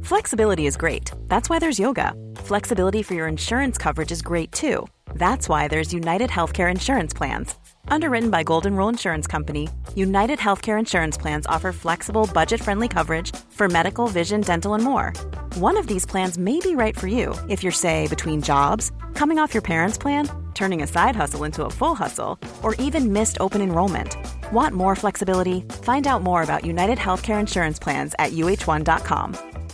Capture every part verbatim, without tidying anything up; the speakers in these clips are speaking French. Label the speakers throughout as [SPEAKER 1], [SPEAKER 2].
[SPEAKER 1] Flexibility is great. That's why there's yoga. Flexibility for your insurance coverage is great too. That's why there's United Healthcare Insurance Plans. Underwritten by Golden Rule Insurance Company, United Healthcare Insurance Plans offer flexible, budget-friendly coverage for medical, vision, dental, and more. One of these plans may be right for you if you're, say, between jobs, coming off your parents' plan, turning a side hustle into a full hustle, or even missed open enrollment. Want more flexibility? Find out more about United Healthcare Insurance Plans at U H one dot com.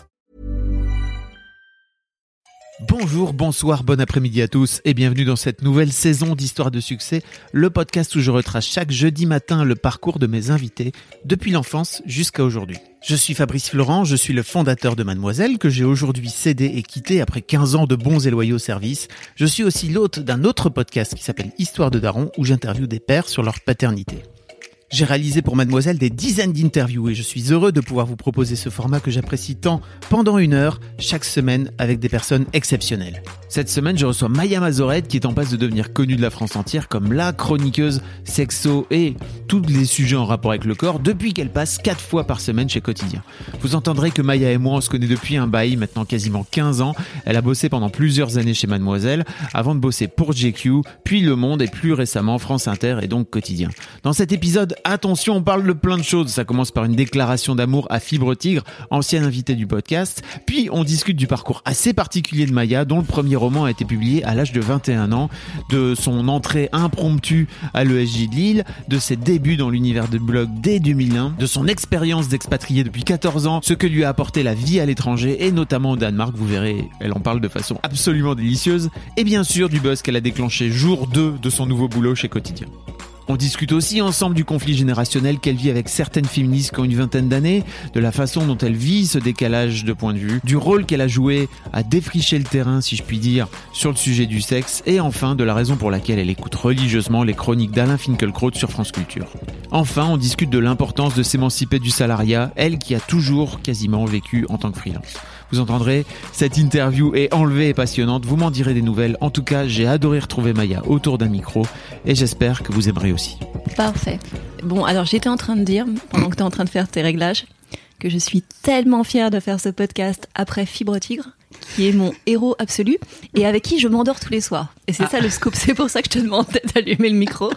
[SPEAKER 2] Bonjour, bonsoir, bon après-midi à tous et bienvenue dans cette nouvelle saison d'Histoire de succès, le podcast où je retrace chaque jeudi matin le parcours de mes invités depuis l'enfance jusqu'à aujourd'hui. Je suis Fabrice Florent, je suis le fondateur de Mademoiselle que j'ai aujourd'hui cédé et quitté après quinze ans de bons et loyaux services. Je suis aussi l'hôte d'un autre podcast qui s'appelle Histoire de Daron où j'interviewe des pères sur leur paternité. J'ai réalisé pour Mademoiselle des dizaines d'interviews et je suis heureux de pouvoir vous proposer ce format que j'apprécie tant pendant une heure chaque semaine avec des personnes exceptionnelles. Cette semaine, je reçois Maya Mazoret qui est en passe de devenir connue de la France entière comme la chroniqueuse sexo et tous les sujets en rapport avec le corps depuis qu'elle passe quatre fois par semaine chez Quotidien. Vous entendrez que Maya et moi on se connaît depuis un bail, maintenant quasiment quinze ans. Elle a bossé pendant plusieurs années chez Mademoiselle avant de bosser pour J Q, puis Le Monde et plus récemment France Inter et donc Quotidien. Dans cet épisode, attention, on parle de plein de choses. Ça commence par une déclaration d'amour à Fibre Tigre, ancienne invitée du podcast. Puis on discute du parcours assez particulier de Maya, dont le premier roman a été publié à l'âge de vingt et un ans, de son entrée impromptue à l'E S J de Lille, de ses débuts dans l'univers de blog dès deux mille un, de son expérience d'expatrié depuis quatorze ans, ce que lui a apporté la vie à l'étranger et notamment au Danemark. Vous verrez, elle en parle de façon absolument délicieuse. Et bien sûr du buzz qu'elle a déclenché jour deux de son nouveau boulot chez Quotidien. On discute aussi ensemble du conflit générationnel qu'elle vit avec certaines féministes qui ont une vingtaine d'années, de la façon dont elle vit ce décalage de point de vue, du rôle qu'elle a joué à défricher le terrain, si je puis dire, sur le sujet du sexe, et enfin de la raison pour laquelle elle écoute religieusement les chroniques d'Alain Finkielkraut sur France Culture. Enfin, on discute de l'importance de s'émanciper du salariat, elle qui a toujours quasiment vécu en tant que freelance. Vous entendrez, cette interview est enlevée et passionnante, vous m'en direz des nouvelles. En tout cas, j'ai adoré retrouver Maya autour d'un micro et j'espère que vous aimerez aussi.
[SPEAKER 3] Parfait. Bon, alors j'étais en train de dire, pendant que tu es en train de faire tes réglages, que je suis tellement fière de faire ce podcast après Fibre Tigre, qui est mon héros absolu et avec qui je m'endors tous les soirs. Et c'est ah. ça le scoop, c'est pour ça que je te demande d'allumer le micro.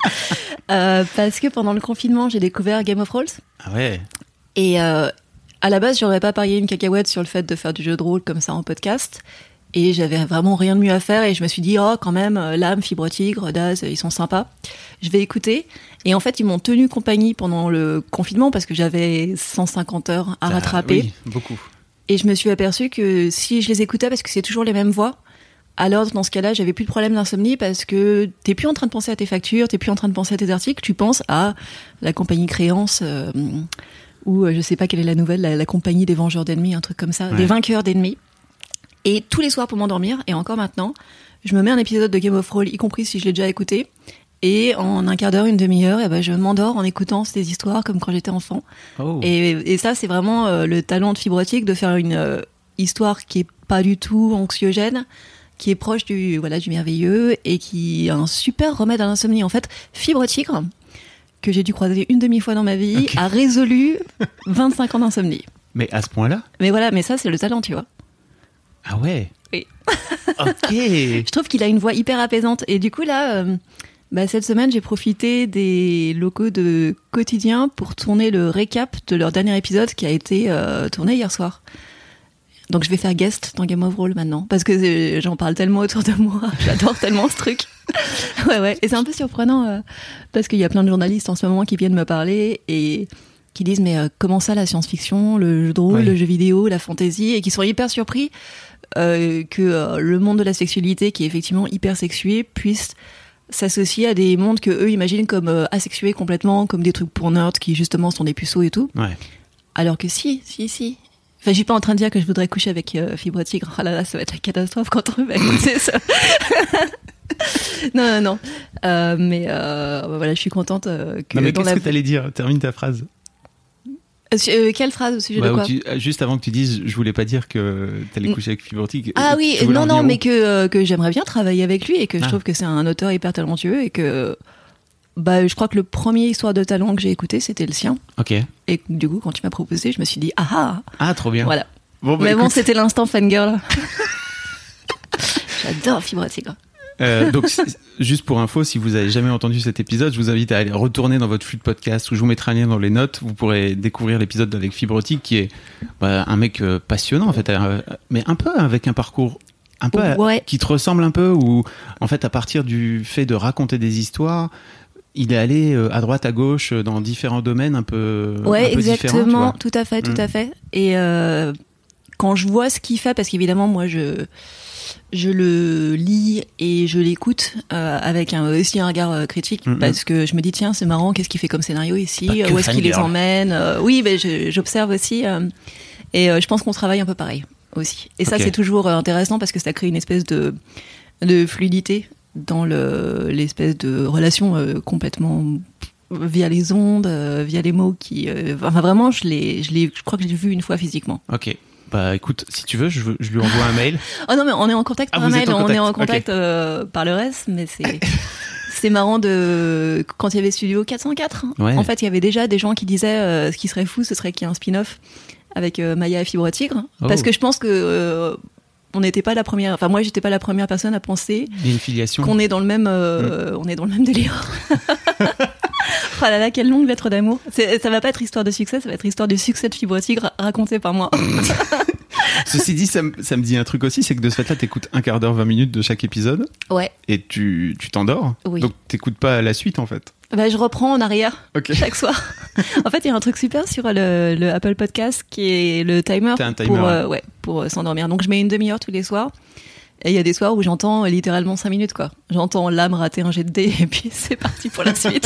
[SPEAKER 3] euh, parce que pendant le confinement, j'ai découvert Game of Thrones.
[SPEAKER 2] Ah ouais.
[SPEAKER 3] Et... Euh, À la base, j'aurais pas parié une cacahuète sur le fait de faire du jeu de rôle comme ça en podcast. Et j'avais vraiment rien de mieux à faire. Et je me suis dit, oh, quand même, Lame, Fibre Tigre, Daz, ils sont sympas. Je vais écouter. Et en fait, ils m'ont tenu compagnie pendant le confinement parce que j'avais cent cinquante heures à ah, rattraper.
[SPEAKER 2] Oui, beaucoup.
[SPEAKER 3] Et je me suis aperçue que si je les écoutais, parce que c'est toujours les mêmes voix, alors dans ce cas-là, j'avais plus de problème d'insomnie parce que t'es plus en train de penser à tes factures, t'es plus en train de penser à tes articles, tu penses à la compagnie Créance, euh, ou je sais pas quelle est la nouvelle, la, la compagnie des vengeurs d'ennemis, un truc comme ça, ouais. Des vainqueurs d'ennemis. Et tous les soirs pour m'endormir, et encore maintenant, je me mets un épisode de Game of Thrones, y compris si je l'ai déjà écouté, et en un quart d'heure, une demi-heure, et ben je m'endors en écoutant ces histoires comme quand j'étais enfant. Oh. Et, et ça, c'est vraiment euh, le talent de Fibre Tigre de faire une euh, histoire qui est pas du tout anxiogène, qui est proche du voilà du merveilleux et qui a un super remède à l'insomnie. En fait, Fibre Tigre, que j'ai dû croiser une demi-fois dans ma vie, okay. a résolu vingt-cinq ans d'insomnie.
[SPEAKER 2] Mais à ce point-là ?
[SPEAKER 3] Mais voilà, mais ça, c'est le talent, tu vois.
[SPEAKER 2] Ah ouais ?
[SPEAKER 3] Oui.
[SPEAKER 2] Ok.
[SPEAKER 3] Je trouve qu'il a une voix hyper apaisante. Et du coup, là, euh, bah, cette semaine, j'ai profité des locaux de Quotidien pour tourner le récap de leur dernier épisode qui a été euh, tourné hier soir. Donc, je vais faire guest dans Game of Thrones maintenant. Parce que euh, j'en parle tellement autour de moi. J'adore tellement ce truc. Ouais, ouais. Et c'est un peu surprenant euh, parce qu'il y a plein de journalistes en ce moment qui viennent me parler et qui disent mais euh, comment ça la science-fiction, le jeu de rôle, ouais. le jeu vidéo, la fantasy, et qui sont hyper surpris euh, que euh, le monde de la sexualité, qui est effectivement hyper sexué, puisse s'associer à des mondes que eux imaginent comme euh, asexués complètement, comme des trucs pour nerds qui justement sont des puceaux et tout.
[SPEAKER 2] Ouais.
[SPEAKER 3] Alors que si, si, si. Enfin, je suis pas en train de dire que je voudrais coucher avec euh, Fibre Tigre. Oh là là, ça va être la catastrophe quand on va écouter ça. non, non, non. Euh, mais euh, voilà, je suis contente euh, que.
[SPEAKER 2] Non, mais
[SPEAKER 3] dans
[SPEAKER 2] qu'est-ce
[SPEAKER 3] la...
[SPEAKER 2] que t'allais dire ? Termine ta phrase.
[SPEAKER 3] Euh, quelle phrase au sujet
[SPEAKER 2] bah,
[SPEAKER 3] de quoi ?
[SPEAKER 2] tu, Juste avant que tu dises, je voulais pas dire que t'allais coucher avec Fibre Tigre.
[SPEAKER 3] Ah oui, non, non, mais que, euh, que j'aimerais bien travailler avec lui et que je ah. trouve que c'est un auteur hyper talentueux et que. Bah, je crois que le premier Histoire de talent que j'ai écouté, c'était le sien.
[SPEAKER 2] Ok.
[SPEAKER 3] Et du coup, quand tu m'as proposé, je me suis dit, ah ah.
[SPEAKER 2] Ah, trop bien.
[SPEAKER 3] Voilà.
[SPEAKER 2] Bon, bah,
[SPEAKER 3] Mais
[SPEAKER 2] écoute,
[SPEAKER 3] bon, c'était l'instant fangirl. J'adore Fibre Tigre.
[SPEAKER 2] Euh, donc, c'est- juste pour info, si vous avez jamais entendu cet épisode, je vous invite à aller retourner dans votre flux de podcast où je vous mettrai un lien dans les notes. Vous pourrez découvrir l'épisode avec Fibrotique, qui est bah, un mec euh, passionnant en fait, euh, mais un peu avec un parcours un peu euh,
[SPEAKER 3] Ouais.
[SPEAKER 2] qui te ressemble un peu, où en fait à partir du fait de raconter des histoires, il est allé euh, à droite à gauche euh, dans différents domaines un peu,
[SPEAKER 3] Ouais,
[SPEAKER 2] un peu différents, tu
[SPEAKER 3] exactement,
[SPEAKER 2] vois.
[SPEAKER 3] tout à fait, tout
[SPEAKER 2] Mm.
[SPEAKER 3] à fait. Et euh, quand je vois ce qu'il fait, parce qu'évidemment, moi, je je le lis et je l'écoute euh, avec un, aussi un regard euh, critique,
[SPEAKER 2] Mm-hmm.
[SPEAKER 3] parce que je me dis tiens, c'est marrant, qu'est-ce qu'il fait comme scénario ici,
[SPEAKER 2] Pas que
[SPEAKER 3] où est-ce qu'il les
[SPEAKER 2] fangirl.
[SPEAKER 3] emmène. euh, Oui, ben je- j'observe aussi, euh, et euh, je pense qu'on travaille un peu pareil aussi. Et ça,
[SPEAKER 2] Ok.
[SPEAKER 3] c'est toujours euh, intéressant parce que ça crée une espèce de de fluidité dans le l'espèce de relation euh, complètement via les ondes, euh, via les mots qui, euh, enfin vraiment, je l'ai, je l'ai, je crois que je l'ai vu une fois physiquement.
[SPEAKER 2] Ok. Bah écoute, si tu veux, je, je lui envoie un mail.
[SPEAKER 3] Oh non, mais on est en contact
[SPEAKER 2] Ah,
[SPEAKER 3] par
[SPEAKER 2] vous
[SPEAKER 3] mail,
[SPEAKER 2] êtes en
[SPEAKER 3] on est en
[SPEAKER 2] contact,
[SPEAKER 3] contact euh, par le reste, mais c'est c'est marrant de quand il y avait Studio quatre cent quatre.
[SPEAKER 2] Ouais.
[SPEAKER 3] En fait, il y avait déjà des gens qui disaient euh, ce qui serait fou, ce serait qu'il y ait un spin-off avec euh, Maya et Fibre Tigre,
[SPEAKER 2] Oh.
[SPEAKER 3] parce que je pense que euh, on n'était pas la première, enfin moi j'étais pas la première personne à penser
[SPEAKER 2] Il y a une filiation.
[SPEAKER 3] qu'on est dans le même, euh, on est dans le même délire. Oh là là, quelle longue lettre d'amour. C'est, ça va pas être histoire de succès, ça va être histoire du succès de Fibre Tigre raconté par moi.
[SPEAKER 2] Ceci dit, ça, me- ça me dit un truc aussi, c'est que de ce fait-là, t'écoutes un quart d'heure, vingt minutes de chaque épisode
[SPEAKER 3] Ouais.
[SPEAKER 2] et tu tu t'endors.
[SPEAKER 3] Oui.
[SPEAKER 2] Donc t'écoutes pas la suite en fait.
[SPEAKER 3] Bah, je reprends en arrière
[SPEAKER 2] Ok.
[SPEAKER 3] chaque soir. En fait, il y a un truc super sur le, le Apple Podcast qui est le timer,
[SPEAKER 2] T'as un timer,
[SPEAKER 3] pour,
[SPEAKER 2] ouais.
[SPEAKER 3] euh, ouais, pour euh, s'endormir. Donc, je mets une demi-heure tous les soirs. Et il y a des soirs où j'entends euh, littéralement cinq minutes, quoi. J'entends l'âme rater un jet de dés et puis c'est parti pour la suite.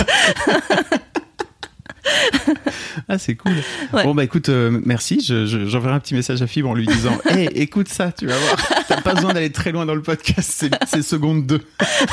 [SPEAKER 2] Ah, c'est cool.
[SPEAKER 3] Ouais.
[SPEAKER 2] Bon bah écoute, euh, merci. Je, je- j'enverrai un petit message à Fibre en lui disant, hey, écoute ça, tu vas voir. T'as pas besoin d'aller très loin dans le podcast. C'est, c'est seconde deux.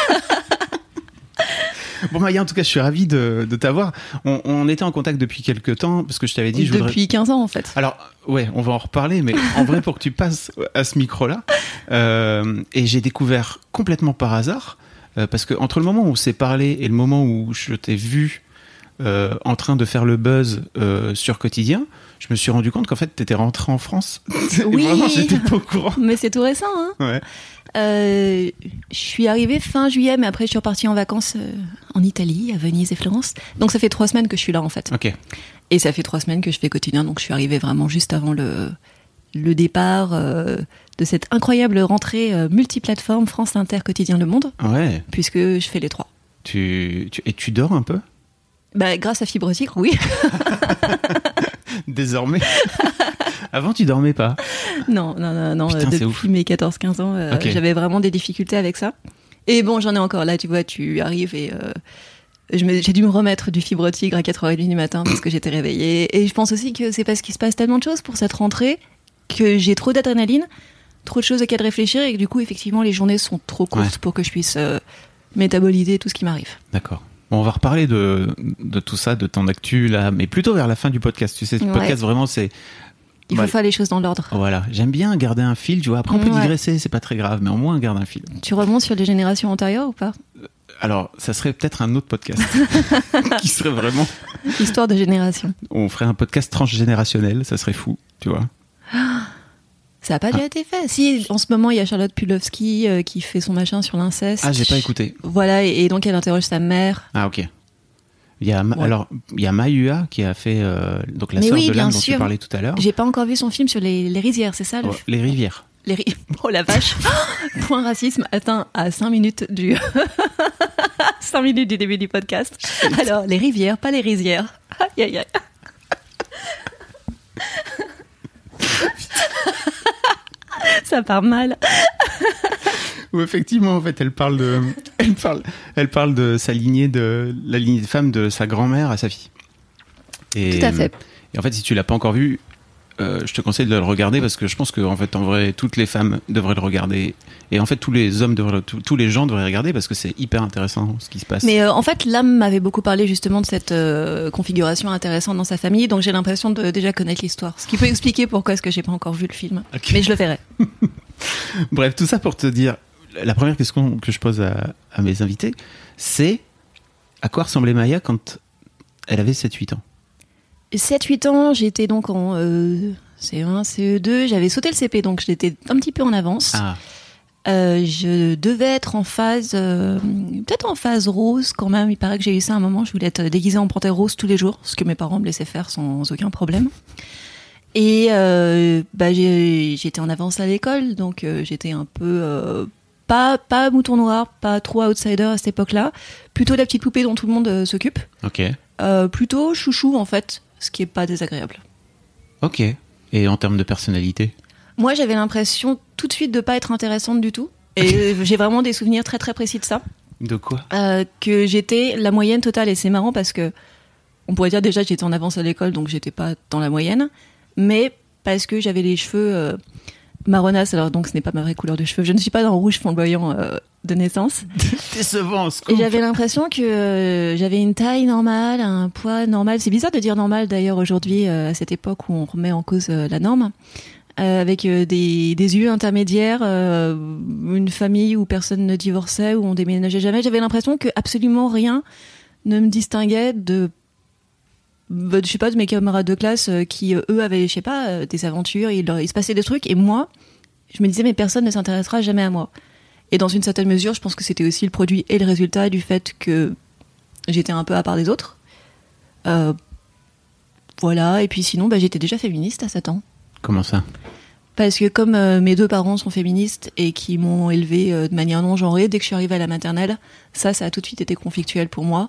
[SPEAKER 2] Bon Maya, en tout cas, je suis ravi de, de t'avoir. On, on était en contact depuis quelques temps parce que je t'avais dit, je voudrais.
[SPEAKER 3] Depuis quinze ans, en fait.
[SPEAKER 2] Alors, ouais, on va en reparler, mais en vrai, pour que tu passes à ce micro-là, euh, et j'ai découvert complètement par hasard, euh, parce que entre le moment où on s'est parlé et le moment où je t'ai vu euh, en train de faire le buzz euh, sur Quotidien, je me suis rendu compte qu'en fait, t'étais rentré en France.
[SPEAKER 3] Oui.
[SPEAKER 2] Et vraiment, j'étais pas au courant.
[SPEAKER 3] Mais c'est tout récent, hein.
[SPEAKER 2] Ouais.
[SPEAKER 3] Euh, je suis arrivée fin juillet, mais après je suis repartie en vacances euh, en Italie, à Venise et Florence. Donc ça fait trois semaines que je suis là en fait.
[SPEAKER 2] Ok.
[SPEAKER 3] Et ça fait trois semaines que je fais Quotidien, donc je suis arrivée vraiment juste avant le, le départ euh, de cette incroyable rentrée euh, multiplateforme France Inter Quotidien Le Monde,
[SPEAKER 2] Ouais.
[SPEAKER 3] puisque je fais les trois.
[SPEAKER 2] Tu, tu, et tu dors un peu
[SPEAKER 3] Bah, grâce à Fibre Tigre, oui.
[SPEAKER 2] désormais. Avant, tu dormais pas.
[SPEAKER 3] non, non, non, non.
[SPEAKER 2] Putain,
[SPEAKER 3] euh,
[SPEAKER 2] c'est ouf.
[SPEAKER 3] depuis mes quatorze quinze ans, euh,
[SPEAKER 2] Ok.
[SPEAKER 3] j'avais vraiment des difficultés avec ça. Et bon, j'en ai encore là, tu vois, tu arrives et euh, je me- j'ai dû me remettre du Fibre Tigre à quatre heures trente du matin parce que j'étais réveillée. Et je pense aussi que c'est parce qu'il se passe tellement de choses pour cette rentrée que j'ai trop d'adrénaline, trop de choses auxquelles réfléchir et que du coup, effectivement, les journées sont trop courtes
[SPEAKER 2] Ouais.
[SPEAKER 3] pour que je puisse euh, métaboliser tout ce qui m'arrive.
[SPEAKER 2] D'accord. Bon, on va reparler de, de tout ça, de ton actu là, mais plutôt vers la fin du podcast. Tu sais, ce
[SPEAKER 3] Ouais.
[SPEAKER 2] podcast vraiment, c'est.
[SPEAKER 3] Il faut
[SPEAKER 2] Ouais.
[SPEAKER 3] faire les choses dans l'ordre.
[SPEAKER 2] Voilà, j'aime bien garder un fil, tu vois. Après, on peut
[SPEAKER 3] Ouais.
[SPEAKER 2] digresser, c'est pas très grave, mais au moins, on garde un fil.
[SPEAKER 3] Tu remontes sur les générations antérieures ou pas?
[SPEAKER 2] Alors, ça serait peut-être un autre podcast qui serait vraiment.
[SPEAKER 3] Histoire de génération.
[SPEAKER 2] On ferait un podcast transgénérationnel, ça serait fou, tu vois.
[SPEAKER 3] Ça n'a pas déjà été fait. Si, en ce moment, il y a Charlotte Pudlowski euh, qui fait son machin sur l'inceste.
[SPEAKER 2] Ah, j'ai pas écouté.
[SPEAKER 3] Voilà, et, et donc elle interroge sa mère.
[SPEAKER 2] Ah, ok. Il y a, Ma-
[SPEAKER 3] Ouais.
[SPEAKER 2] alors, il y a Mahua qui a fait euh, donc la
[SPEAKER 3] Mais
[SPEAKER 2] sœur
[SPEAKER 3] oui,
[SPEAKER 2] de
[SPEAKER 3] bien
[SPEAKER 2] l'âme dont
[SPEAKER 3] sûr.
[SPEAKER 2] tu parlais tout à l'heure.
[SPEAKER 3] J'ai pas encore vu son film sur les, les rizières, c'est ça le
[SPEAKER 2] Oh, les rivières.
[SPEAKER 3] les ri- Oh la vache. Point racisme atteint à cinq minutes du cinq minutes du début du podcast. Alors, les rivières, pas les rizières. Aïe aïe aïe. Ça part mal.
[SPEAKER 2] Où effectivement, en fait, elle parle de, elle parle, elle parle de sa lignée de la lignée de femme de sa grand-mère à sa fille. Et,
[SPEAKER 3] Tout à fait.
[SPEAKER 2] Et en fait, si tu l'as pas encore vu, euh, je te conseille de le regarder parce que je pense que en fait, en vrai, toutes les femmes devraient le regarder et en fait, tous les hommes devraient, tous tous les gens devraient regarder parce que c'est hyper intéressant ce qui se passe.
[SPEAKER 3] Mais euh, en fait, l'âme m'avait beaucoup parlé justement de cette euh, configuration intéressante dans sa famille, donc j'ai l'impression de déjà connaître l'histoire. Ce qui peut expliquer pourquoi est-ce que j'ai pas encore vu le film.
[SPEAKER 2] Ok.
[SPEAKER 3] Mais je le verrai.
[SPEAKER 2] Bref, tout ça pour te dire, la première question que je pose à, à mes invités, c'est à quoi ressemblait Maya quand elle avait sept huit ans?
[SPEAKER 3] sept huit ans, j'étais donc en euh, C E un, C E deux, j'avais sauté le C P, donc j'étais un petit peu en avance.
[SPEAKER 2] Ah.
[SPEAKER 3] Euh, je devais être en phase, euh, peut-être en phase rose quand même. Il paraît que j'ai eu ça à un moment. Je voulais être déguisée en panthère rose tous les jours, ce que mes parents me laissaient faire sans aucun problème. Et euh, bah, j'ai, j'étais en avance à l'école, donc euh, j'étais un peu euh, pas pas mouton noir, pas trop outsider à cette époque-là. Plutôt la petite poupée dont tout le monde euh, s'occupe.
[SPEAKER 2] Ok.
[SPEAKER 3] Euh, plutôt chouchou en fait, ce qui est pas désagréable.
[SPEAKER 2] Ok. Et en termes de personnalité?
[SPEAKER 3] Moi, j'avais l'impression tout de suite de pas être intéressante du tout. Et j'ai vraiment des souvenirs très très précis de ça.
[SPEAKER 2] De quoi?
[SPEAKER 3] euh, Que j'étais la moyenne totale. Et c'est marrant parce que on pourrait dire déjà que j'étais en avance à l'école, donc j'étais pas dans la moyenne. Mais parce que j'avais les cheveux euh, marronnasses, alors donc ce n'est pas ma vraie couleur de cheveux. Je ne suis pas dans le rouge flamboyant euh, de naissance.
[SPEAKER 2] Décevant, scoop.
[SPEAKER 3] Et j'avais l'impression que euh, j'avais une taille normale, un poids normal. C'est bizarre de dire normal d'ailleurs aujourd'hui, euh, à cette époque où on remet en cause euh, la norme. Euh, avec euh, des, des yeux intermédiaires, euh, une famille où personne ne divorçait, où on déménageait jamais. J'avais l'impression que absolument rien ne me distinguait de, bah, je sais pas, de mes camarades de classe euh, qui, euh, eux, avaient, je sais pas, euh, des aventures, il, leur, il se passait des trucs, et moi, je me disais, mais personne ne s'intéressera jamais à moi. Et dans une certaine mesure, je pense que c'était aussi le produit et le résultat du fait que j'étais un peu à part des autres. Euh, voilà, et puis sinon, bah, j'étais déjà féministe à sept ans.
[SPEAKER 2] Comment ça?
[SPEAKER 3] Parce que comme euh, mes deux parents sont féministes et qui m'ont élevée euh, de manière non genrée, dès que je suis arrivée à la maternelle, ça, ça a tout de suite été conflictuel pour moi,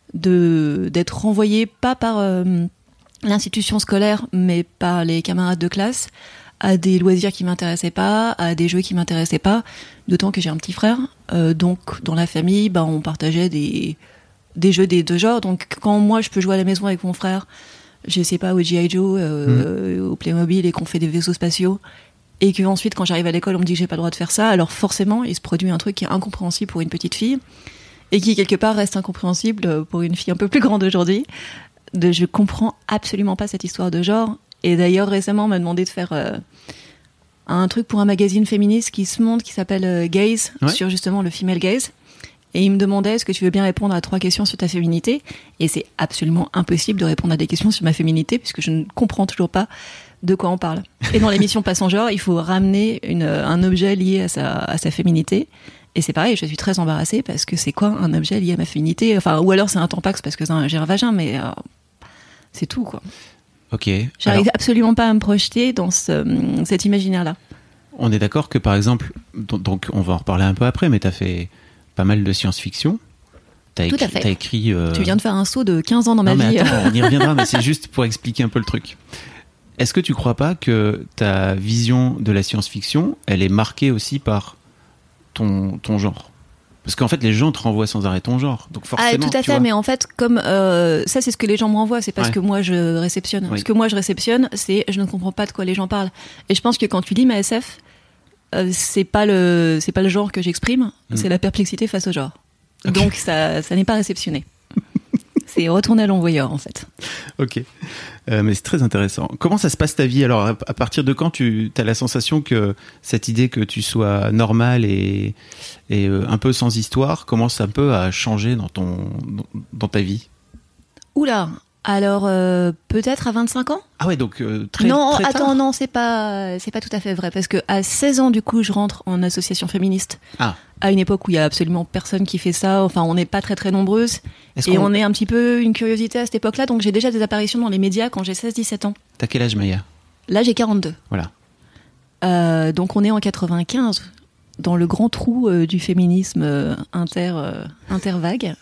[SPEAKER 3] de d'être renvoyée pas par euh, l'institution scolaire, mais par les camarades de classe, à des loisirs qui m'intéressaient pas, à des jeux qui m'intéressaient pas, d'autant que j'ai un petit frère. Euh, donc dans la famille, bah, on partageait des des jeux des deux genres. Donc quand moi je peux jouer à la maison avec mon frère, je sais pas, au G I Joe, euh, mmh. au Playmobil, et qu'on fait des vaisseaux spatiaux, et que ensuite quand j'arrive à l'école on me dit que j'ai pas le droit de faire ça, alors forcément il se produit un truc qui est incompréhensible pour une petite fille et qui quelque part reste incompréhensible pour une fille un peu plus grande aujourd'hui. De je comprends absolument pas cette histoire de genre. Et d'ailleurs récemment on m'a demandé de faire euh, un truc pour un magazine féministe qui se monte, qui s'appelle euh, Gaze, ouais. sur justement le female gaze. Et il me demandait, est-ce que tu veux bien répondre à trois questions sur ta féminité? Et c'est absolument impossible de répondre à des questions sur ma féminité, puisque je ne comprends toujours pas de quoi on parle. Et dans l'émission Pas son genre, il faut ramener une, un objet lié à sa, à sa féminité. Et c'est pareil, je suis très embarrassée, parce que c'est quoi un objet lié à ma féminité? Enfin, ou alors c'est un tampax parce que j'ai un vagin, mais euh, c'est tout, quoi.
[SPEAKER 2] Ok.
[SPEAKER 3] J'arrive
[SPEAKER 2] alors...
[SPEAKER 3] absolument pas à me projeter dans ce, cet imaginaire-là.
[SPEAKER 2] On est d'accord que, par exemple, donc on va en reparler un peu après, mais t'as fait pas mal de science-fiction. T'as
[SPEAKER 3] Tout
[SPEAKER 2] écrit,
[SPEAKER 3] à fait.
[SPEAKER 2] T'as écrit euh...
[SPEAKER 3] Tu viens de faire un saut de quinze ans dans
[SPEAKER 2] non,
[SPEAKER 3] ma
[SPEAKER 2] mais
[SPEAKER 3] vie.
[SPEAKER 2] Attends, on y reviendra, mais c'est juste pour expliquer un peu le truc. Est-ce que tu crois pas que ta vision de la science-fiction, elle est marquée aussi par ton, ton genre? Parce qu'en fait, les gens te renvoient sans arrêt ton genre. Donc forcément,
[SPEAKER 3] ah, tout à fait,
[SPEAKER 2] vois...
[SPEAKER 3] mais en fait, comme euh, ça, c'est ce que les gens me renvoient, c'est pas
[SPEAKER 2] ouais.
[SPEAKER 3] ce que moi je réceptionne.
[SPEAKER 2] Oui.
[SPEAKER 3] Ce que moi je réceptionne, c'est je ne comprends pas de quoi les gens parlent. Et je pense que quand tu lis ma S F, euh, c'est pas le c'est pas le genre que j'exprime, mmh. c'est la perplexité face au genre. Okay. Donc ça ça n'est pas réceptionné. C'est retourner à l'envoyeur en fait.
[SPEAKER 2] Ok, euh, mais c'est très intéressant. Comment ça se passe ta vie? Alors, à partir de quand tu as la sensation que cette idée que tu sois normal et, et euh, un peu sans histoire commence un peu à changer dans, ton, dans, dans ta vie?
[SPEAKER 3] Oula, alors euh, peut-être à vingt-cinq ans?
[SPEAKER 2] Ah ouais, donc euh, très,
[SPEAKER 3] non,
[SPEAKER 2] très tard.
[SPEAKER 3] Non, attends, non, c'est pas, c'est pas tout à fait vrai. Parce que à seize ans, du coup, je rentre en association féministe.
[SPEAKER 2] Ah.
[SPEAKER 3] À une époque où il y a absolument personne qui fait ça. Enfin, on n'est pas très très nombreuses.
[SPEAKER 2] Est-ce
[SPEAKER 3] et
[SPEAKER 2] qu'on...
[SPEAKER 3] on est un petit peu une curiosité à cette époque-là. Donc j'ai déjà des apparitions dans les médias quand j'ai seize dix-sept ans.
[SPEAKER 2] T'as quel âge, Maya?
[SPEAKER 3] Là, j'ai quarante-deux.
[SPEAKER 2] Voilà.
[SPEAKER 3] Euh, donc on est en quatre-vingt-quinze, dans le grand trou euh, du féminisme euh, inter, euh, intervague.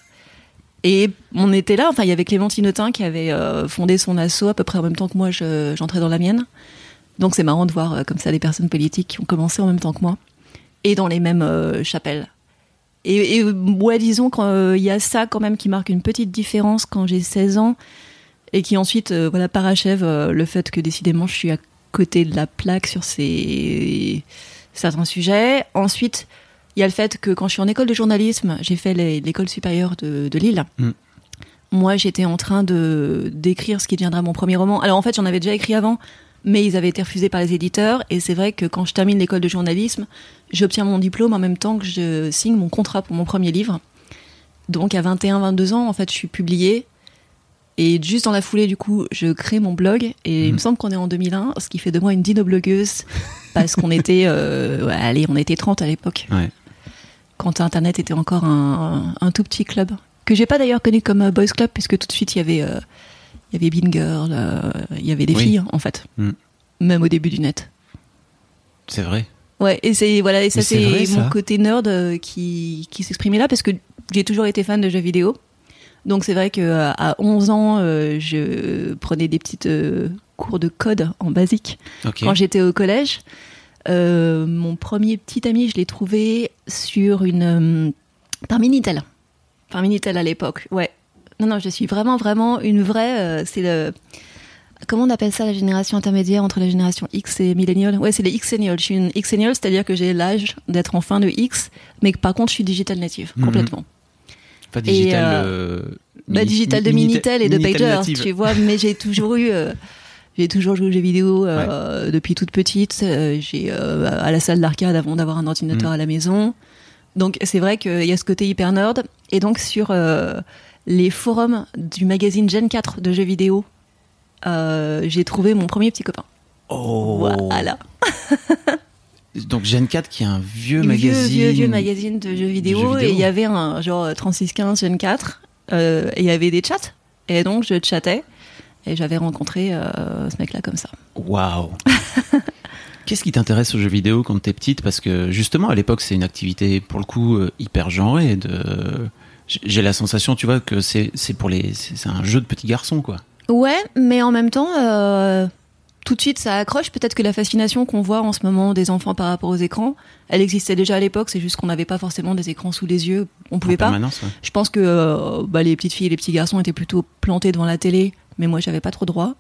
[SPEAKER 3] Et on était là, enfin il y avait Clémentine Autain qui avait euh, fondé son asso à peu près en même temps que moi je, j'entrais dans la mienne. Donc c'est marrant de voir euh, comme ça des personnes politiques qui ont commencé en même temps que moi et dans les mêmes euh, chapelles. Et, et ouais, disons qu'il euh, y a ça quand même qui marque une petite différence quand j'ai seize ans et qui ensuite euh, voilà, parachève euh, le fait que décidément je suis à côté de la plaque sur ces certains sujets. Ensuite, il y a le fait que quand je suis en école de journalisme, j'ai fait les, l'école supérieure de, de Lille. Mm. Moi, j'étais en train de d'écrire ce qui deviendra mon premier roman. Alors en fait, j'en avais déjà écrit avant, mais ils avaient été refusés par les éditeurs. Et c'est vrai que quand je termine l'école de journalisme, j'obtiens mon diplôme en même temps que je signe mon contrat pour mon premier livre. Donc à vingt et un vingt-deux ans, en fait, je suis publiée. et juste dans la foulée, du coup, je crée mon blog et mmh. il me semble qu'on est en deux mille un, ce qui fait de moi une dino-blogueuse parce qu'on était, euh, ouais, allez, on était trente à l'époque.
[SPEAKER 2] Ouais.
[SPEAKER 3] Quand Internet était encore un, un, un tout petit club que j'ai pas d'ailleurs connu comme Boys Club puisque tout de suite il y avait, euh, il y avait Bean Girl, euh, il y avait des oui. filles en fait, mmh. même au début du net.
[SPEAKER 2] C'est vrai.
[SPEAKER 3] Ouais, et c'est voilà, et ça
[SPEAKER 2] Mais
[SPEAKER 3] c'est,
[SPEAKER 2] c'est vrai,
[SPEAKER 3] mon
[SPEAKER 2] ça.
[SPEAKER 3] côté nerd euh, qui qui s'exprimait là parce que j'ai toujours été fan de jeux vidéo. Donc c'est vrai que euh, à onze ans, euh, je prenais des petites euh, cours de code en basique.
[SPEAKER 2] Okay.
[SPEAKER 3] Quand j'étais au collège, euh, mon premier petit ami, je l'ai trouvé sur une euh, par Minitel. Par Minitel à l'époque. Ouais. Non non, je suis vraiment vraiment une vraie euh, c'est le comment on appelle ça, la génération intermédiaire entre la génération X et millennial? Ouais, c'est les Xennials. Je suis une Xennial, c'est-à-dire que j'ai l'âge d'être en fin de X, mais que par contre, je suis digital native, mmh. complètement.
[SPEAKER 2] Pas digital...
[SPEAKER 3] Et, euh,
[SPEAKER 2] euh,
[SPEAKER 3] bah,
[SPEAKER 2] mini,
[SPEAKER 3] digital de Minitel et de Pagers, tu vois, mais j'ai toujours eu... Euh, j'ai toujours joué aux jeux vidéo euh, ouais. depuis toute petite. Euh, j'ai euh, à la salle d'arcade avant d'avoir un ordinateur mmh. à la maison. Donc, c'est vrai qu'il y a ce côté hyper nerd. Et donc, sur euh, les forums du magazine Gen quatre de jeux vidéo, Euh, j'ai trouvé mon premier petit copain.
[SPEAKER 2] Oh.
[SPEAKER 3] Voilà.
[SPEAKER 2] Donc Gen quatre qui est un vieux
[SPEAKER 3] vieux,
[SPEAKER 2] magazine.
[SPEAKER 3] Vieux, vieux magazine de jeux vidéo,
[SPEAKER 2] jeux vidéo.
[SPEAKER 3] Et il y avait un genre trente-six quinze Gen quatre euh, et il y avait des chats. Et donc je chattais et j'avais rencontré euh, ce mec-là comme ça.
[SPEAKER 2] Waouh. Qu'est-ce qui t'intéresse aux jeux vidéo quand t'es petite? Parce que justement à l'époque c'est une activité pour le coup euh, hyper genrée. De... J'ai la sensation, tu vois, que c'est, c'est pour les, c'est, c'est un jeu de petits garçons quoi.
[SPEAKER 3] Ouais, mais en même temps, euh, tout de suite, ça accroche. Peut-être que la fascination qu'on voit en ce moment des enfants par rapport aux écrans, elle existait déjà à l'époque. C'est juste qu'on n'avait pas forcément des écrans sous les yeux. On pouvait pas.
[SPEAKER 2] Ouais.
[SPEAKER 3] Je pense que euh, bah, les petites filles et les petits garçons étaient plutôt plantés devant la télé, mais moi, j'avais pas trop droit.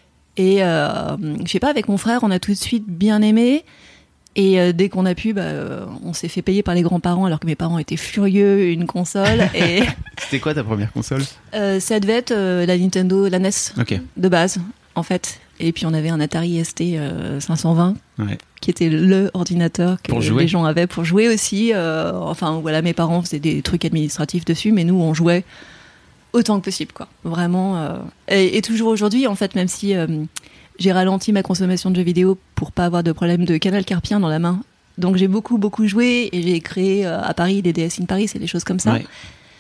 [SPEAKER 3] Et euh, je sais pas, avec mon frère, on a tout de suite bien aimé. Et euh, dès qu'on a pu, bah, euh, on s'est fait payer par les grands-parents alors que mes parents étaient furieux, une console. Et
[SPEAKER 2] c'était quoi ta première console?
[SPEAKER 3] euh, Ça devait être euh, la Nintendo, la N E S
[SPEAKER 2] okay.
[SPEAKER 3] de base, en fait. Et puis on avait un Atari S T euh, cinq cent vingt,
[SPEAKER 2] ouais.
[SPEAKER 3] qui était le ordinateur que les gens avaient pour jouer aussi. Euh, enfin voilà, mes parents faisaient des trucs administratifs dessus, mais nous on jouait autant que possible, quoi. Vraiment. Euh, et, et toujours aujourd'hui, en fait, même si euh, j'ai ralenti ma consommation de jeux vidéo pour pas avoir de problème de canal carpien dans la main. Donc j'ai beaucoup beaucoup joué et j'ai créé euh, à Paris des D S in Paris et des choses comme ça. Ouais.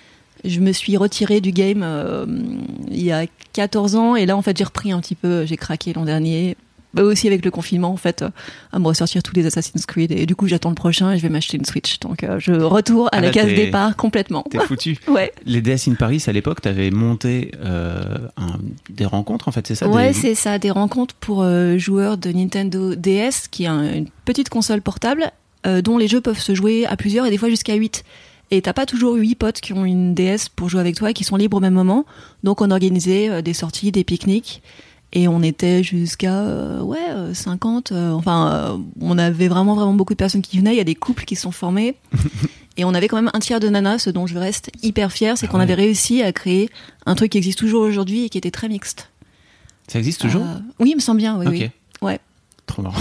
[SPEAKER 3] Je me suis retirée du game euh, il y a quatorze ans et là en fait j'ai repris un petit peu, j'ai craqué l'an dernier. Bah aussi avec le confinement en fait, euh, à me ressortir tous les Assassin's Creed et du coup j'attends le prochain et je vais m'acheter une Switch. Donc euh, je retourne à ah, la case t'es... départ complètement.
[SPEAKER 2] T'es foutu.
[SPEAKER 3] Ouais.
[SPEAKER 2] Les D S in Paris à l'époque, t'avais monté euh, un, des rencontres en fait, c'est ça?
[SPEAKER 3] Ouais,
[SPEAKER 2] des...
[SPEAKER 3] c'est ça, des rencontres pour euh, joueurs de Nintendo D S, qui est un, une petite console portable euh, dont les jeux peuvent se jouer à plusieurs et des fois jusqu'à huit. Et t'as pas toujours huit potes qui ont une D S pour jouer avec toi et qui sont libres au même moment. Donc on organisait euh, des sorties, des pique-niques. Et on était jusqu'à euh, ouais, euh, cinquante. Euh, enfin, euh, on avait vraiment, vraiment beaucoup de personnes qui venaient. Il y a des couples qui se sont formés. Et on avait quand même un tiers de nanas, ce dont je reste hyper fière. C'est ah qu'on ouais. avait réussi à créer un truc qui existe toujours aujourd'hui et qui était très mixte.
[SPEAKER 2] Ça existe toujours euh,
[SPEAKER 3] Oui, il me semble bien. Oui,
[SPEAKER 2] okay.
[SPEAKER 3] oui. Ouais.
[SPEAKER 2] Trop marrant.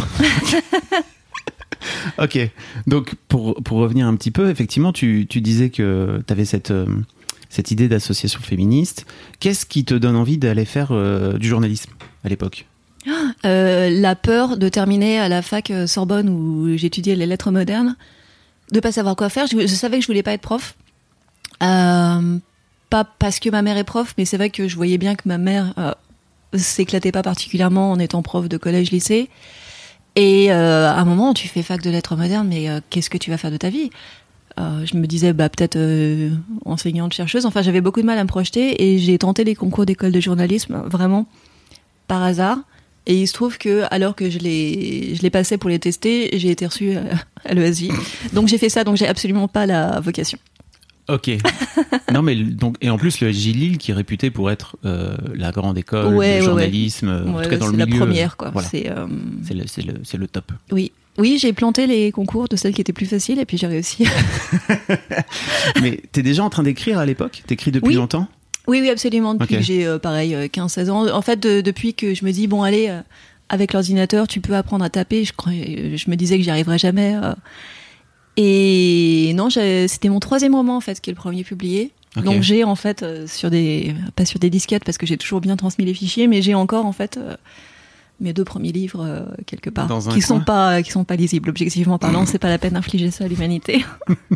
[SPEAKER 2] Ok. Donc, pour, pour revenir un petit peu, effectivement, tu, tu disais que tu avais cette... Euh, cette idée d'association féministe. Qu'est-ce qui te donne envie d'aller faire euh, du journalisme à l'époque?
[SPEAKER 3] euh, La peur de terminer à la fac Sorbonne où j'étudiais les lettres modernes, de pas savoir quoi faire. Je, je savais que je voulais pas être prof. Euh, pas parce que ma mère est prof, mais c'est vrai que je voyais bien que ma mère euh, s'éclatait pas particulièrement en étant prof de collège-lycée. Et euh, à un moment, tu fais fac de lettres modernes, mais euh, qu'est-ce que tu vas faire de ta vie? Euh, je me disais bah peut-être euh, enseignante chercheuse. Enfin, j'avais beaucoup de mal à me projeter et j'ai tenté les concours d'école de journalisme vraiment par hasard. Et il se trouve que alors que je les je les passais pour les tester, j'ai été reçue à l'E S J. Donc j'ai fait ça. Donc j'ai absolument pas la vocation.
[SPEAKER 2] Ok. Non mais donc et en plus le J Lille qui est réputé pour être euh, la grande école
[SPEAKER 3] ouais,
[SPEAKER 2] de
[SPEAKER 3] ouais,
[SPEAKER 2] journalisme,
[SPEAKER 3] ouais.
[SPEAKER 2] en
[SPEAKER 3] ouais,
[SPEAKER 2] tout cas dans le
[SPEAKER 3] milieu.
[SPEAKER 2] milieu.
[SPEAKER 3] C'est la première quoi.
[SPEAKER 2] Voilà.
[SPEAKER 3] C'est, euh...
[SPEAKER 2] c'est, le, c'est le c'est le top.
[SPEAKER 3] Oui. Oui, j'ai planté les concours de celles qui étaient plus faciles et puis j'ai réussi.
[SPEAKER 2] Mais t'es déjà en train d'écrire à l'époque? T'écris depuis
[SPEAKER 3] oui.
[SPEAKER 2] longtemps?
[SPEAKER 3] Oui, oui, absolument. Depuis
[SPEAKER 2] okay.
[SPEAKER 3] que j'ai, euh, pareil, quinze seize ans. En fait, de, depuis que je me dis, bon, allez, euh, avec l'ordinateur, tu peux apprendre à taper. Je, croyais, je me disais que j'y arriverais jamais. Euh. Et non, j'ai, c'était mon troisième roman, en fait, qui est le premier publié. Okay. Donc j'ai en fait euh, sur des pas sur des disquettes parce que j'ai toujours bien transmis les fichiers, mais j'ai encore en fait euh, mes deux premiers livres euh, quelque part
[SPEAKER 2] Dans un
[SPEAKER 3] qui
[SPEAKER 2] coin.
[SPEAKER 3] sont pas qui sont pas lisibles objectivement parlant. C'est pas la peine d'infliger ça à l'humanité.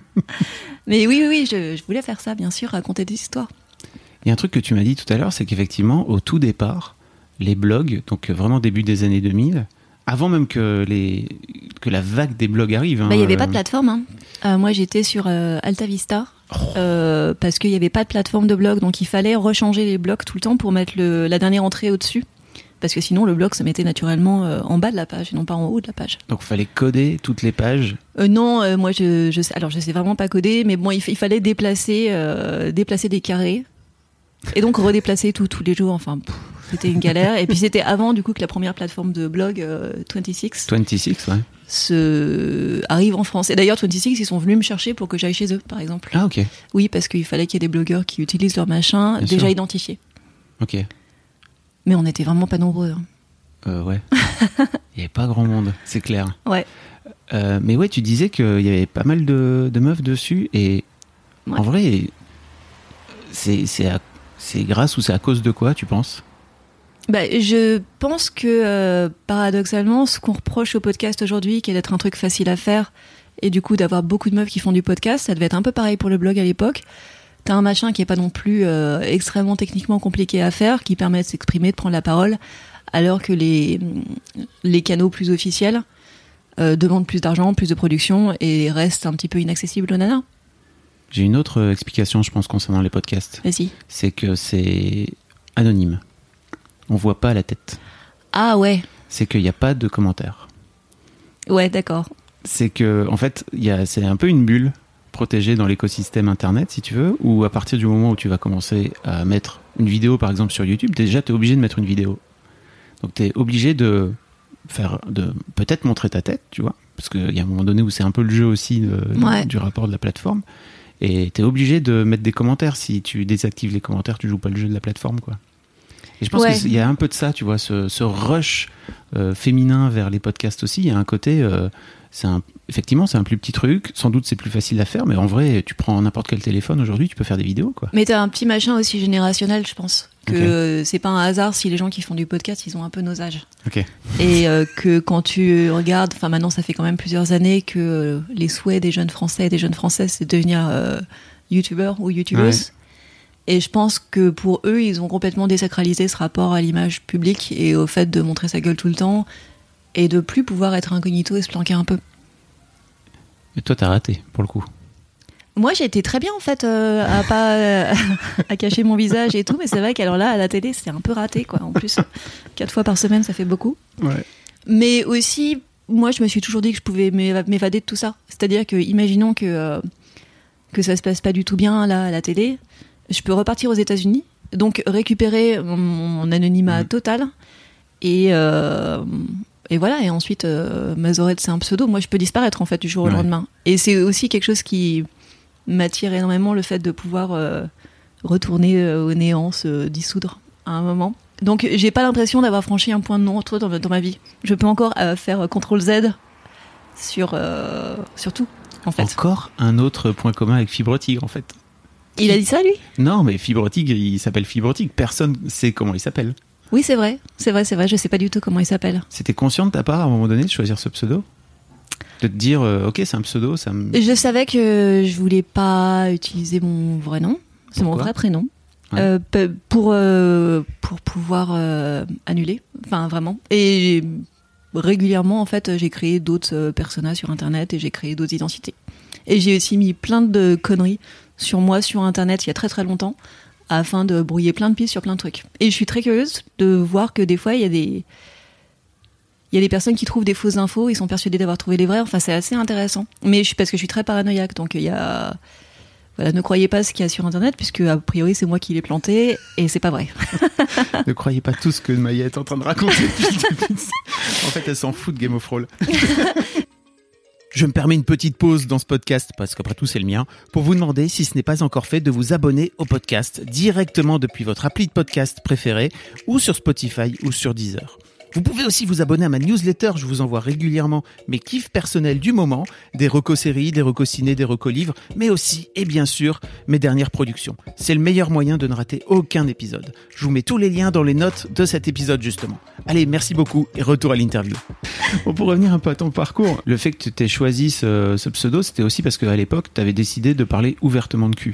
[SPEAKER 3] Mais oui oui oui, je, je voulais faire ça bien sûr, raconter des histoires.
[SPEAKER 2] Il y a un truc que tu m'as dit tout à l'heure, c'est qu'effectivement au tout départ, les blogs, donc vraiment début des années deux mille, avant même que les que la vague des blogs arrive.
[SPEAKER 3] Bah il y avait pas de plateforme. Hein. Euh, moi j'étais sur euh, Alta Vista.
[SPEAKER 2] Oh.
[SPEAKER 3] Euh, parce qu'il n'y avait pas de plateforme de blog, donc il fallait rechanger les blogs tout le temps pour mettre le, la dernière entrée au-dessus, parce que sinon le blog se mettait naturellement euh, en bas de la page et non pas en haut de la page.
[SPEAKER 2] Donc il fallait coder toutes les pages.
[SPEAKER 3] Euh, non, euh, moi je, je sais, alors je sais vraiment pas coder, mais bon il, f- il fallait déplacer, euh, déplacer des carrés et donc redéplacer tout tous les jours. Enfin, pff, c'était une galère. Et puis c'était avant du coup que la première plateforme de blog euh, vingt-six
[SPEAKER 2] vingt-six, ouais.
[SPEAKER 3] se arrive en France. Et d'ailleurs vingt-six ils sont venus me chercher pour que j'aille chez eux, par exemple.
[SPEAKER 2] Ah ok.
[SPEAKER 3] Oui, parce qu'il fallait qu'il y ait des blogueurs qui utilisent leur machin
[SPEAKER 2] Bien
[SPEAKER 3] déjà
[SPEAKER 2] sûr.
[SPEAKER 3] identifiés.
[SPEAKER 2] Ok.
[SPEAKER 3] Mais on était vraiment pas nombreux. Hein.
[SPEAKER 2] Euh, ouais. Il n'y avait pas grand monde, c'est clair.
[SPEAKER 3] Ouais.
[SPEAKER 2] Euh, mais ouais, tu disais qu'il y avait pas mal de, de meufs dessus et
[SPEAKER 3] Ouais.
[SPEAKER 2] en vrai, c'est c'est à- c'est grâce ou c'est à cause de quoi, tu penses?
[SPEAKER 3] Bah, je pense que euh, paradoxalement, ce qu'on reproche au podcast aujourd'hui, qui est d'être un truc facile à faire, et du coup d'avoir beaucoup de meufs qui font du podcast, ça devait être un peu pareil pour le blog à l'époque. T'as un machin qui est pas non plus euh, extrêmement techniquement compliqué à faire, qui permet de s'exprimer, de prendre la parole, alors que les, les canaux plus officiels euh, demandent plus d'argent, plus de production, et restent un petit peu inaccessibles aux nanas.
[SPEAKER 2] J'ai une autre euh, explication, je pense, concernant les podcasts.
[SPEAKER 3] Vas-y.
[SPEAKER 2] C'est que c'est anonyme. On voit pas la tête.
[SPEAKER 3] Ah ouais,
[SPEAKER 2] C'est qu'il n'y a pas de commentaires.
[SPEAKER 3] ouais, d'accord.
[SPEAKER 2] C'est que, en fait, il y a, c'est un peu une bulle protégée dans l'écosystème internet, si tu veux, où à partir du moment où tu vas commencer à mettre une vidéo, par exemple, sur YouTube, déjà, tu es obligé de mettre une vidéo. Donc, tu es obligé de faire, de peut-être montrer ta tête, tu vois, parce qu'il y a un moment donné où c'est un peu le jeu aussi de,
[SPEAKER 3] Ouais.
[SPEAKER 2] du rapport de la plateforme. Et tu es obligé de mettre des commentaires. Si tu désactives les commentaires, tu joues pas le jeu de la plateforme, quoi. Et je pense
[SPEAKER 3] Ouais.
[SPEAKER 2] qu'il y a un peu de ça, tu vois, ce, ce rush euh, féminin vers les podcasts aussi. Il y a un côté, euh, c'est un, effectivement, c'est un plus petit truc. Sans doute, c'est plus facile à faire, mais en vrai, tu prends n'importe quel téléphone aujourd'hui, tu peux faire des vidéos, quoi.
[SPEAKER 3] Mais t'as un petit machin aussi générationnel, je pense. Que
[SPEAKER 2] Ok.
[SPEAKER 3] euh, c'est pas un hasard si les gens qui font du podcast, ils ont un peu nos âges.
[SPEAKER 2] Ok.
[SPEAKER 3] Et euh, que quand tu regardes, enfin maintenant ça fait quand même plusieurs années que euh, les souhaits des jeunes Français et des jeunes Françaises, c'est de devenir euh, youtubeurs ou youtubeuses.
[SPEAKER 2] Ouais.
[SPEAKER 3] Et je pense que pour eux, ils ont complètement désacralisé ce rapport à l'image publique et au fait de montrer sa gueule tout le temps et de plus pouvoir être incognito et se planquer un peu.
[SPEAKER 2] Et toi, t'as raté, pour le coup.
[SPEAKER 3] Moi, j'ai été très bien en fait euh, à pas euh, à cacher mon visage et tout, mais c'est vrai qu'alors là, à la télé, c'était un peu raté quoi. En plus, quatre fois par semaine, ça fait beaucoup.
[SPEAKER 2] Ouais.
[SPEAKER 3] Mais aussi, moi, je me suis toujours dit que je pouvais m'éva- m'évader de tout ça. C'est-à-dire que, imaginons que euh, que ça se passe pas du tout bien là à la télé, je peux repartir aux États-Unis, donc récupérer mon, mon anonymat
[SPEAKER 2] Mmh.
[SPEAKER 3] total et euh, et voilà. Et ensuite, euh, Mazorette, c'est un pseudo. Moi, je peux disparaître en fait du jour au
[SPEAKER 2] Ouais.
[SPEAKER 3] lendemain. Et c'est aussi quelque chose qui m'attire énormément, le fait de pouvoir euh, retourner euh, au néant, se dissoudre à un moment. Donc j'ai pas l'impression d'avoir franchi un point de non-retour dans, dans ma vie. Je peux encore euh, faire contrôle Z sur, euh, sur tout, en fait.
[SPEAKER 2] Encore un autre point commun avec Fibre Tigre, en fait.
[SPEAKER 3] Il a dit ça, lui ?
[SPEAKER 2] Non, mais Fibre Tigre, il s'appelle Fibre Tigre. Personne sait comment il s'appelle.
[SPEAKER 3] Oui, c'est vrai. C'est vrai, c'est vrai. Je sais pas du tout comment il s'appelle.
[SPEAKER 2] C'était conscient de ta part, à un moment donné, de choisir ce pseudo? De te dire, euh, ok, c'est un pseudo, ça me...
[SPEAKER 3] Je savais que je voulais pas utiliser mon vrai nom. C'est mon
[SPEAKER 2] Pourquoi ?
[SPEAKER 3] vrai prénom.
[SPEAKER 2] Ouais.
[SPEAKER 3] Euh, pe- pour, euh, pour pouvoir euh, annuler. Enfin, vraiment. Et régulièrement, en fait, j'ai créé d'autres euh, personas sur Internet et j'ai créé d'autres identités. Et j'ai aussi mis plein de conneries sur moi sur Internet il y a très très longtemps afin de brouiller plein de pistes sur plein de trucs. Et je suis très curieuse de voir que des fois, il y a des... Il y a des personnes qui trouvent des fausses infos, ils sont persuadés d'avoir trouvé les vraies. Enfin, c'est assez intéressant. Mais je suis, parce que je suis très paranoïaque, donc il y a... Voilà, ne croyez pas ce qu'il y a sur Internet, puisque a priori c'est moi qui l'ai planté, et c'est pas vrai.
[SPEAKER 2] Ne croyez pas tout ce que Maya est en train de raconter depuis le début. En fait, elle s'en fout de Game of Thrones. Je me permets une petite pause dans ce podcast, parce qu'après tout c'est le mien, pour vous demander, si ce n'est pas encore fait, de vous abonner au podcast directement depuis votre appli de podcast préféré, ou sur Spotify ou sur Deezer. Vous pouvez aussi vous abonner à ma newsletter, je vous envoie régulièrement mes kiffs personnels du moment, des recos séries, des recos ciné, des recos livres, mais aussi, et bien sûr, mes dernières productions. C'est le meilleur moyen de ne rater aucun épisode. Je vous mets tous les liens dans les notes de cet épisode justement. Allez, merci beaucoup et retour à l'interview. Bon, pour revenir un peu à ton parcours, le fait que tu aies choisi ce, ce pseudo, c'était aussi parce qu'à l'époque, tu avais décidé de parler ouvertement de cul.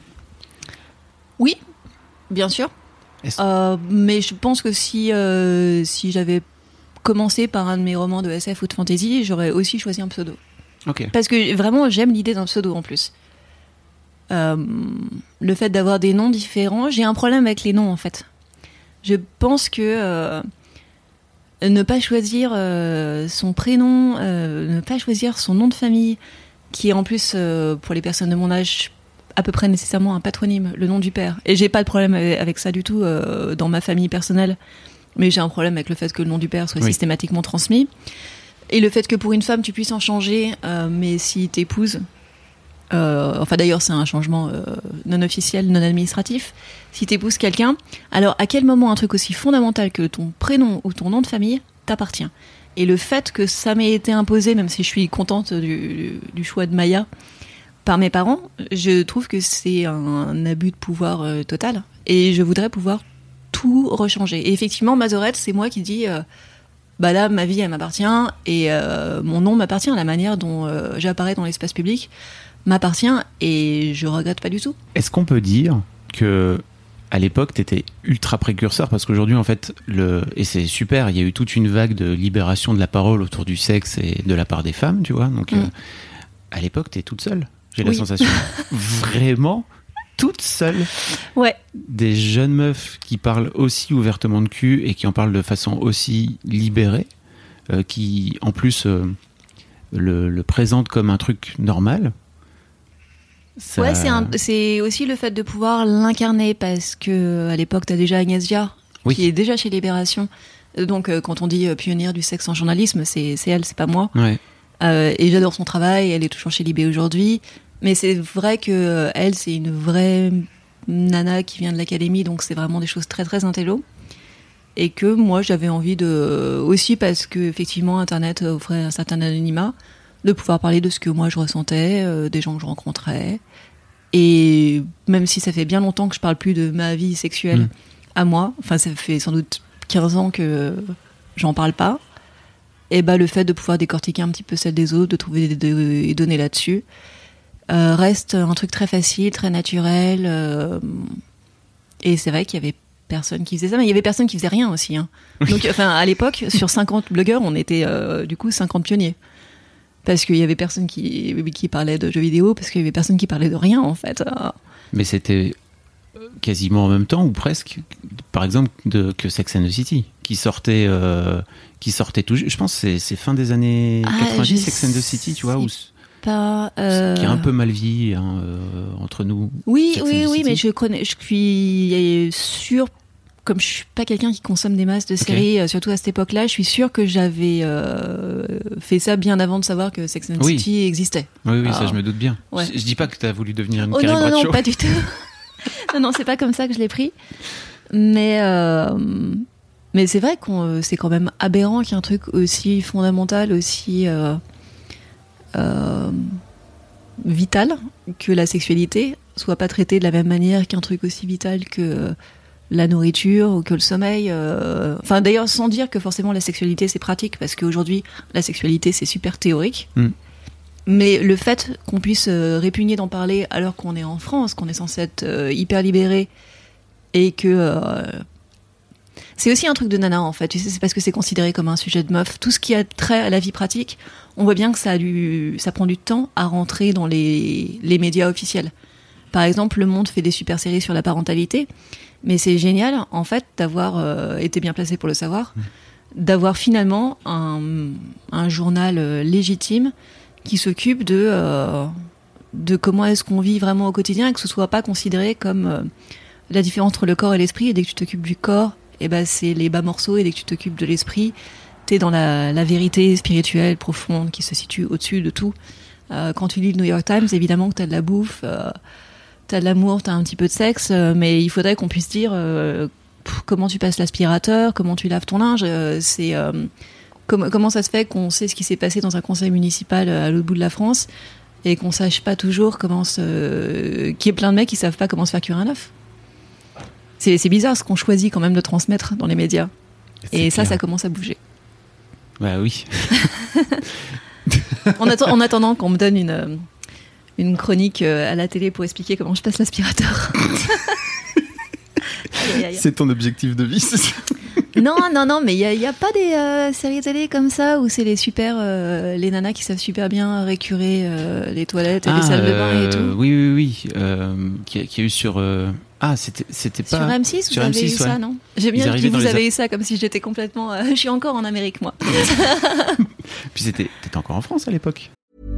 [SPEAKER 3] Oui, bien sûr. Euh, mais je pense que si, euh, si j'avais commencé par un de mes romans de S F ou de fantasy, j'aurais aussi choisi un pseudo.
[SPEAKER 2] Okay.
[SPEAKER 3] Parce que vraiment, j'aime l'idée d'un pseudo en plus. Euh, le fait d'avoir des noms différents, j'ai un problème avec les noms en fait. Je pense que euh, ne pas choisir euh, son prénom, euh, ne pas choisir son nom de famille, qui est en plus, euh, pour les personnes de mon âge, à peu près nécessairement un patronyme, le nom du père. Et j'ai pas de problème avec ça du tout euh, dans ma famille personnelle, mais j'ai un problème avec le fait que le nom du père soit oui. systématiquement transmis. Et le fait que pour une femme, tu puisses en changer, euh, mais si t'épouses... Euh, enfin d'ailleurs, c'est un changement euh, non officiel, non administratif. Si t'épouses quelqu'un, alors à quel moment un truc aussi fondamental que ton prénom ou ton nom de famille t'appartient ? Et le fait que ça m'ait été imposé, même si je suis contente du, du choix de Maya, par mes parents, je trouve que c'est un abus de pouvoir euh, total. Et je voudrais pouvoir tout rechanger. Et effectivement, Mazorette, c'est moi qui dis, euh, bah là, ma vie, elle m'appartient, et euh, mon nom m'appartient, la manière dont euh, j'apparais dans l'espace public m'appartient, et je regrette pas du tout.
[SPEAKER 2] Est-ce qu'on peut dire que à l'époque, t'étais ultra précurseur, parce qu'aujourd'hui, en fait, le et c'est super, il y a eu toute une vague de libération de la parole autour du sexe et de la part des femmes, tu vois. Donc, mm. euh, à l'époque, t'es toute seule. J'ai oui. la sensation vraiment toute seule.
[SPEAKER 3] Ouais.
[SPEAKER 2] Des jeunes meufs qui parlent aussi ouvertement de cul et qui en parlent de façon aussi libérée, euh, qui en plus euh, le, le présentent comme un truc normal. Ça...
[SPEAKER 3] Ouais, c'est, un, c'est aussi le fait de pouvoir l'incarner, parce que à l'époque, t'as déjà Agnès Viard, oui. qui est déjà chez Libération. Donc, euh, quand on dit euh, pionnière du sexe en journalisme, c'est, c'est elle, c'est pas moi.
[SPEAKER 2] Ouais.
[SPEAKER 3] Euh, et j'adore son travail, elle est toujours chez Libé aujourd'hui. Mais c'est vrai que euh, elle, c'est une vraie nana qui vient de l'académie, donc c'est vraiment des choses très très intello. Et que moi, j'avais envie de aussi, parce que effectivement, Internet offrait un certain anonymat, de pouvoir parler de ce que moi je ressentais, euh, des gens que je rencontrais. Et même si ça fait bien longtemps que je parle plus de ma vie sexuelle mmh. à moi, enfin ça fait sans doute quinze ans que j'en parle pas, et bah le fait de pouvoir décortiquer un petit peu celle des autres, de trouver des, des, des données là-dessus, euh, reste un truc très facile, très naturel. Euh, et c'est vrai qu'il y avait personne qui faisait ça, mais il y avait personne qui faisait rien aussi. Hein. Donc, enfin, à l'époque, sur cinquante blogueurs, on était euh, du coup cinquante pionniers. Parce qu'il y avait personne qui, qui parlait de jeux vidéo, parce qu'il y avait personne qui parlait de rien, en fait.
[SPEAKER 2] Mais c'était quasiment en même temps, ou presque, par exemple, de, que Sex and the City, qui sortait, euh, qui sortait tout juste. Je pense que c'est, c'est fin des années ah, quatre-vingt-dix, Sex and the City, tu vois, où,
[SPEAKER 3] pas, euh...
[SPEAKER 2] qui est un peu mal vieilli hein, euh, entre nous.
[SPEAKER 3] Oui,
[SPEAKER 2] Sex
[SPEAKER 3] oui, oui, mais je connais, je suis sûre, comme je suis pas quelqu'un qui consomme des masses de séries, okay. surtout à cette époque-là, je suis sûre que j'avais euh, fait ça bien avant de savoir que Sex and the oui. City existait.
[SPEAKER 2] Oui, oui, ah. ça je me doute bien. Ouais. Je, je dis pas que tu as voulu devenir une
[SPEAKER 3] oh,
[SPEAKER 2] Carrie
[SPEAKER 3] non,
[SPEAKER 2] Bradshaw.
[SPEAKER 3] Non, non, pas du tout. non, non, c'est pas comme ça que je l'ai pris. Mais, euh, mais c'est vrai que c'est quand même aberrant qu'il y ait un truc aussi fondamental, aussi euh, euh, vital que la sexualité soit pas traitée de la même manière qu'un truc aussi vital que la nourriture ou que le sommeil. Euh... Enfin, d'ailleurs, sans dire que forcément la sexualité c'est pratique, parce qu'aujourd'hui la sexualité c'est super théorique. Mm. Mais le fait qu'on puisse euh, répugner d'en parler alors qu'on est en France, qu'on est censé être euh, hyper libéré, et que euh... c'est aussi un truc de nana en fait. Tu sais, c'est parce que c'est considéré comme un sujet de meuf. Tout ce qui a trait à la vie pratique, on voit bien que ça a du, ça prend du temps à rentrer dans les les médias officiels. Par exemple, Le Monde fait des super séries sur la parentalité. Mais c'est génial, en fait, d'avoir euh, été bien placé pour le savoir, mmh. d'avoir finalement un, un journal euh, légitime qui s'occupe de, euh, de comment est-ce qu'on vit vraiment au quotidien, et que ce soit pas considéré comme euh, la différence entre le corps et l'esprit. Et dès que tu t'occupes du corps, eh ben, c'est les bas morceaux, et dès que tu t'occupes de l'esprit, t'es dans la, la vérité spirituelle profonde qui se situe au-dessus de tout. Euh, quand tu lis le New York Times, évidemment que t'as de la bouffe, euh, t'as de l'amour, t'as un petit peu de sexe, euh, mais il faudrait qu'on puisse dire euh, pff, comment tu passes l'aspirateur, comment tu laves ton linge. Euh, c'est euh, com- comment ça se fait qu'on sait ce qui s'est passé dans un conseil municipal à l'autre bout de la France et qu'on sache pas toujours comment se, euh, qu'il y ait plein de mecs qui savent pas comment se faire cuire un œuf. C'est, c'est bizarre ce qu'on choisit quand même de transmettre dans les médias. C'est et ça, clair. Ça commence à bouger.
[SPEAKER 2] Bah oui.
[SPEAKER 3] en, atten- en attendant qu'on me donne une, une chronique à la télé pour expliquer comment je passe l'aspirateur.
[SPEAKER 2] C'est ton objectif de vie, c'est ça?
[SPEAKER 3] Non, non, non, mais il n'y a, a pas des euh, séries télé comme ça où c'est les super, euh, les nanas qui savent super bien récurer euh, les toilettes et ah, les salles de bain et tout.
[SPEAKER 2] Euh, oui, oui, oui. Euh, qui, a, qui a eu sur. Euh... Ah, c'était, c'était pas.
[SPEAKER 3] Sur M six, sur vous M six, avez eu ouais. ça, non? J'ai bien dit que vous avez a... eu ça comme si j'étais complètement. Euh, je suis encore en Amérique, moi.
[SPEAKER 2] Puis c'était, t'étais encore en France à l'époque.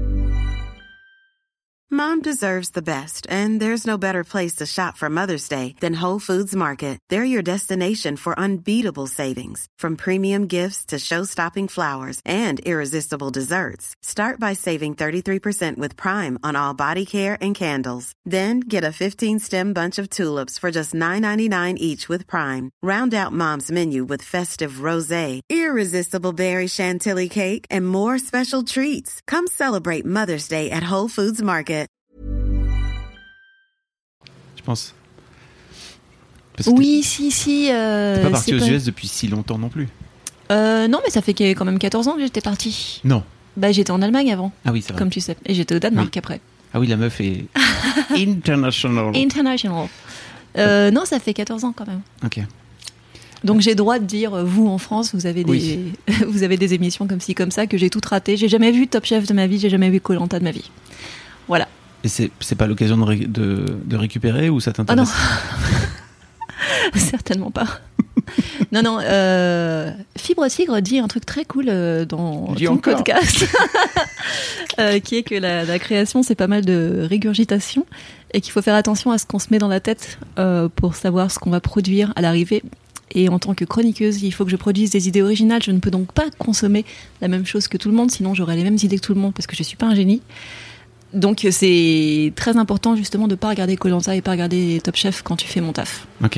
[SPEAKER 4] Mom deserves the best, and there's no better place to shop for Mother's Day than Whole Foods Market. They're your destination for unbeatable savings, from premium gifts to show-stopping flowers and irresistible desserts. Start by saving thirty-three percent with Prime on all body care and candles. Then get a fifteen-stem bunch of tulips for just nine ninety-nine each with Prime. Round out Mom's menu with festive rosé, irresistible berry chantilly cake, and more special treats. Come celebrate Mother's Day at Whole Foods Market.
[SPEAKER 2] Je pense.
[SPEAKER 3] Parce oui, si, si. Euh,
[SPEAKER 2] t'es pas partie aux pas... U S depuis si longtemps non plus.
[SPEAKER 3] Euh, non, mais ça fait quand même quatorze ans que j'étais partie.
[SPEAKER 2] Non.
[SPEAKER 3] Bah, j'étais en Allemagne avant.
[SPEAKER 2] Ah oui, c'est vrai.
[SPEAKER 3] Comme tu sais. Et j'étais au Danemark
[SPEAKER 2] oui.
[SPEAKER 3] après.
[SPEAKER 2] Ah oui, la meuf est international.
[SPEAKER 3] International. Euh, non, ça fait quatorze ans quand même.
[SPEAKER 2] Ok.
[SPEAKER 3] Donc j'ai droit de dire, vous en France, vous avez des, oui. vous avez des émissions comme ci, comme ça, que j'ai toutes ratées. J'ai jamais vu Top Chef de ma vie, j'ai jamais vu Koh-Lanta de ma vie. Voilà.
[SPEAKER 2] Et c'est, c'est pas l'occasion de, ré, de, de récupérer ou ça t'intéresse?
[SPEAKER 3] Ah non. Certainement pas. Non, non. Euh, Fibre Tigre dit un truc très cool euh, dans
[SPEAKER 2] dis
[SPEAKER 3] ton
[SPEAKER 2] encore.
[SPEAKER 3] podcast, euh, qui est que la, la création, c'est pas mal de régurgitation et qu'il faut faire attention à ce qu'on se met dans la tête euh, pour savoir ce qu'on va produire à l'arrivée. Et en tant que chroniqueuse, il faut que je produise des idées originales. Je ne peux donc pas consommer la même chose que tout le monde, sinon j'aurais les mêmes idées que tout le monde parce que je suis pas un génie. Donc c'est très important justement de pas regarder Koh-Lanta et pas regarder Top Chef quand tu fais mon taf.
[SPEAKER 2] Ok.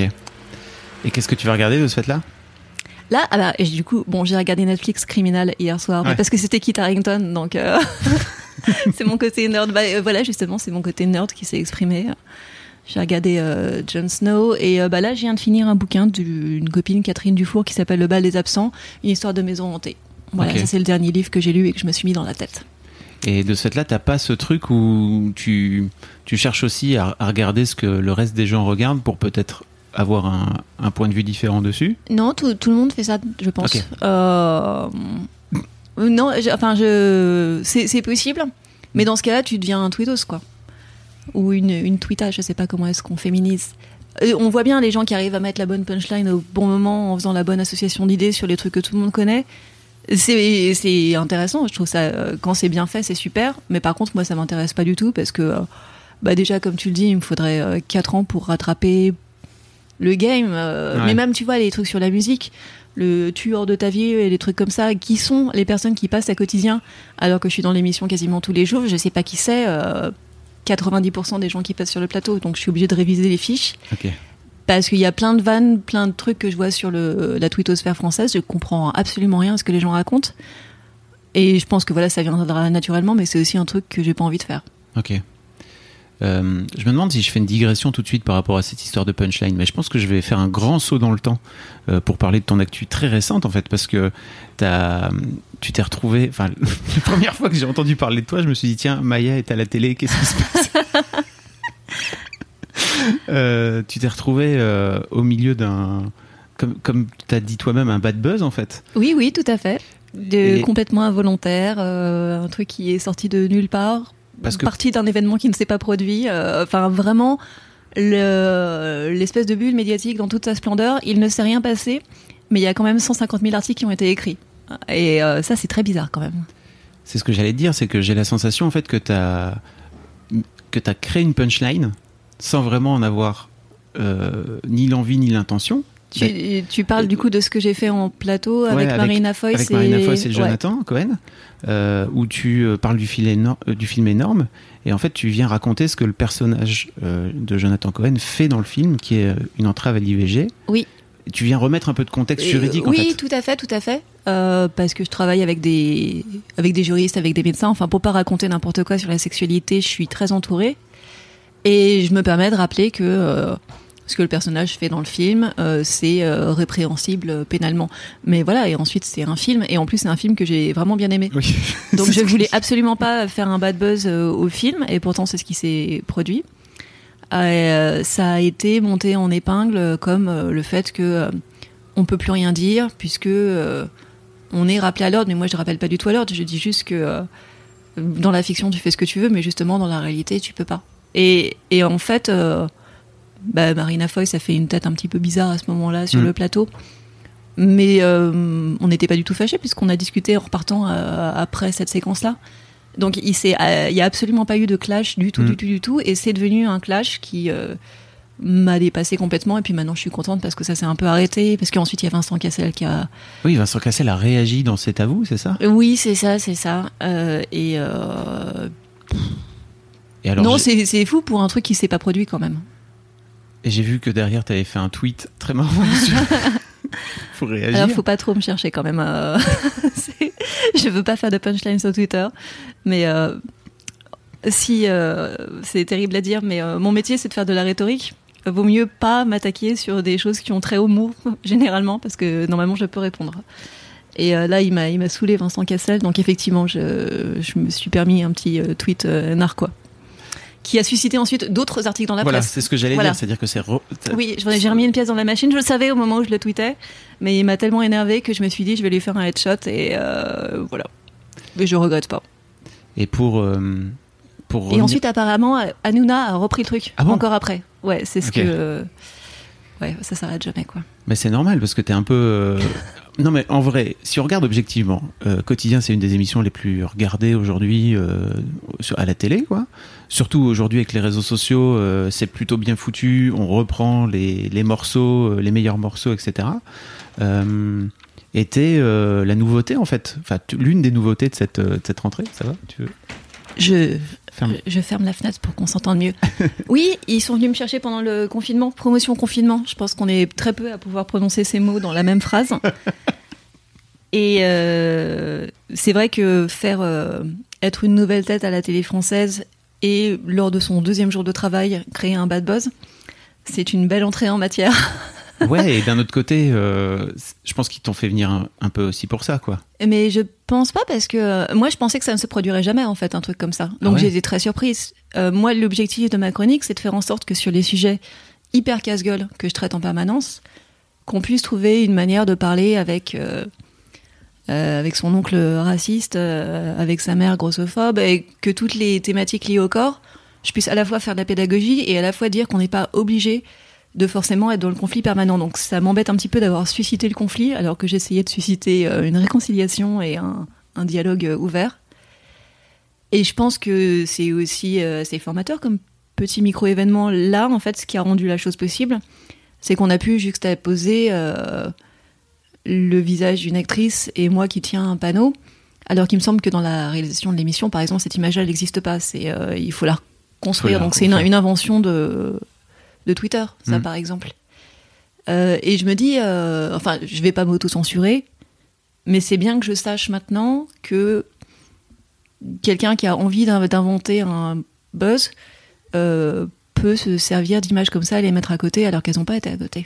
[SPEAKER 2] Et qu'est-ce que tu vas regarder de ce fait-là?
[SPEAKER 3] Là, ah bah, et du coup, bon, j'ai regardé Netflix Criminal hier soir, ouais. parce que c'était Kit Harington, donc euh, c'est mon côté nerd. Bah, euh, voilà, justement, c'est mon côté nerd qui s'est exprimé. J'ai regardé euh, Jon Snow et euh, bah là, je viens de finir un bouquin d'une copine, Catherine Dufour, qui s'appelle Le Bal des Absents, une histoire de maison hantée. Voilà, okay. Ça c'est le dernier livre que j'ai lu et que je me suis mis dans la tête.
[SPEAKER 2] Et de ce fait-là, t'as pas ce truc où tu, tu cherches aussi à, à regarder ce que le reste des gens regardent pour peut-être avoir un, un point de vue différent dessus? Non,
[SPEAKER 3] tout, tout le monde fait ça, je pense.
[SPEAKER 2] Okay.
[SPEAKER 3] Euh, non, je, enfin, je, c'est, c'est possible, mais dans ce cas-là, tu deviens un tweetos, quoi. Ou une, une tweeta, je sais pas comment est-ce qu'on féminise. Euh, on voit bien les gens qui arrivent à mettre la bonne punchline au bon moment en faisant la bonne association d'idées sur les trucs que tout le monde connaît. C'est, c'est intéressant, je trouve ça, euh, quand c'est bien fait, c'est super, mais par contre, moi, ça m'intéresse pas du tout parce que, euh, bah, déjà, comme tu le dis, il me faudrait euh, quatre ans pour rattraper le game, euh, ouais. Mais même, tu vois, les trucs sur la musique, le tu hors de ta vie et les trucs comme ça, qui sont les personnes qui passent à quotidien, alors que je suis dans l'émission quasiment tous les jours, je sais pas qui c'est, euh, quatre-vingt-dix pour cent des gens qui passent sur le plateau, donc je suis obligée de réviser les fiches.
[SPEAKER 2] Ok.
[SPEAKER 3] Parce qu'il y a plein de vannes, plein de trucs que je vois sur le, la twittosphère française, je comprends absolument rien à ce que les gens racontent. Et je pense que voilà, ça viendra naturellement, mais c'est aussi un truc que j'ai pas envie de faire.
[SPEAKER 2] Ok. Euh, je me demande si je fais une digression tout de suite par rapport à cette histoire de punchline, mais je pense que je vais faire un grand saut dans le temps euh, pour parler de ton actu très récente en fait, parce que t'as, tu t'es retrouvé, enfin la première fois que j'ai entendu parler de toi, je me suis dit tiens, Maya est à la télé, qu'est-ce qui se passe? euh, Tu t'es retrouvé euh, au milieu d'un, comme, comme tu as dit toi-même, un bad buzz en fait.
[SPEAKER 3] Oui, oui, tout à fait. De, Et... Complètement involontaire, euh, un truc qui est sorti de nulle part. Parce que... partie d'un événement qui ne s'est pas produit, euh, enfin vraiment le, l'espèce de bulle médiatique dans toute sa splendeur, il ne s'est rien passé, mais il y a quand même cent cinquante mille articles qui ont été écrits. Et euh, ça, c'est très bizarre quand même.
[SPEAKER 2] C'est ce que j'allais te dire, c'est que j'ai la sensation en fait que t'as, que t'as créé une punchline sans vraiment en avoir euh, ni l'envie ni l'intention.
[SPEAKER 3] Tu, mais, tu parles du coup de ce que j'ai fait en plateau avec, ouais, avec Marina Foïs
[SPEAKER 2] avec
[SPEAKER 3] et...
[SPEAKER 2] Marina Foïs et Jonathan ouais. Cohen, euh, où tu euh, parles du film, énorme, euh, du film énorme, et en fait tu viens raconter ce que le personnage euh, de Jonathan Cohen fait dans le film, qui est une entrave à l'I V G.
[SPEAKER 3] Oui.
[SPEAKER 2] tu viens remettre un peu de contexte juridique,
[SPEAKER 3] euh,
[SPEAKER 2] en
[SPEAKER 3] oui,
[SPEAKER 2] fait.
[SPEAKER 3] Oui, tout à fait, tout à fait. Euh, parce que je travaille avec des, avec des juristes, avec des médecins. Enfin, pour pas raconter n'importe quoi sur la sexualité, je suis très entourée. Et je me permets de rappeler que euh, ce que le personnage fait dans le film, euh, c'est euh, répréhensible pénalement. Mais voilà, et ensuite, c'est un film. Et en plus, c'est un film que j'ai vraiment bien aimé.
[SPEAKER 2] Oui.
[SPEAKER 3] Donc, je voulais absolument pas faire un bad buzz euh, au film. Et pourtant, c'est ce qui s'est produit. Euh, ça a été monté en épingle comme euh, le fait que euh, on peut plus rien dire puisque euh, on est rappelé à l'ordre. Mais moi, je rappelle pas du tout à l'ordre. Je dis juste que euh, dans la fiction, tu fais ce que tu veux, mais justement, dans la réalité, tu peux pas. Et, et en fait, euh, bah, Marina Foy, ça fait une tête un petit peu bizarre à ce moment-là sur mmh. le plateau. Mais euh, on n'était pas du tout fâchés puisqu'on a discuté en repartant euh, après cette séquence-là. Donc il n'y euh, a absolument pas eu de clash du tout, mmh. du tout, du tout. Et c'est devenu un clash qui euh, m'a dépassé complètement. Et puis maintenant, je suis contente parce que ça s'est un peu arrêté. Parce qu'ensuite, il y a Vincent Cassel qui a...
[SPEAKER 2] Oui, Vincent Cassel a réagi dans C'est à vous, c'est ça ?
[SPEAKER 3] Oui, c'est ça, c'est ça. Euh, et... Euh...
[SPEAKER 2] Et alors,
[SPEAKER 3] non,
[SPEAKER 2] j'ai...
[SPEAKER 3] c'est, c'est fou pour un truc qui s'est pas produit quand même.
[SPEAKER 2] Et j'ai vu que derrière, tu avais fait un tweet très marrant sur... pour réagir.
[SPEAKER 3] Alors, faut pas trop me chercher quand même. Euh... c'est... Je veux pas faire de punchline sur Twitter, mais euh... si euh... c'est terrible à dire, mais euh, mon métier c'est de faire de la rhétorique. Vaut mieux pas m'attaquer sur des choses qui ont très haut mot généralement, parce que normalement je peux répondre. Et euh, là, il m'a, il m'a saoulé Vincent Cassel, donc effectivement, je, je me suis permis un petit euh, tweet euh, narquois. Qui a suscité ensuite d'autres articles dans la
[SPEAKER 2] voilà,
[SPEAKER 3] presse.
[SPEAKER 2] Voilà, c'est ce que j'allais
[SPEAKER 3] voilà.
[SPEAKER 2] dire, c'est-à-dire que c'est... Re...
[SPEAKER 3] Oui, j'ai remis une pièce dans la machine, je le savais au moment où je le tweetais, mais il m'a tellement énervé que je me suis dit je vais lui faire un headshot et euh, voilà. Mais je regrette pas.
[SPEAKER 2] Et pour... Euh, pour revenir...
[SPEAKER 3] Et ensuite, apparemment, Hanouna a repris le truc,
[SPEAKER 2] ah bon
[SPEAKER 3] encore après. Ouais, c'est ce
[SPEAKER 2] okay.
[SPEAKER 3] que... Euh... Ouais, ça s'arrête jamais, quoi.
[SPEAKER 2] Mais c'est normal, parce que t'es un peu... Euh... Non, mais en vrai, si on regarde objectivement, euh, Quotidien, c'est une des émissions les plus regardées aujourd'hui euh, à la télé, quoi. Surtout aujourd'hui avec les réseaux sociaux, euh, c'est plutôt bien foutu, on reprend les, les morceaux, les meilleurs morceaux, et cetera. Euh, était euh, la nouveauté, en fait. Enfin, t- l'une des nouveautés de cette, de cette rentrée, ça va tu veux
[SPEAKER 3] Je... Ferme. Je ferme la fenêtre pour qu'on s'entende mieux. Oui, ils sont venus me chercher pendant le confinement, promotion confinement. Je pense qu'on est très peu à pouvoir prononcer ces mots dans la même phrase. Et euh, c'est vrai que faire euh, être une nouvelle tête à la télé française et lors de son deuxième jour de travail, créer un bad buzz, c'est une belle entrée en matière.
[SPEAKER 2] Ouais, et d'un autre côté, euh, je pense qu'ils t'ont fait venir un, un peu aussi pour ça, quoi.
[SPEAKER 3] Mais je pense pas parce que euh, moi, je pensais que ça ne se produirait jamais, en fait, un truc comme ça. Donc, ah ouais. J'ai été très surprise. Euh, moi, l'objectif de ma chronique, c'est de faire en sorte que sur les sujets hyper casse-gueule que je traite en permanence, qu'on puisse trouver une manière de parler avec, euh, euh, avec son oncle raciste, euh, avec sa mère grossophobe, et que toutes les thématiques liées au corps, je puisse à la fois faire de la pédagogie et à la fois dire qu'on n'est pas obligé de forcément être dans le conflit permanent. Donc ça m'embête un petit peu d'avoir suscité le conflit alors que j'essayais de susciter euh, une réconciliation et un, un dialogue euh, ouvert. Et je pense que c'est aussi euh, assez formateur comme petit micro-événement. Là, en fait, ce qui a rendu la chose possible, c'est qu'on a pu juxtaposer euh, le visage d'une actrice et moi qui tiens un panneau, alors qu'il me semble que dans la réalisation de l'émission, par exemple, cette image-là, elle n'existe pas. C'est, euh, il faut la construire. Faut la Donc c'est une, une invention de... de Twitter, ça mmh. par exemple. Euh, et je me dis, euh, enfin, je vais pas m'auto-censurer, mais c'est bien que je sache maintenant que quelqu'un qui a envie d'inventer un buzz euh, peut se servir d'images comme ça et les mettre à côté alors qu'elles n'ont pas été à côté.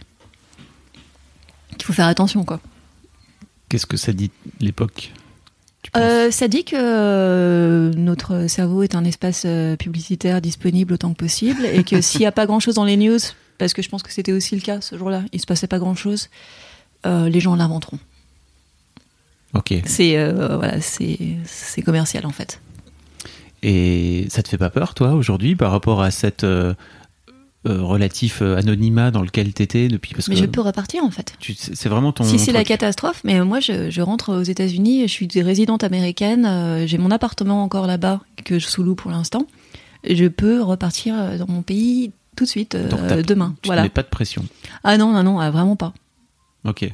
[SPEAKER 3] Il faut faire attention, quoi.
[SPEAKER 2] Qu'est-ce que ça dit l'époque ?
[SPEAKER 3] Euh, ça dit que euh, notre cerveau est un espace euh, publicitaire disponible autant que possible et que s'il n'y a pas grand-chose dans les news, parce que je pense que c'était aussi le cas ce jour-là, il ne se passait pas grand-chose, euh, les gens l'inventeront.
[SPEAKER 2] Ok.
[SPEAKER 3] C'est, euh, voilà, c'est, c'est commercial en fait.
[SPEAKER 2] Et ça te fait pas peur, toi, aujourd'hui, par rapport à cette... Euh... Euh, relatif euh, anonymat dans lequel t'étais depuis parce
[SPEAKER 3] mais
[SPEAKER 2] que
[SPEAKER 3] je peux repartir en fait.
[SPEAKER 2] Tu, c'est vraiment ton.
[SPEAKER 3] Si c'est
[SPEAKER 2] truc.
[SPEAKER 3] La catastrophe, mais moi je, je rentre aux États-Unis, je suis résidente américaine, euh, j'ai mon appartement encore là-bas que je sous-loue pour l'instant. Je peux repartir dans mon pays tout de suite euh, demain.
[SPEAKER 2] Tu
[SPEAKER 3] voilà.
[SPEAKER 2] n'avais pas de pression.
[SPEAKER 3] Ah non non non, ah, vraiment pas.
[SPEAKER 2] Ok.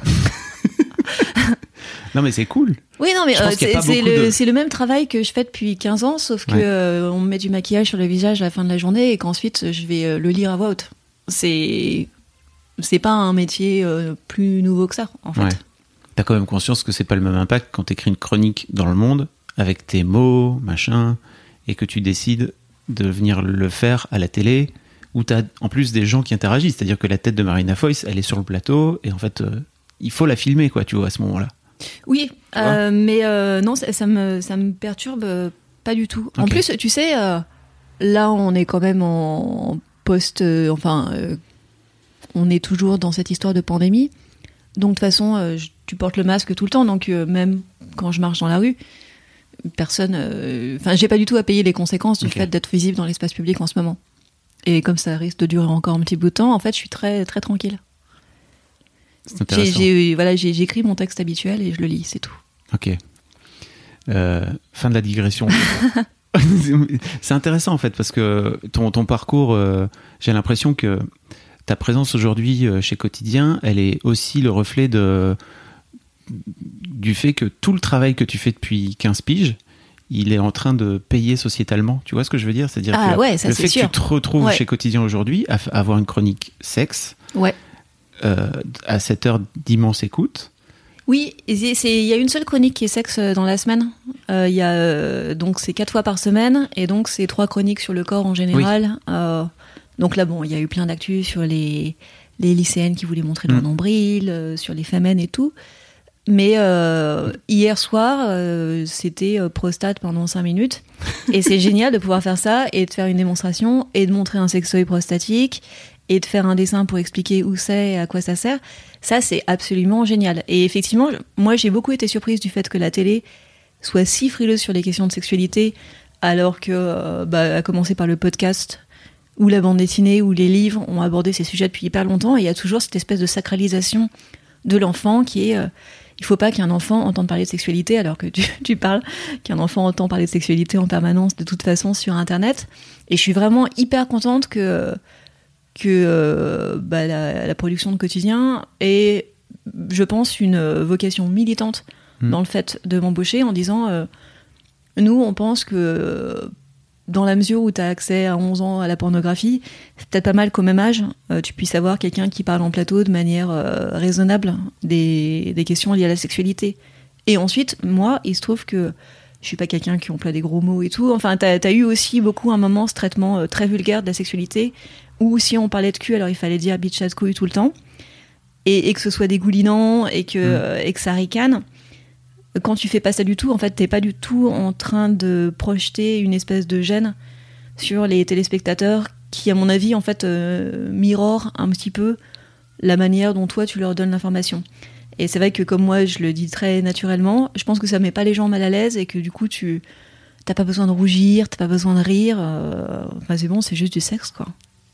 [SPEAKER 2] Non mais c'est cool.
[SPEAKER 3] Oui non mais euh, c'est, c'est, le, de... c'est le même travail que je fais depuis quinze ans, sauf que ouais. euh, on me met du maquillage sur le visage à la fin de la journée et qu'ensuite je vais euh, le lire à voix haute. C'est c'est pas un métier euh, plus nouveau que ça, en fait.
[SPEAKER 2] Ouais. T'as quand même conscience que c'est pas le même impact quand t'écris une chronique dans Le Monde, avec tes mots, machin, et que tu décides de venir le faire à la télé, où t'as en plus des gens qui interagissent. C'est-à-dire que la tête de Marina Foïs, elle est sur le plateau, et en fait, euh, il faut la filmer, quoi, tu vois, à ce moment-là.
[SPEAKER 3] Oui, euh, mais euh, non, ça, ça, me, ça me perturbe euh, pas du tout. En
[SPEAKER 2] Okay.
[SPEAKER 3] plus, tu sais, euh, là, on est quand même en post... Euh, enfin, euh, on est toujours dans cette histoire de pandémie. Donc, de toute façon, euh, je, tu portes le masque tout le temps. Donc, euh, même quand je marche dans la rue, personne... Enfin, euh, j'ai pas du tout à payer les conséquences du
[SPEAKER 2] okay.
[SPEAKER 3] fait d'être visible dans l'espace public en ce moment. Et comme ça risque de durer encore un petit bout de temps, en fait, je suis très, très tranquille.
[SPEAKER 2] C'est intéressant.
[SPEAKER 3] J'ai, j'ai, voilà, j'ai, j'écris mon texte habituel et je le lis, c'est tout.
[SPEAKER 2] Ok. Euh, fin de la digression. C'est intéressant en fait parce que ton, ton parcours, euh, j'ai l'impression que ta présence aujourd'hui euh, chez Quotidien, elle est aussi le reflet de, du fait que tout le travail que tu fais depuis quinze piges, il est en train de payer sociétalement. Tu vois ce que je veux dire ? C'est-à-dire
[SPEAKER 3] ah,
[SPEAKER 2] que
[SPEAKER 3] ouais, ça,
[SPEAKER 2] le
[SPEAKER 3] c'est
[SPEAKER 2] fait
[SPEAKER 3] sûr.
[SPEAKER 2] que tu te retrouves
[SPEAKER 3] ouais.
[SPEAKER 2] chez Quotidien aujourd'hui à, à avoir une chronique sexe,
[SPEAKER 3] ouais.
[SPEAKER 2] euh, à cette heure d'immense écoute.
[SPEAKER 3] Oui, il y a une seule chronique qui est sexe dans la semaine. Euh, y a, euh, donc c'est quatre fois par semaine, et donc c'est trois chroniques sur le corps en général. Oui. Euh, donc là, bon, il y a eu plein d'actus sur les, les lycéennes qui voulaient montrer leur mmh. nombril, euh, sur les femmes et tout. Mais euh, hier soir, euh, c'était euh, prostate pendant cinq minutes. Et c'est génial de pouvoir faire ça et de faire une démonstration et de montrer un sextoy prostatique et de faire un dessin pour expliquer où c'est et à quoi ça sert. Ça, c'est absolument génial. Et effectivement, moi, j'ai beaucoup été surprise du fait que la télé soit si frileuse sur les questions de sexualité, alors que, euh, bah, à commencer par le podcast ou la bande dessinée ou les livres ont abordé ces sujets depuis hyper longtemps. Et il y a toujours cette espèce de sacralisation de l'enfant qui est... Euh, il faut pas qu'un enfant entende parler de sexualité, alors que tu, tu parles qu'un enfant entend parler de sexualité en permanence, de toute façon, sur Internet. Et je suis vraiment hyper contente que, que euh, bah, la, la production de Quotidien ait, je pense, une vocation militante mmh. dans le fait de m'embaucher, en disant euh, nous, on pense que dans la mesure où tu as accès à onze ans à la pornographie, c'est peut-être pas mal qu'au même âge, euh, tu puisses avoir quelqu'un qui parle en plateau de manière euh, raisonnable des, des questions liées à la sexualité. Et ensuite, moi, il se trouve que je suis pas quelqu'un qui emploie des gros mots et tout. Enfin, t'as, t'as eu aussi beaucoup un moment ce traitement euh, très vulgaire de la sexualité, où si on parlait de cul, alors il fallait dire bitch ass couille tout le temps, et, et que ce soit dégoulinant, et que, mmh. euh, et que ça ricane. Quand tu fais pas ça du tout, en fait, t'es pas du tout en train de projeter une espèce de gêne sur les téléspectateurs qui, à mon avis, en fait, euh, mirore un petit peu la manière dont toi, tu leur donnes l'information. Et c'est vrai que comme moi, je le dis très naturellement, je pense que ça met pas les gens mal à l'aise et que du coup, tu t'as pas besoin de rougir, t'as pas besoin de rire. Euh... Enfin, c'est bon, c'est juste du sexe, quoi.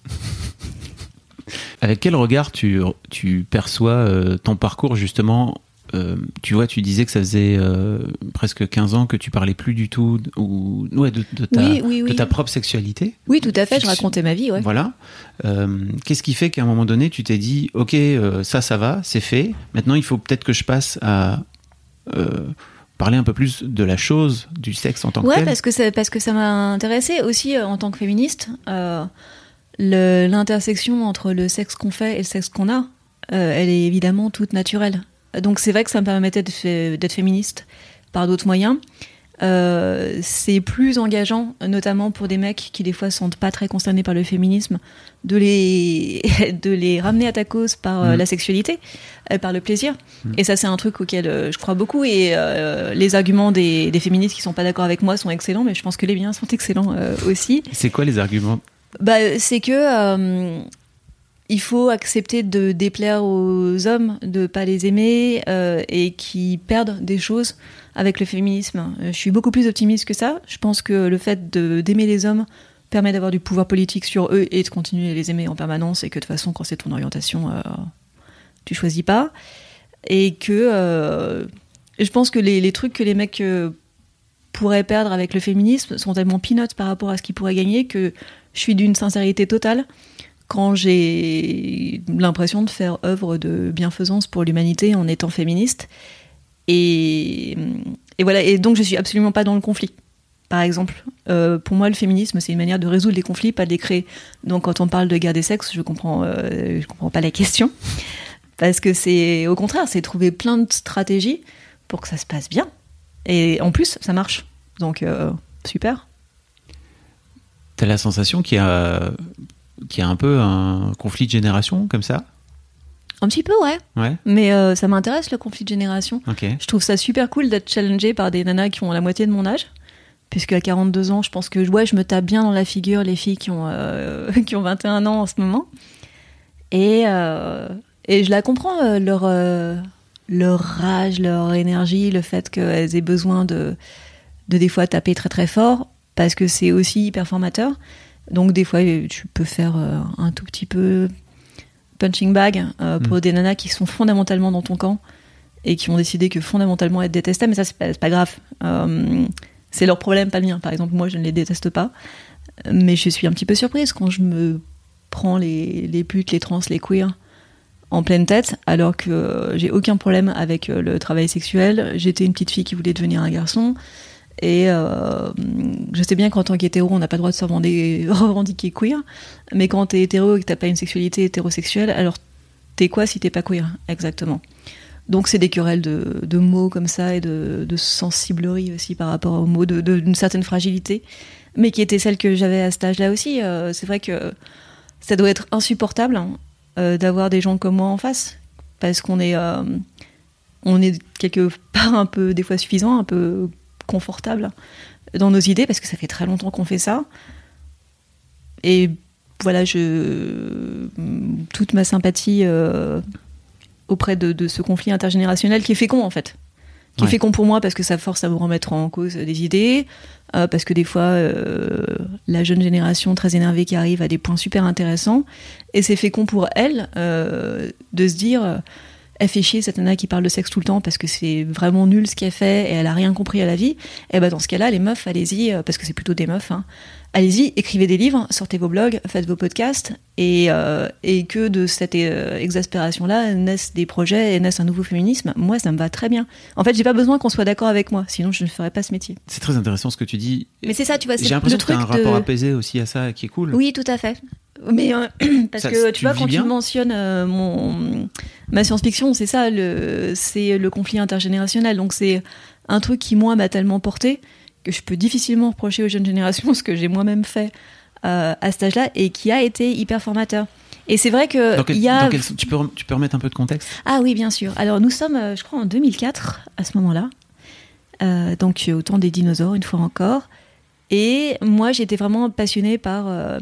[SPEAKER 2] Avec quel regard tu, tu perçois euh, ton parcours, justement? Euh, tu vois, tu disais que ça faisait euh, presque quinze ans que tu parlais plus du tout de, ou, ouais, de, de, ta,
[SPEAKER 3] oui, oui, oui.
[SPEAKER 2] de ta propre sexualité.
[SPEAKER 3] Oui, tout à fait, je racontais ma vie. Ouais.
[SPEAKER 2] Voilà. Euh, qu'est-ce qui fait qu'à un moment donné, tu t'es dit, ok, euh, ça, ça va, c'est fait. Maintenant, il faut peut-être que je passe à euh, parler un peu plus de la chose, du sexe en tant que
[SPEAKER 3] ouais,
[SPEAKER 2] tel.
[SPEAKER 3] Ouais, parce que ça, parce que ça m'a intéressée aussi euh, en tant que féministe. Euh, le, l'intersection entre le sexe qu'on fait et le sexe qu'on a, euh, elle est évidemment toute naturelle. Donc c'est vrai que ça me permettait d'être, d'être féministe par d'autres moyens. Euh, c'est plus engageant, notamment pour des mecs qui des fois se sentent pas très concernés par le féminisme, de les, de les ramener à ta cause par mmh. la sexualité, euh, par le plaisir. Mmh. Et ça, c'est un truc auquel euh, je crois beaucoup. Et euh, les arguments des, des féministes qui sont pas d'accord avec moi sont excellents, mais je pense que les miens sont excellents euh, aussi.
[SPEAKER 2] C'est quoi les arguments ?
[SPEAKER 3] Bah, c'est que... Euh, il faut accepter de déplaire aux hommes, de pas les aimer euh, et qui perdent des choses avec le féminisme. Je suis beaucoup plus optimiste que ça. Je pense que le fait de, d'aimer les hommes permet d'avoir du pouvoir politique sur eux et de continuer à les aimer en permanence, et que de toute façon, quand c'est ton orientation, euh, tu choisis pas. Et que euh, je pense que les, les trucs que les mecs euh, pourraient perdre avec le féminisme sont tellement peanuts par rapport à ce qu'ils pourraient gagner que je suis d'une sincérité totale quand j'ai l'impression de faire œuvre de bienfaisance pour l'humanité en étant féministe. Et, et voilà. Et donc, je suis absolument pas dans le conflit par exemple. Euh, pour moi, le féminisme, c'est une manière de résoudre les conflits, pas de les créer. Donc, quand on parle de guerre des sexes, je comprends, euh, je comprends pas la question. Parce que c'est, au contraire, c'est trouver plein de stratégies pour que ça se passe bien. Et en plus, ça marche. Donc, euh, super.
[SPEAKER 2] T'as la sensation qu'il y a, qu'il y a un peu un conflit de génération, comme ça ?
[SPEAKER 3] Un petit peu, ouais.
[SPEAKER 2] Ouais.
[SPEAKER 3] Mais euh, ça m'intéresse, le conflit de génération.
[SPEAKER 2] Okay.
[SPEAKER 3] Je trouve ça super cool d'être challengé par des nanas qui ont la moitié de mon âge. Puisqu'à quarante-deux ans, je pense que ouais, je me tape bien dans la figure les filles qui ont, euh, qui ont vingt et un ans en ce moment. Et, euh, et je la comprends, euh, leur, euh, leur rage, leur énergie, le fait qu'elles aient besoin de, de des fois taper très très fort, parce que c'est aussi hyper formateur. Donc des fois, tu peux faire euh, un tout petit peu punching bag euh, pour mmh. des nanas qui sont fondamentalement dans ton camp et qui ont décidé que fondamentalement elles te détestaient, mais ça c'est pas, c'est pas grave. Euh, c'est leur problème, pas le mien. Par exemple, moi je ne les déteste pas, mais je suis un petit peu surprise quand je me prends les, les putes, les trans, les queers en pleine tête, alors que euh, j'ai aucun problème avec euh, le travail sexuel. J'étais une petite fille qui voulait devenir un garçon. Et euh, je sais bien qu'en tant qu'hétéro, on n'a pas le droit de se revendiquer, revendiquer queer, mais quand t'es hétéro et que t'as pas une sexualité hétérosexuelle, alors t'es quoi si t'es pas queer, exactement. Donc c'est des querelles de, de mots comme ça et de, de sensiblerie aussi par rapport aux mots, de, de, d'une certaine fragilité, mais qui était celle que j'avais à cet âge-là aussi. Euh, c'est vrai que ça doit être insupportable hein, euh, d'avoir des gens comme moi en face, parce qu'on est, euh, on est quelque part un peu, des fois suffisant, un peu confortable dans nos idées, parce que ça fait très longtemps qu'on fait ça. Et voilà, je toute ma sympathie euh, auprès de, de ce conflit intergénérationnel qui est fécond en fait, qui ouais. est fécond pour moi parce que ça force à me remettre en cause des idées, euh, parce que des fois euh, la jeune génération très énervée qui arrive a des points super intéressants, et c'est fécond pour elle euh, de se dire elle fait chier cette nana qui parle de sexe tout le temps parce que c'est vraiment nul ce qu'elle fait et elle a rien compris à la vie. Et ben dans ce cas-là, les meufs, allez-y, parce que c'est plutôt des meufs, hein, allez-y, écrivez des livres, sortez vos blogs, faites vos podcasts, et, euh, et que de cette euh, exaspération-là naissent des projets et naissent un nouveau féminisme. Moi, ça me va très bien. En fait, j'ai pas besoin qu'on soit d'accord avec moi, sinon je ne ferais pas ce métier.
[SPEAKER 2] C'est très intéressant ce que tu dis.
[SPEAKER 3] Mais c'est ça, tu vois, c'est
[SPEAKER 2] j'ai l'impression
[SPEAKER 3] le
[SPEAKER 2] que tu as un
[SPEAKER 3] truc
[SPEAKER 2] rapport
[SPEAKER 3] de...
[SPEAKER 2] apaisé aussi à ça qui est cool.
[SPEAKER 3] Oui, tout à fait. Mais euh, parce ça, que tu, tu vois quand bien tu mentionnes euh, mon ma science-fiction, c'est ça, le c'est le conflit intergénérationnel. Donc c'est un truc qui moi m'a tellement porté que je peux difficilement reprocher aux jeunes générations ce que j'ai moi-même fait euh, à cet âge-là et qui a été hyper formateur. Et c'est vrai que
[SPEAKER 2] donc,
[SPEAKER 3] il y a
[SPEAKER 2] donc, tu peux tu peux remettre un peu de contexte.
[SPEAKER 3] Ah oui, bien sûr. Alors nous sommes, euh, je crois, en deux mille quatre à ce moment-là. Euh, donc au temps des dinosaures, une fois encore. Et moi, j'étais vraiment passionnée par euh,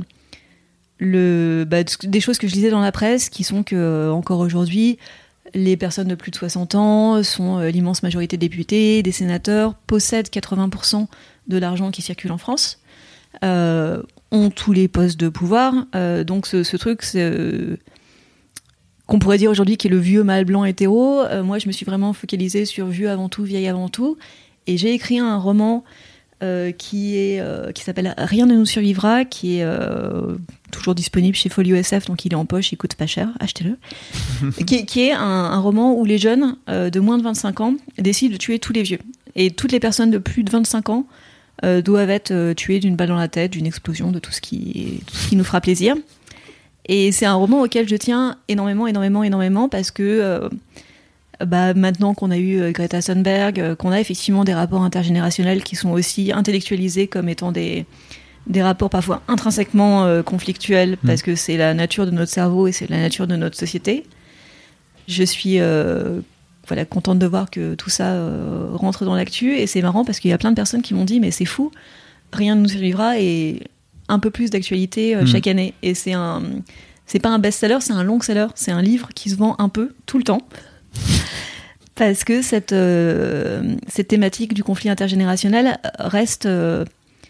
[SPEAKER 3] Le, bah, des choses que je lisais dans la presse qui sont que euh, encore aujourd'hui les personnes de plus de soixante ans sont euh, l'immense majorité des députés, des sénateurs, possèdent quatre-vingts pour cent de l'argent qui circule en France, euh, ont tous les postes de pouvoir, euh, donc ce, ce truc c'est, euh, qu'on pourrait dire aujourd'hui qui est le vieux mâle blanc hétéro, euh, moi je me suis vraiment focalisée sur vieux avant tout, vieille avant tout, et j'ai écrit un roman Euh, qui est euh, qui s'appelle Rien ne nous survivra, qui est euh, toujours disponible chez Folio S F, donc il est en poche, il coûte pas cher, achetez-le. qui, qui est un, un roman où les jeunes euh, de moins de vingt-cinq ans décident de tuer tous les vieux, et toutes les personnes de plus de vingt-cinq ans euh, doivent être euh, tuées d'une balle dans la tête, d'une explosion, de tout ce qui tout ce qui nous fera plaisir. Et c'est un roman auquel je tiens énormément, énormément, énormément, parce que euh, Bah, maintenant qu'on a eu euh, Greta Thunberg, euh, qu'on a effectivement des rapports intergénérationnels qui sont aussi intellectualisés comme étant des, des rapports parfois intrinsèquement euh, conflictuels, mmh. parce que c'est la nature de notre cerveau et c'est la nature de notre société. Je suis euh, voilà, contente de voir que tout ça euh, rentre dans l'actu, et c'est marrant parce qu'il y a plein de personnes qui m'ont dit mais c'est fou, Rien ne nous survivra et un peu plus d'actualité euh, mmh. chaque année. Et c'est un, c'est pas un best-seller, c'est un long-seller, c'est un livre qui se vend un peu tout le temps. Parce que cette, euh, cette thématique du conflit intergénérationnel reste, euh,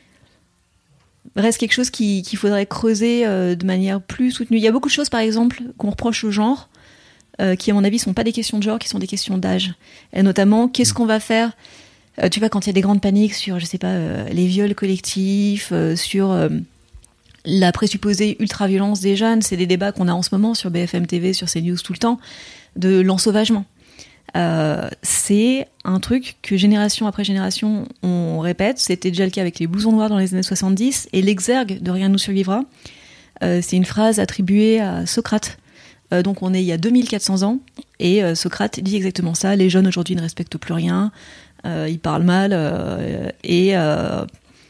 [SPEAKER 3] reste quelque chose qui, qu'il faudrait creuser euh, de manière plus soutenue. Il y a beaucoup de choses, par exemple, qu'on reproche au genre, euh, qui, à mon avis, ne sont pas des questions de genre, qui sont des questions d'âge. Et notamment, qu'est-ce qu'on va faire euh, tu vois, quand il y a des grandes paniques sur, je sais pas, euh, les viols collectifs, euh, sur euh, la présupposée ultra-violence des jeunes, c'est des débats qu'on a en ce moment sur B F M T V, sur CNews tout le temps, de l'ensauvagement. Euh, c'est un truc que génération après génération on répète. C'était déjà le cas avec les blousons noirs dans les années soixante-dix et l'exergue de Rien ne nous survivra. Euh, c'est une phrase attribuée à Socrate. Euh, donc on est il y a deux mille quatre cents ans et euh, Socrate dit exactement ça. Les jeunes aujourd'hui ne respectent plus rien, euh, ils parlent mal euh, et euh,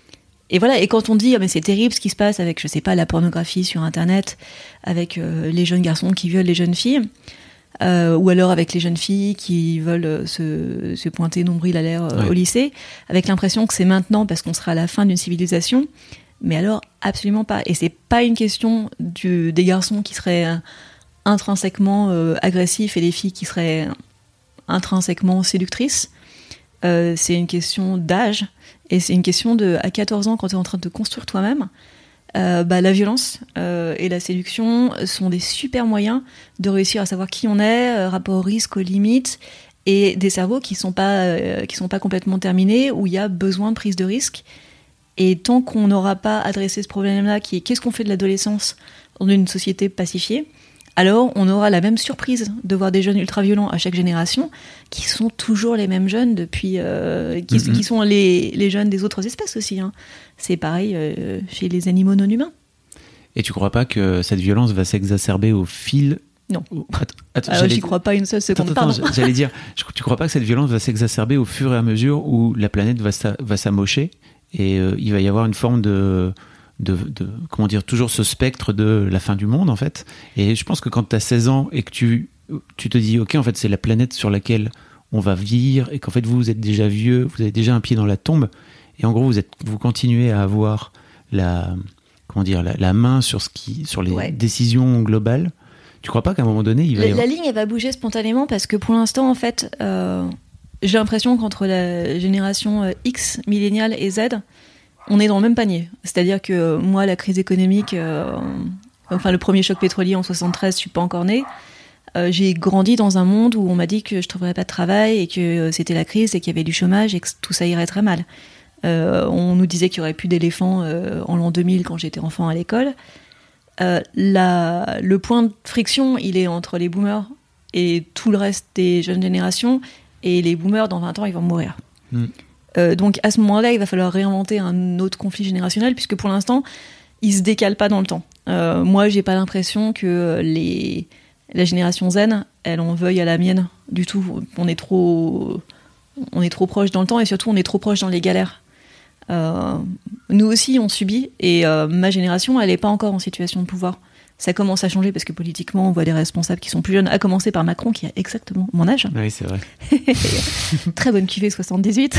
[SPEAKER 3] et voilà. Et quand on dit ah, mais c'est terrible ce qui se passe avec je sais pas la pornographie sur internet, avec euh, les jeunes garçons qui violent les jeunes filles. Euh, ou alors avec les jeunes filles qui veulent se, se pointer nombril à l'air euh,
[SPEAKER 2] ouais.
[SPEAKER 3] au lycée, avec l'impression que c'est maintenant parce qu'on sera à la fin d'une civilisation, mais alors absolument pas. Et c'est pas une question du, des garçons qui seraient intrinsèquement euh, agressifs et des filles qui seraient intrinsèquement séductrices. Euh, c'est une question d'âge et c'est une question de à quatorze ans quand tu es en train de te construire toi-même. Euh, bah, la violence euh, et la séduction sont des super moyens de réussir à savoir qui on est, euh, rapport au risque, aux limites, et des cerveaux qui sont pas euh, qui sont pas complètement terminés, où il y a besoin de prise de risque. Et tant qu'on n'aura pas adressé ce problème-là, qui est qu'est-ce qu'on fait de l'adolescence dans une société pacifiée, alors on aura la même surprise de voir des jeunes ultra-violents à chaque génération, qui sont toujours les mêmes jeunes depuis, euh, qui, mm-hmm. qui sont les, les jeunes des autres espèces aussi. Hein. C'est pareil euh, chez les animaux non humains.
[SPEAKER 2] Et tu crois pas que cette violence va s'exacerber au fil...
[SPEAKER 3] Non.
[SPEAKER 2] Attends, attends,
[SPEAKER 3] Alors, j'y crois pas une seule seconde.
[SPEAKER 2] Attends, attends, j'allais dire, tu crois pas que cette violence va s'exacerber au fur et à mesure où la planète va, sa, va s'amocher et euh, il va y avoir une forme de... De, de, comment dire, toujours ce spectre de la fin du monde, en fait. Et je pense que quand tu as seize ans et que tu, tu te dis, ok, en fait, c'est la planète sur laquelle on va vivre et qu'en fait, vous, vous êtes déjà vieux, vous avez déjà un pied dans la tombe, et en gros, vous, êtes, vous continuez à avoir la, comment dire, la, la main sur, ce qui, sur les ouais. décisions globales. Tu crois pas qu'à un moment donné, il va
[SPEAKER 3] la,
[SPEAKER 2] y avoir...
[SPEAKER 3] La ligne, elle va bouger spontanément parce que pour l'instant, en fait, euh, j'ai l'impression qu'entre la génération X, milléniale et Z, on est dans le même panier. C'est-à-dire que euh, moi, la crise économique, euh, enfin le premier choc pétrolier en soixante-treize, je suis pas encore née. Euh, j'ai grandi dans un monde où on m'a dit que je trouverais pas de travail et que euh, c'était la crise et qu'il y avait du chômage et que tout ça irait très mal. Euh, on nous disait qu'il y aurait plus d'éléphants euh, en l'an deux mille quand j'étais enfant à l'école. Euh, la, le point de friction, il est entre les boomers et tout le reste des jeunes générations. Et les boomers, dans vingt ans, ils vont mourir. Mmh. Euh, donc à ce moment-là, il va falloir réinventer un autre conflit générationnel puisque pour l'instant, il se décale pas dans le temps. Euh, moi, j'ai pas l'impression que les la génération zen, elle en veuille à la mienne du tout. On est trop, on est trop proche dans le temps et surtout on est trop proche dans les galères. Euh, nous aussi, on subit et euh, ma génération, elle est pas encore en situation de pouvoir. Ça commence à changer parce que politiquement, on voit des responsables qui sont plus jeunes, à commencer par Macron, qui a exactement mon âge.
[SPEAKER 2] Oui, c'est vrai.
[SPEAKER 3] Très bonne cuvée, soixante-dix-huit.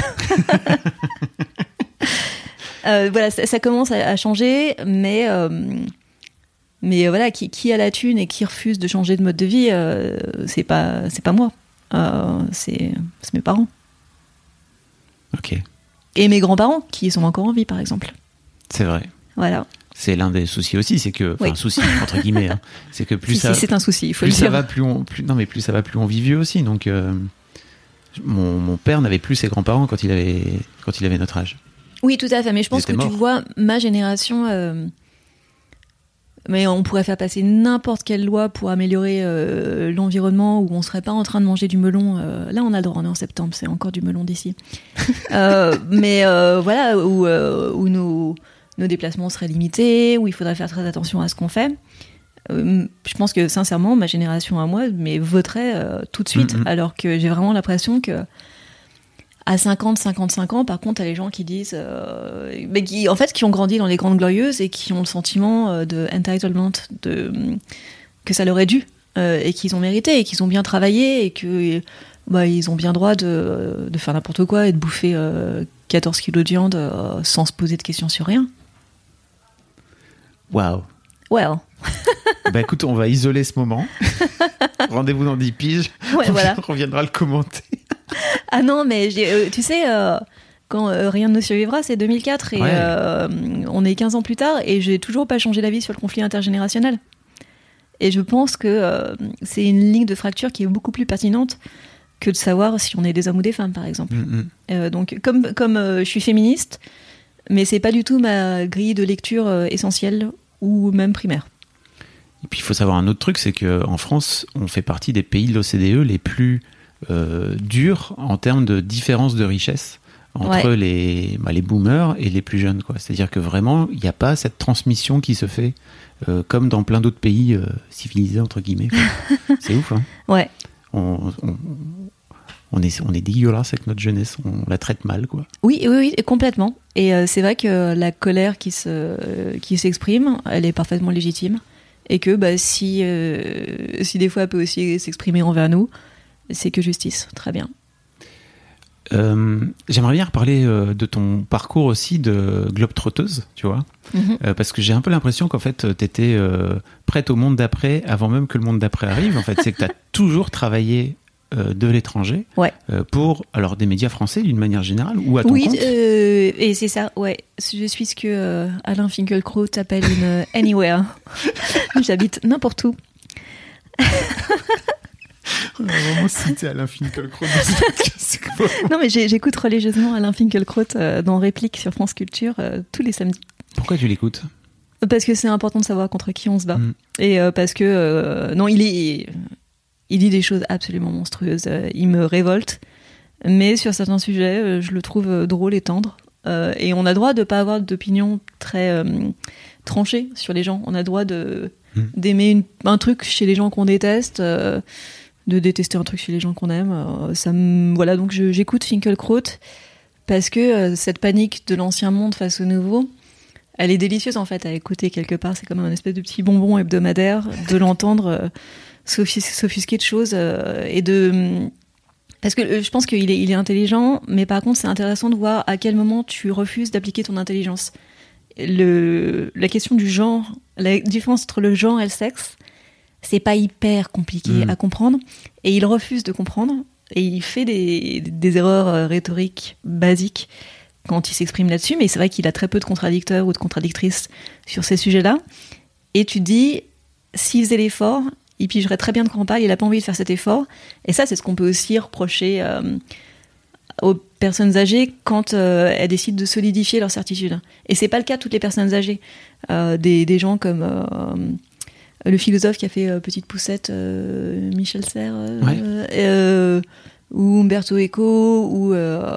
[SPEAKER 3] euh, voilà, ça, ça commence à, à changer, mais, euh, mais voilà, qui, qui a la thune et qui refuse de changer de mode de vie, euh, c'est pas, c'est pas moi. Euh, c'est, c'est mes parents.
[SPEAKER 2] Ok.
[SPEAKER 3] Et mes grands-parents, qui sont encore en vie, par exemple.
[SPEAKER 2] C'est vrai.
[SPEAKER 3] Voilà.
[SPEAKER 2] C'est l'un des soucis aussi, c'est que, enfin, oui. souci entre guillemets, hein, c'est que plus
[SPEAKER 3] si,
[SPEAKER 2] ça,
[SPEAKER 3] si, c'est un souci, il faut
[SPEAKER 2] plus
[SPEAKER 3] le
[SPEAKER 2] ça
[SPEAKER 3] dire.
[SPEAKER 2] va, plus on, plus, non mais plus ça va, plus on vit vieux aussi. Donc, euh, mon, mon père n'avait plus ses grands-parents quand il avait, quand il avait notre âge.
[SPEAKER 3] Oui, tout à fait. Mais je pense que
[SPEAKER 2] morts.
[SPEAKER 3] Tu vois, ma génération, euh, mais on pourrait faire passer n'importe quelle loi pour améliorer euh, l'environnement où on serait pas en train de manger du melon. Euh, là, on a le droit, on est en septembre, c'est encore du melon d'ici. euh, mais euh, voilà, où, euh, où nos nos déplacements seraient limités, où il faudrait faire très attention à ce qu'on fait. Euh, je pense que, sincèrement, ma génération à moi, mais voterait euh, tout de suite, mm-hmm. alors que j'ai vraiment l'impression que à cinquante, cinquante-cinq ans, par contre, t'as les gens qui disent... Euh, mais qui, en fait, qui ont grandi dans les Grandes Glorieuses et qui ont le sentiment euh, de entitlement, de, que ça leur est dû, euh, et qu'ils ont mérité, et qu'ils ont bien travaillé, et que bah, ils ont bien droit de, de faire n'importe quoi et de bouffer euh, quatorze kilos de viande euh, sans se poser de questions sur rien.
[SPEAKER 2] Waouh.
[SPEAKER 3] Well.
[SPEAKER 2] Bah écoute, on va isoler ce moment. Rendez-vous dans dix piges.
[SPEAKER 3] Ouais,
[SPEAKER 2] on,
[SPEAKER 3] voilà.
[SPEAKER 2] on reviendra le commenter.
[SPEAKER 3] Ah non, mais j'ai, euh, tu sais, euh, quand euh, Rien ne nous survivra, c'est deux mille quatre et ouais. euh, on est quinze ans plus tard et j'ai toujours pas changé d'avis sur le conflit intergénérationnel. Et je pense que euh, c'est une ligne de fracture qui est beaucoup plus pertinente que de savoir si on est des hommes ou des femmes, par exemple. Mm-hmm. Euh, donc, comme, comme euh, je suis féministe, mais c'est pas du tout ma grille de lecture euh, essentielle ou même primaire.
[SPEAKER 2] Et puis il faut savoir un autre truc, c'est qu'en France, on fait partie des pays de l'O C D E les plus euh, dur en termes de différence de richesse entre ouais. les, bah, les boomers et les plus jeunes, quoi. C'est-à-dire que vraiment, il n'y a pas cette transmission qui se fait euh, comme dans plein d'autres pays euh, civilisés, entre guillemets. C'est ouf, hein.
[SPEAKER 3] Ouais.
[SPEAKER 2] On, on, on, est, on est dégueulasse avec notre jeunesse, on la traite mal, quoi.
[SPEAKER 3] Oui, oui, oui, complètement. Et euh, c'est vrai que la colère qui, se, euh, qui s'exprime, elle est parfaitement légitime. Et que bah, si, euh, si des fois elle peut aussi s'exprimer envers nous, c'est que justice. Très bien.
[SPEAKER 2] Euh, j'aimerais bien reparler euh, de ton parcours aussi de globe-trotteuse, tu vois, mm-hmm. euh, parce que j'ai un peu l'impression qu'en fait t'étais euh, prête au monde d'après avant même que le monde d'après arrive. En fait, c'est que t'as toujours travaillé euh, de l'étranger
[SPEAKER 3] ouais.
[SPEAKER 2] euh, pour alors des médias français d'une manière générale ou à ton
[SPEAKER 3] oui,
[SPEAKER 2] compte.
[SPEAKER 3] Oui, euh, et c'est ça. Ouais, je suis ce que euh, Alain Finkielkraut appelle une euh, anywhere. J'habite n'importe où.
[SPEAKER 2] On a vraiment cité Alain Finkielkraut.
[SPEAKER 3] Non, mais j'écoute religieusement Alain Finkielkraut euh, dans Réplique sur France Culture euh, tous les samedis.
[SPEAKER 2] Pourquoi tu l'écoutes ?
[SPEAKER 3] Parce que c'est important de savoir contre qui on se bat. Mmh. Et euh, parce que, euh, non, il, est, il dit des choses absolument monstrueuses. Euh, il me révolte. Mais sur certains sujets, euh, je le trouve euh, drôle et tendre. Euh, et on a droit de ne pas avoir d'opinion très euh, tranchée sur les gens. On a droit de, mmh. d'aimer une, un truc chez les gens qu'on déteste. Euh, de détester un truc chez les gens qu'on aime. Euh, ça me... Voilà, donc je, j'écoute Finkielkraut parce que euh, cette panique de l'ancien monde face au nouveau, elle est délicieuse en fait à écouter quelque part. C'est comme un espèce de petit bonbon hebdomadaire de l'entendre euh, s'offus- s'offusquer de choses euh, et de... Parce que euh, je pense qu'il est, il est intelligent, mais par contre c'est intéressant de voir à quel moment tu refuses d'appliquer ton intelligence. Le... La question du genre, la différence entre le genre et le sexe, c'est pas hyper compliqué mmh. à comprendre, et il refuse de comprendre, et il fait des, des erreurs rhétoriques basiques quand il s'exprime là-dessus, mais c'est vrai qu'il a très peu de contradicteurs ou de contradictrices sur ces sujets-là, et tu te dis, s'il faisait l'effort, il pigerait très bien de quoi on parle, il a pas envie de faire cet effort, et ça c'est ce qu'on peut aussi reprocher euh, aux personnes âgées quand euh, elles décident de solidifier leurs certitudes. Et c'est pas le cas de toutes les personnes âgées, euh, des, des gens comme... Euh, le philosophe qui a fait euh, Petite Poussette, euh, Michel Serres, euh,
[SPEAKER 2] ouais.
[SPEAKER 3] euh, ou Umberto Eco, ou euh,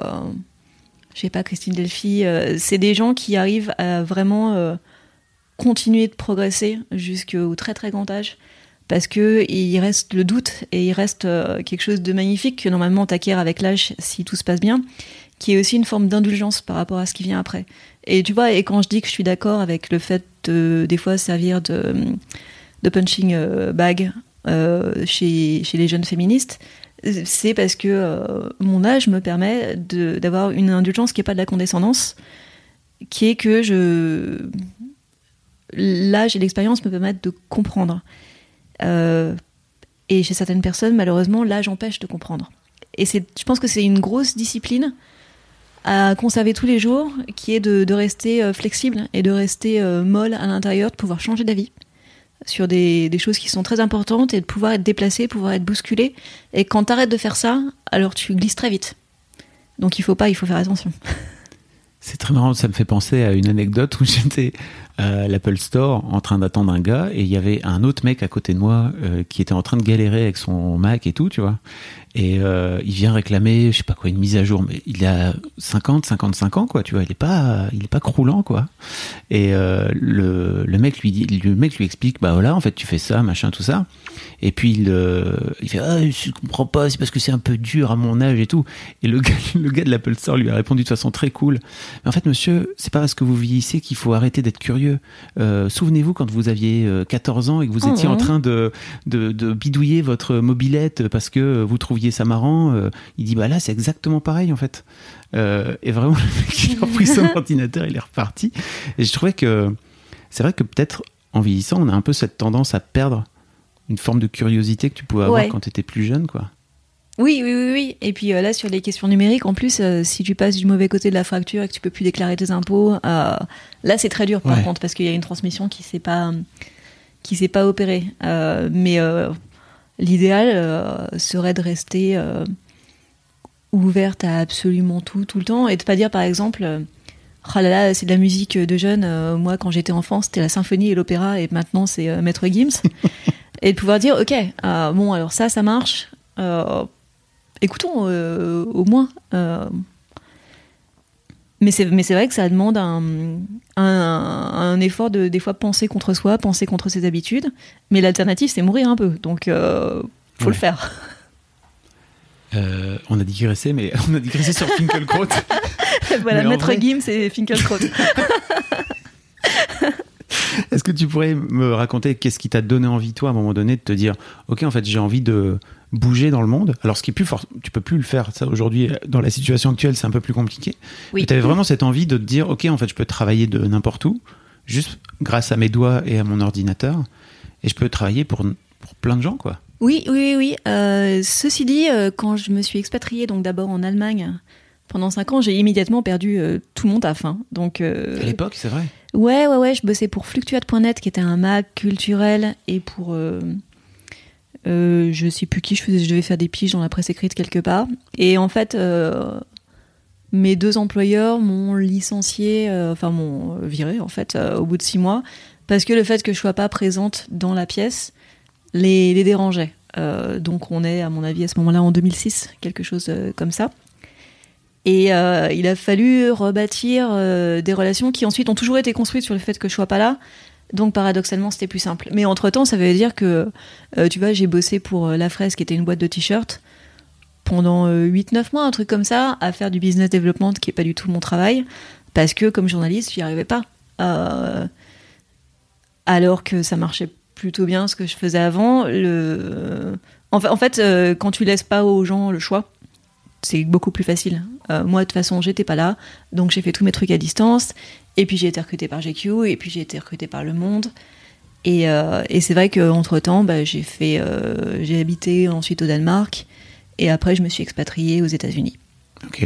[SPEAKER 3] je sais pas, Christine Delphi. Euh, c'est des gens qui arrivent à vraiment euh, continuer de progresser jusqu'au très très grand âge, parce que il reste le doute et il reste euh, quelque chose de magnifique que normalement t'acquiers avec l'âge si tout se passe bien, qui est aussi une forme d'indulgence par rapport à ce qui vient après. Et tu vois, et quand je dis que je suis d'accord avec le fait de des fois servir de de punching euh, bag euh, chez, chez les jeunes féministes, c'est parce que euh, mon âge me permet de, d'avoir une indulgence qui n'est pas de la condescendance, qui est que je... l'âge et l'expérience me permettent de comprendre. Euh, et chez certaines personnes, malheureusement, l'âge empêche de comprendre. Et c'est, je pense que c'est une grosse discipline à conserver tous les jours, qui est de, de rester flexible et de rester euh, molle à l'intérieur, de pouvoir changer d'avis sur des, des choses qui sont très importantes et de pouvoir être déplacé, pouvoir être bousculé. Et quand t'arrêtes de faire ça, alors tu glisses très vite. Donc il faut pas, il faut faire attention.
[SPEAKER 2] C'est très marrant, ça me fait penser à une anecdote où j'étais à l'Apple Store en train d'attendre un gars et il y avait un autre mec à côté de moi euh, qui était en train de galérer avec son Mac et tout, tu vois. Et euh, il vient réclamer, je sais pas quoi, une mise à jour, mais il a cinquante, cinquante-cinq ans, quoi, tu vois, il est pas, il est pas croulant, quoi. Et euh, le, le mec lui dit, le mec lui explique, bah voilà, en fait, tu fais ça, machin, tout ça. Et puis il, euh, il fait, ah, je comprends pas, c'est parce que c'est un peu dur à mon âge et tout. Et le gars, le gars de l'Apple Store lui a répondu de façon très cool. Mais en fait, monsieur, c'est pas parce que vous vieillissez qu'il faut arrêter d'être curieux. Euh, souvenez-vous quand vous aviez quatorze ans et que vous étiez oh, en train de, de, de bidouiller votre mobilette parce que vous trouviez ça marrant, euh, il dit bah là c'est exactement pareil en fait. Euh, et vraiment le mec il a repris son ordinateur, il est reparti. Et je trouvais que c'est vrai que peut-être en vieillissant on a un peu cette tendance à perdre une forme de curiosité que tu pouvais avoir ouais. quand tu étais plus jeune, quoi.
[SPEAKER 3] Oui, oui, oui, oui. Et puis euh, là, sur les questions numériques, en plus, euh, si tu passes du mauvais côté de la fracture et que tu peux plus déclarer tes impôts, euh, là, c'est très dur, par ouais. contre, parce qu'il y a une transmission qui s'est pas, qui s'est pas opérée. Euh, mais euh, l'idéal euh, serait de rester euh, ouverte à absolument tout, tout le temps, et de pas dire, par exemple, euh, oh là là, c'est de la musique de jeunes. Euh, moi, quand j'étais enfant, c'était la symphonie et l'opéra, et maintenant, c'est euh, Maître Gims. Et de pouvoir dire, ok, euh, bon, alors ça, ça marche. Euh, écoutons, euh, au moins. Euh, mais, c'est, mais c'est vrai que ça demande un, un, un effort de, des fois, penser contre soi, penser contre ses habitudes. Mais l'alternative, c'est mourir un peu. Donc, euh, faut
[SPEAKER 2] ouais.
[SPEAKER 3] le faire.
[SPEAKER 2] Euh, on a digressé, mais on a digressé sur Finkielkraut.
[SPEAKER 3] Voilà,
[SPEAKER 2] mais
[SPEAKER 3] Maître
[SPEAKER 2] vrai...
[SPEAKER 3] Gims et Finkielkraut.
[SPEAKER 2] Est-ce que tu pourrais me raconter qu'est-ce qui t'a donné envie, toi, à un moment donné, de te dire « Ok, en fait, j'ai envie de bouger dans le monde ». Alors, ce qui est plus fort, tu peux plus le faire. Ça, aujourd'hui, dans la situation actuelle, c'est un peu plus compliqué.
[SPEAKER 3] Oui.
[SPEAKER 2] Mais tu avais vraiment cette envie de te dire « Ok, en fait, je peux travailler de n'importe où, juste grâce à mes doigts et à mon ordinateur, et je peux travailler pour, pour plein de gens, quoi ».
[SPEAKER 3] Oui, oui, oui. Euh, ceci dit, euh, quand je me suis expatriée, donc d'abord en Allemagne, pendant cinq ans, j'ai immédiatement perdu euh, tout mon taf. Hein. Donc, euh,
[SPEAKER 2] à l'époque, c'est vrai.
[SPEAKER 3] Ouais, ouais, ouais. Je bossais pour Fluctuate point net, qui était un mag culturel, et pour... Euh, euh, je sais plus qui, je, faisais, je devais faire des piges dans la presse écrite quelque part. Et en fait, euh, mes deux employeurs m'ont licencié, euh, enfin m'ont viré, en fait, euh, au bout de six mois, parce que le fait que je sois pas présente dans la pièce les, les dérangeait. Euh, donc on est, à mon avis, à ce moment-là, en deux mille six, quelque chose euh, comme ça. Et euh, il a fallu rebâtir euh, des relations qui ensuite ont toujours été construites sur le fait que je sois pas là. Donc paradoxalement, c'était plus simple. Mais entre-temps, ça veut dire que, euh, tu vois, j'ai bossé pour euh, La Fraise, qui était une boîte de t-shirts, pendant euh, huit neuf mois, un truc comme ça, à faire du business development, qui est pas du tout mon travail, parce que comme journaliste, j'y arrivais pas. Euh, alors que ça marchait plutôt bien ce que je faisais avant. Le... En fait, en fait euh, quand tu laisses pas aux gens le choix, c'est beaucoup plus facile. Euh, moi, de toute façon, j'étais pas là, donc j'ai fait tous mes trucs à distance. Et puis j'ai été recrutée par G Q, et puis j'ai été recrutée par Le Monde. Et, euh, et c'est vrai qu'entre-temps, bah, j'ai, fait, euh, j'ai habité ensuite au Danemark, et après je me suis expatriée aux États-Unis.
[SPEAKER 2] Ok.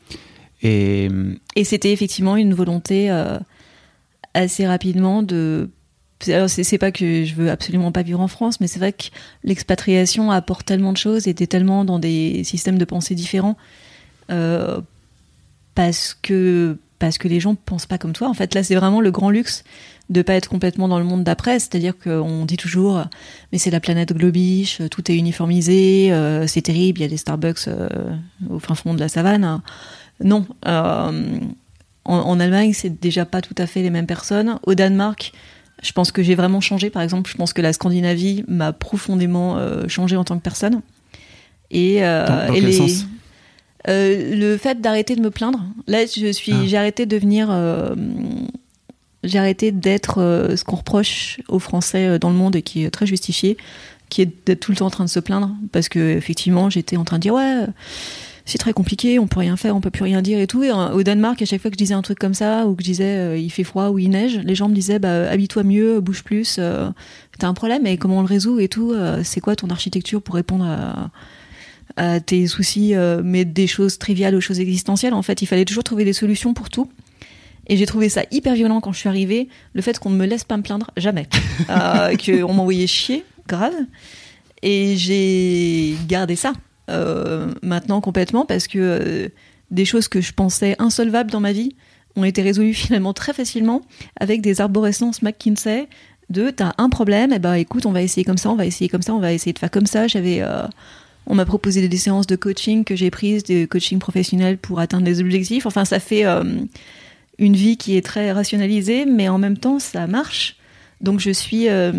[SPEAKER 2] Et,
[SPEAKER 3] et c'était effectivement une volonté euh, assez rapidement de... Alors c'est, c'est pas que je veux absolument pas vivre en France, mais c'est vrai que l'expatriation apporte tellement de choses et t'es tellement dans des systèmes de pensée différents euh, parce que parce que les gens pensent pas comme toi. En fait, là, c'est vraiment le grand luxe de pas être complètement dans le monde d'après. C'est-à-dire qu'on dit toujours, mais c'est la planète globiche, tout est uniformisé, euh, c'est terrible, il y a des Starbucks euh, au fin fond de la savane. Non. Euh, en, en Allemagne, c'est déjà pas tout à fait les mêmes personnes. Au Danemark, je pense que j'ai vraiment changé, par exemple. Je pense que la Scandinavie m'a profondément euh, changé en tant que personne. Et, euh,
[SPEAKER 2] dans, dans
[SPEAKER 3] et
[SPEAKER 2] quel
[SPEAKER 3] les,
[SPEAKER 2] sens
[SPEAKER 3] euh, le fait d'arrêter de me plaindre. Là, je suis, ah. j'ai arrêté de devenir... Euh, j'ai arrêté d'être euh, ce qu'on reproche aux Français dans le monde et qui est très justifié, qui est d'être tout le temps en train de se plaindre. Parce que effectivement, j'étais en train de dire « Ouais... » c'est très compliqué, on peut rien faire, on peut plus rien dire et tout. Et au Danemark, à chaque fois que je disais un truc comme ça, ou que je disais euh, il fait froid ou il neige, les gens me disaient bah, habille-toi mieux, bouge plus, euh, t'as un problème, et comment on le résout et tout, euh, c'est quoi ton architecture pour répondre à, à tes soucis, euh, mais des choses triviales aux choses existentielles. En fait, il fallait toujours trouver des solutions pour tout. Et j'ai trouvé ça hyper violent quand je suis arrivée, le fait qu'on ne me laisse pas me plaindre, jamais. euh, qu'on m'envoyait chier, grave. Et j'ai gardé ça. Euh, maintenant complètement, parce que euh, des choses que je pensais insolvables dans ma vie ont été résolues finalement très facilement avec des arborescences McKinsey de t'as un problème, et bah écoute, on va essayer comme ça, on va essayer comme ça, on va essayer de faire comme ça. J'avais, euh, on m'a proposé des séances de coaching que j'ai prises, des coaching professionnels pour atteindre des objectifs. Enfin, ça fait euh, une vie qui est très rationalisée, mais en même temps, ça marche. Donc je suis... Euh,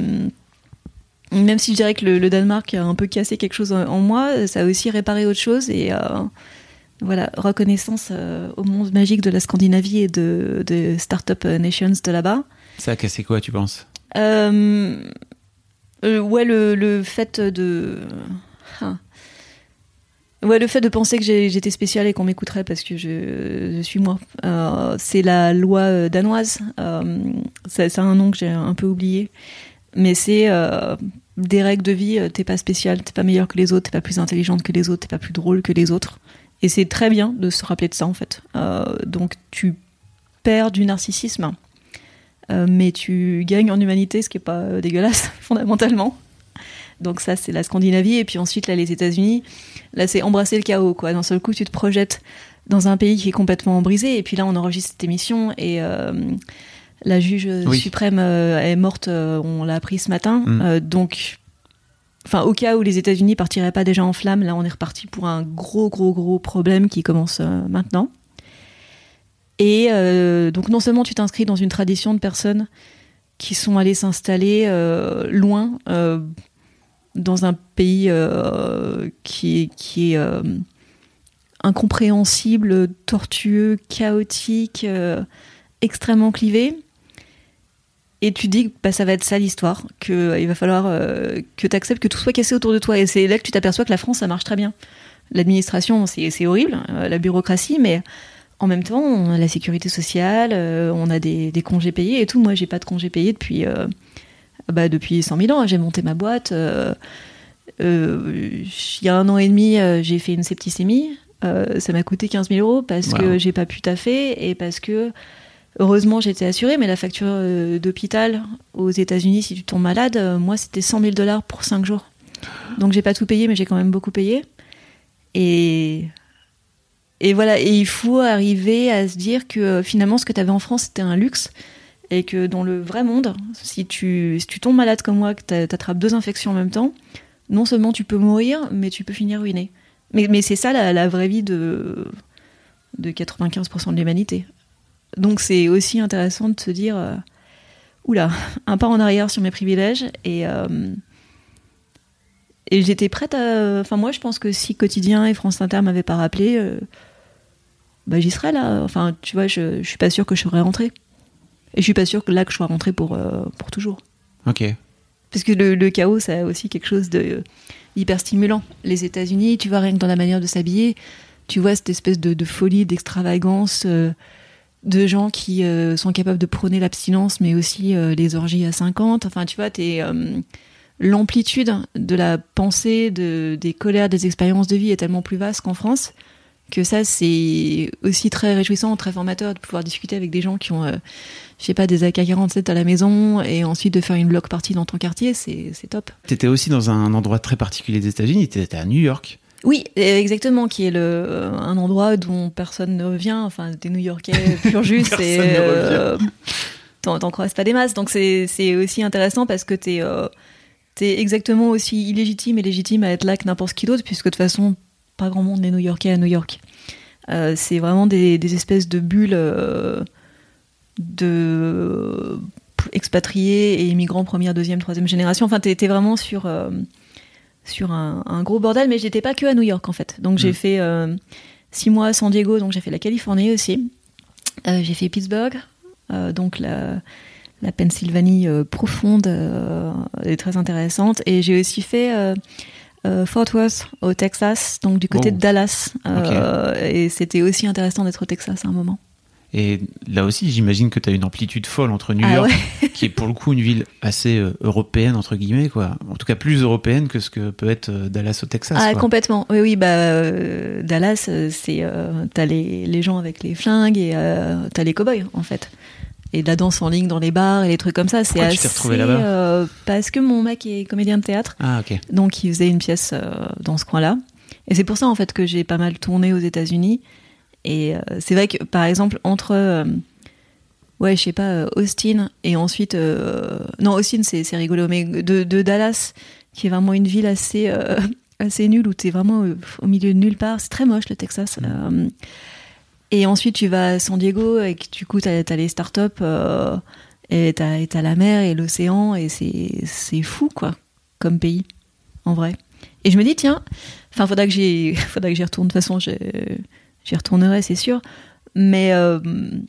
[SPEAKER 3] Même si je dirais que le, le Danemark a un peu cassé quelque chose en, en moi, ça a aussi réparé autre chose. Et euh, voilà, reconnaissance euh, au monde magique de la Scandinavie et de, de Startup Nations de là-bas.
[SPEAKER 2] Ça a cassé quoi, tu penses
[SPEAKER 3] euh, euh, Ouais, le, le fait de... Ah. Ouais, le fait de penser que j'ai, j'étais spéciale et qu'on m'écouterait parce que je, je suis moi. Euh, c'est la loi danoise. Euh, ça, ça a un nom que j'ai un peu oublié. Mais c'est euh, des règles de vie, t'es pas spécial, t'es pas meilleur que les autres, t'es pas plus intelligente que les autres, t'es pas plus drôle que les autres. Et c'est très bien de se rappeler de ça, en fait. Euh, donc tu perds du narcissisme, euh, mais tu gagnes en humanité, ce qui est pas euh, dégueulasse, fondamentalement. Donc ça, c'est la Scandinavie. Et puis ensuite, là, les États-Unis, là, c'est embrasser le chaos, quoi. D'un seul coup, tu te projettes dans un pays qui est complètement brisé. Et puis là, on enregistre cette émission et... Euh, la juge oui. suprême euh, est morte, euh, on l'a appris ce matin. Mmh. Euh, donc, enfin, au cas où les États-Unis partiraient pas déjà en flammes, là, on est reparti pour un gros, gros, gros problème qui commence euh, maintenant. Et euh, donc, non seulement tu t'inscris dans une tradition de personnes qui sont allées s'installer euh, loin, euh, dans un pays euh, qui est, qui est euh, incompréhensible, tortueux, chaotique, euh, extrêmement clivé. Et tu dis que bah, ça va être ça l'histoire, qu'il euh, va falloir euh, que tu acceptes que tout soit cassé autour de toi. Et c'est là que tu t'aperçois que la France, ça marche très bien. L'administration, c'est, c'est horrible, euh, la bureaucratie, mais en même temps, on a la sécurité sociale, euh, on a des, des congés payés et tout. Moi, j'ai pas de congés payés depuis... Euh, Bah, depuis cent mille ans, j'ai monté ma boîte. Euh, euh, il y a un an et demi, euh, j'ai fait une septicémie. Euh, ça m'a coûté quinze mille euros parce wow. que j'ai pas pu taffer et parce que, heureusement, j'étais assurée. Mais la facture euh, d'hôpital aux États-Unis, si tu tombes malade, euh, moi, c'était cent mille dollars pour cinq jours. Donc, j'ai pas tout payé, mais j'ai quand même beaucoup payé. Et, et voilà. Et il faut arriver à se dire que finalement, ce que tu avais en France, c'était un luxe. Et que dans le vrai monde, si tu, si tu tombes malade comme moi, que t'attrapes deux infections en même temps, non seulement tu peux mourir, mais tu peux finir ruiné. Mais, mais c'est ça la, la vraie vie de, de quatre-vingt-quinze pour cent de l'humanité. Donc c'est aussi intéressant de se dire, euh, oula, un pas en arrière sur mes privilèges. Et, euh, et j'étais prête à... Enfin moi je pense que si Quotidien et France Inter m'avaient pas rappelé, euh, bah, j'y serais là. Enfin tu vois, je, je suis pas sûre que je serais rentrée. Et je suis pas sûre que là que je sois rentrée pour, euh, pour toujours.
[SPEAKER 2] Ok.
[SPEAKER 3] Parce que le, le chaos, ça a aussi quelque chose de euh, hyper stimulant. Les États-Unis, tu vois, rien que dans la manière de s'habiller, tu vois cette espèce de, de folie, d'extravagance, euh, de gens qui euh, sont capables de prôner l'abstinence, mais aussi euh, les orgies à cinquante. Enfin, tu vois, t'es, euh, l'amplitude de la pensée, de, des colères, des expériences de vie est tellement plus vaste qu'en France, que ça, c'est aussi très réjouissant, très formateur de pouvoir discuter avec des gens qui ont... Euh, je sais pas, des A K quarante-sept à la maison et ensuite de faire une block party dans ton quartier, c'est, c'est top.
[SPEAKER 2] T'étais aussi dans un endroit très particulier des États-Unis, t'étais à New York.
[SPEAKER 3] Oui, exactement, qui est le, un endroit dont personne ne revient, enfin, des New-Yorkais pur jus, c'est... Euh, t'en, t'en croises pas des masses, donc c'est, c'est aussi intéressant parce que t'es, euh, t'es exactement aussi illégitime et légitime à être là que n'importe qui d'autre, puisque de toute façon, pas grand monde n'est New-Yorkais à New York. Euh, c'est vraiment des, des espèces de bulles... Euh, de expatriés et immigrants première, deuxième, troisième génération. Enfin, t'étais vraiment sur, euh, sur un, un gros bordel, mais j'étais pas que à New York, en fait. Donc, mmh. j'ai fait euh, six mois à San Diego, donc j'ai fait la Californie aussi. Euh, j'ai fait Pittsburgh, euh, donc la, la Pennsylvanie euh, profonde euh, et très intéressante. Et j'ai aussi fait euh, euh, Fort Worth, au Texas, donc du côté oh. de Dallas. Euh, okay. Et c'était aussi intéressant d'être au Texas à un moment.
[SPEAKER 2] Et là aussi, j'imagine que tu as une amplitude folle entre New York, ah ouais. qui est pour le coup une ville assez euh, européenne, entre guillemets, quoi. En tout cas, plus européenne que ce que peut être euh, Dallas au Texas.
[SPEAKER 3] Ah,
[SPEAKER 2] quoi.
[SPEAKER 3] Complètement. Oui, oui, bah, euh, Dallas, c'est, euh, t'as les, les gens avec les flingues et euh, t'as les cow-boys, en fait. Et de la danse en ligne dans les bars et les trucs comme ça.
[SPEAKER 2] Pourquoi
[SPEAKER 3] c'est
[SPEAKER 2] tu
[SPEAKER 3] assez,
[SPEAKER 2] t'es retrouvée là-bas
[SPEAKER 3] euh, Parce que mon mec est comédien de théâtre.
[SPEAKER 2] Ah, ok.
[SPEAKER 3] Donc, il faisait une pièce euh, dans ce coin-là. Et c'est pour ça, en fait, que j'ai pas mal tourné aux États-Unis. Et euh, c'est vrai que, par exemple, entre... Euh, ouais, je sais pas, Austin, et ensuite... Euh, non, Austin, c'est, c'est rigolo, mais de, de Dallas, qui est vraiment une ville assez, euh, assez nulle, où t'es vraiment au milieu de nulle part. C'est très moche, le Texas. Mmh. Euh, et ensuite, tu vas à San Diego, et du coup, t'as, t'as les startups, euh, et, t'as, et t'as la mer et l'océan, et c'est, c'est fou, quoi, comme pays, en vrai. Et je me dis, tiens, enfin, faudra que j'y, faudra que j'y retourne. De toute façon, j'y, j'y retournerai, c'est sûr. Mais... Euh,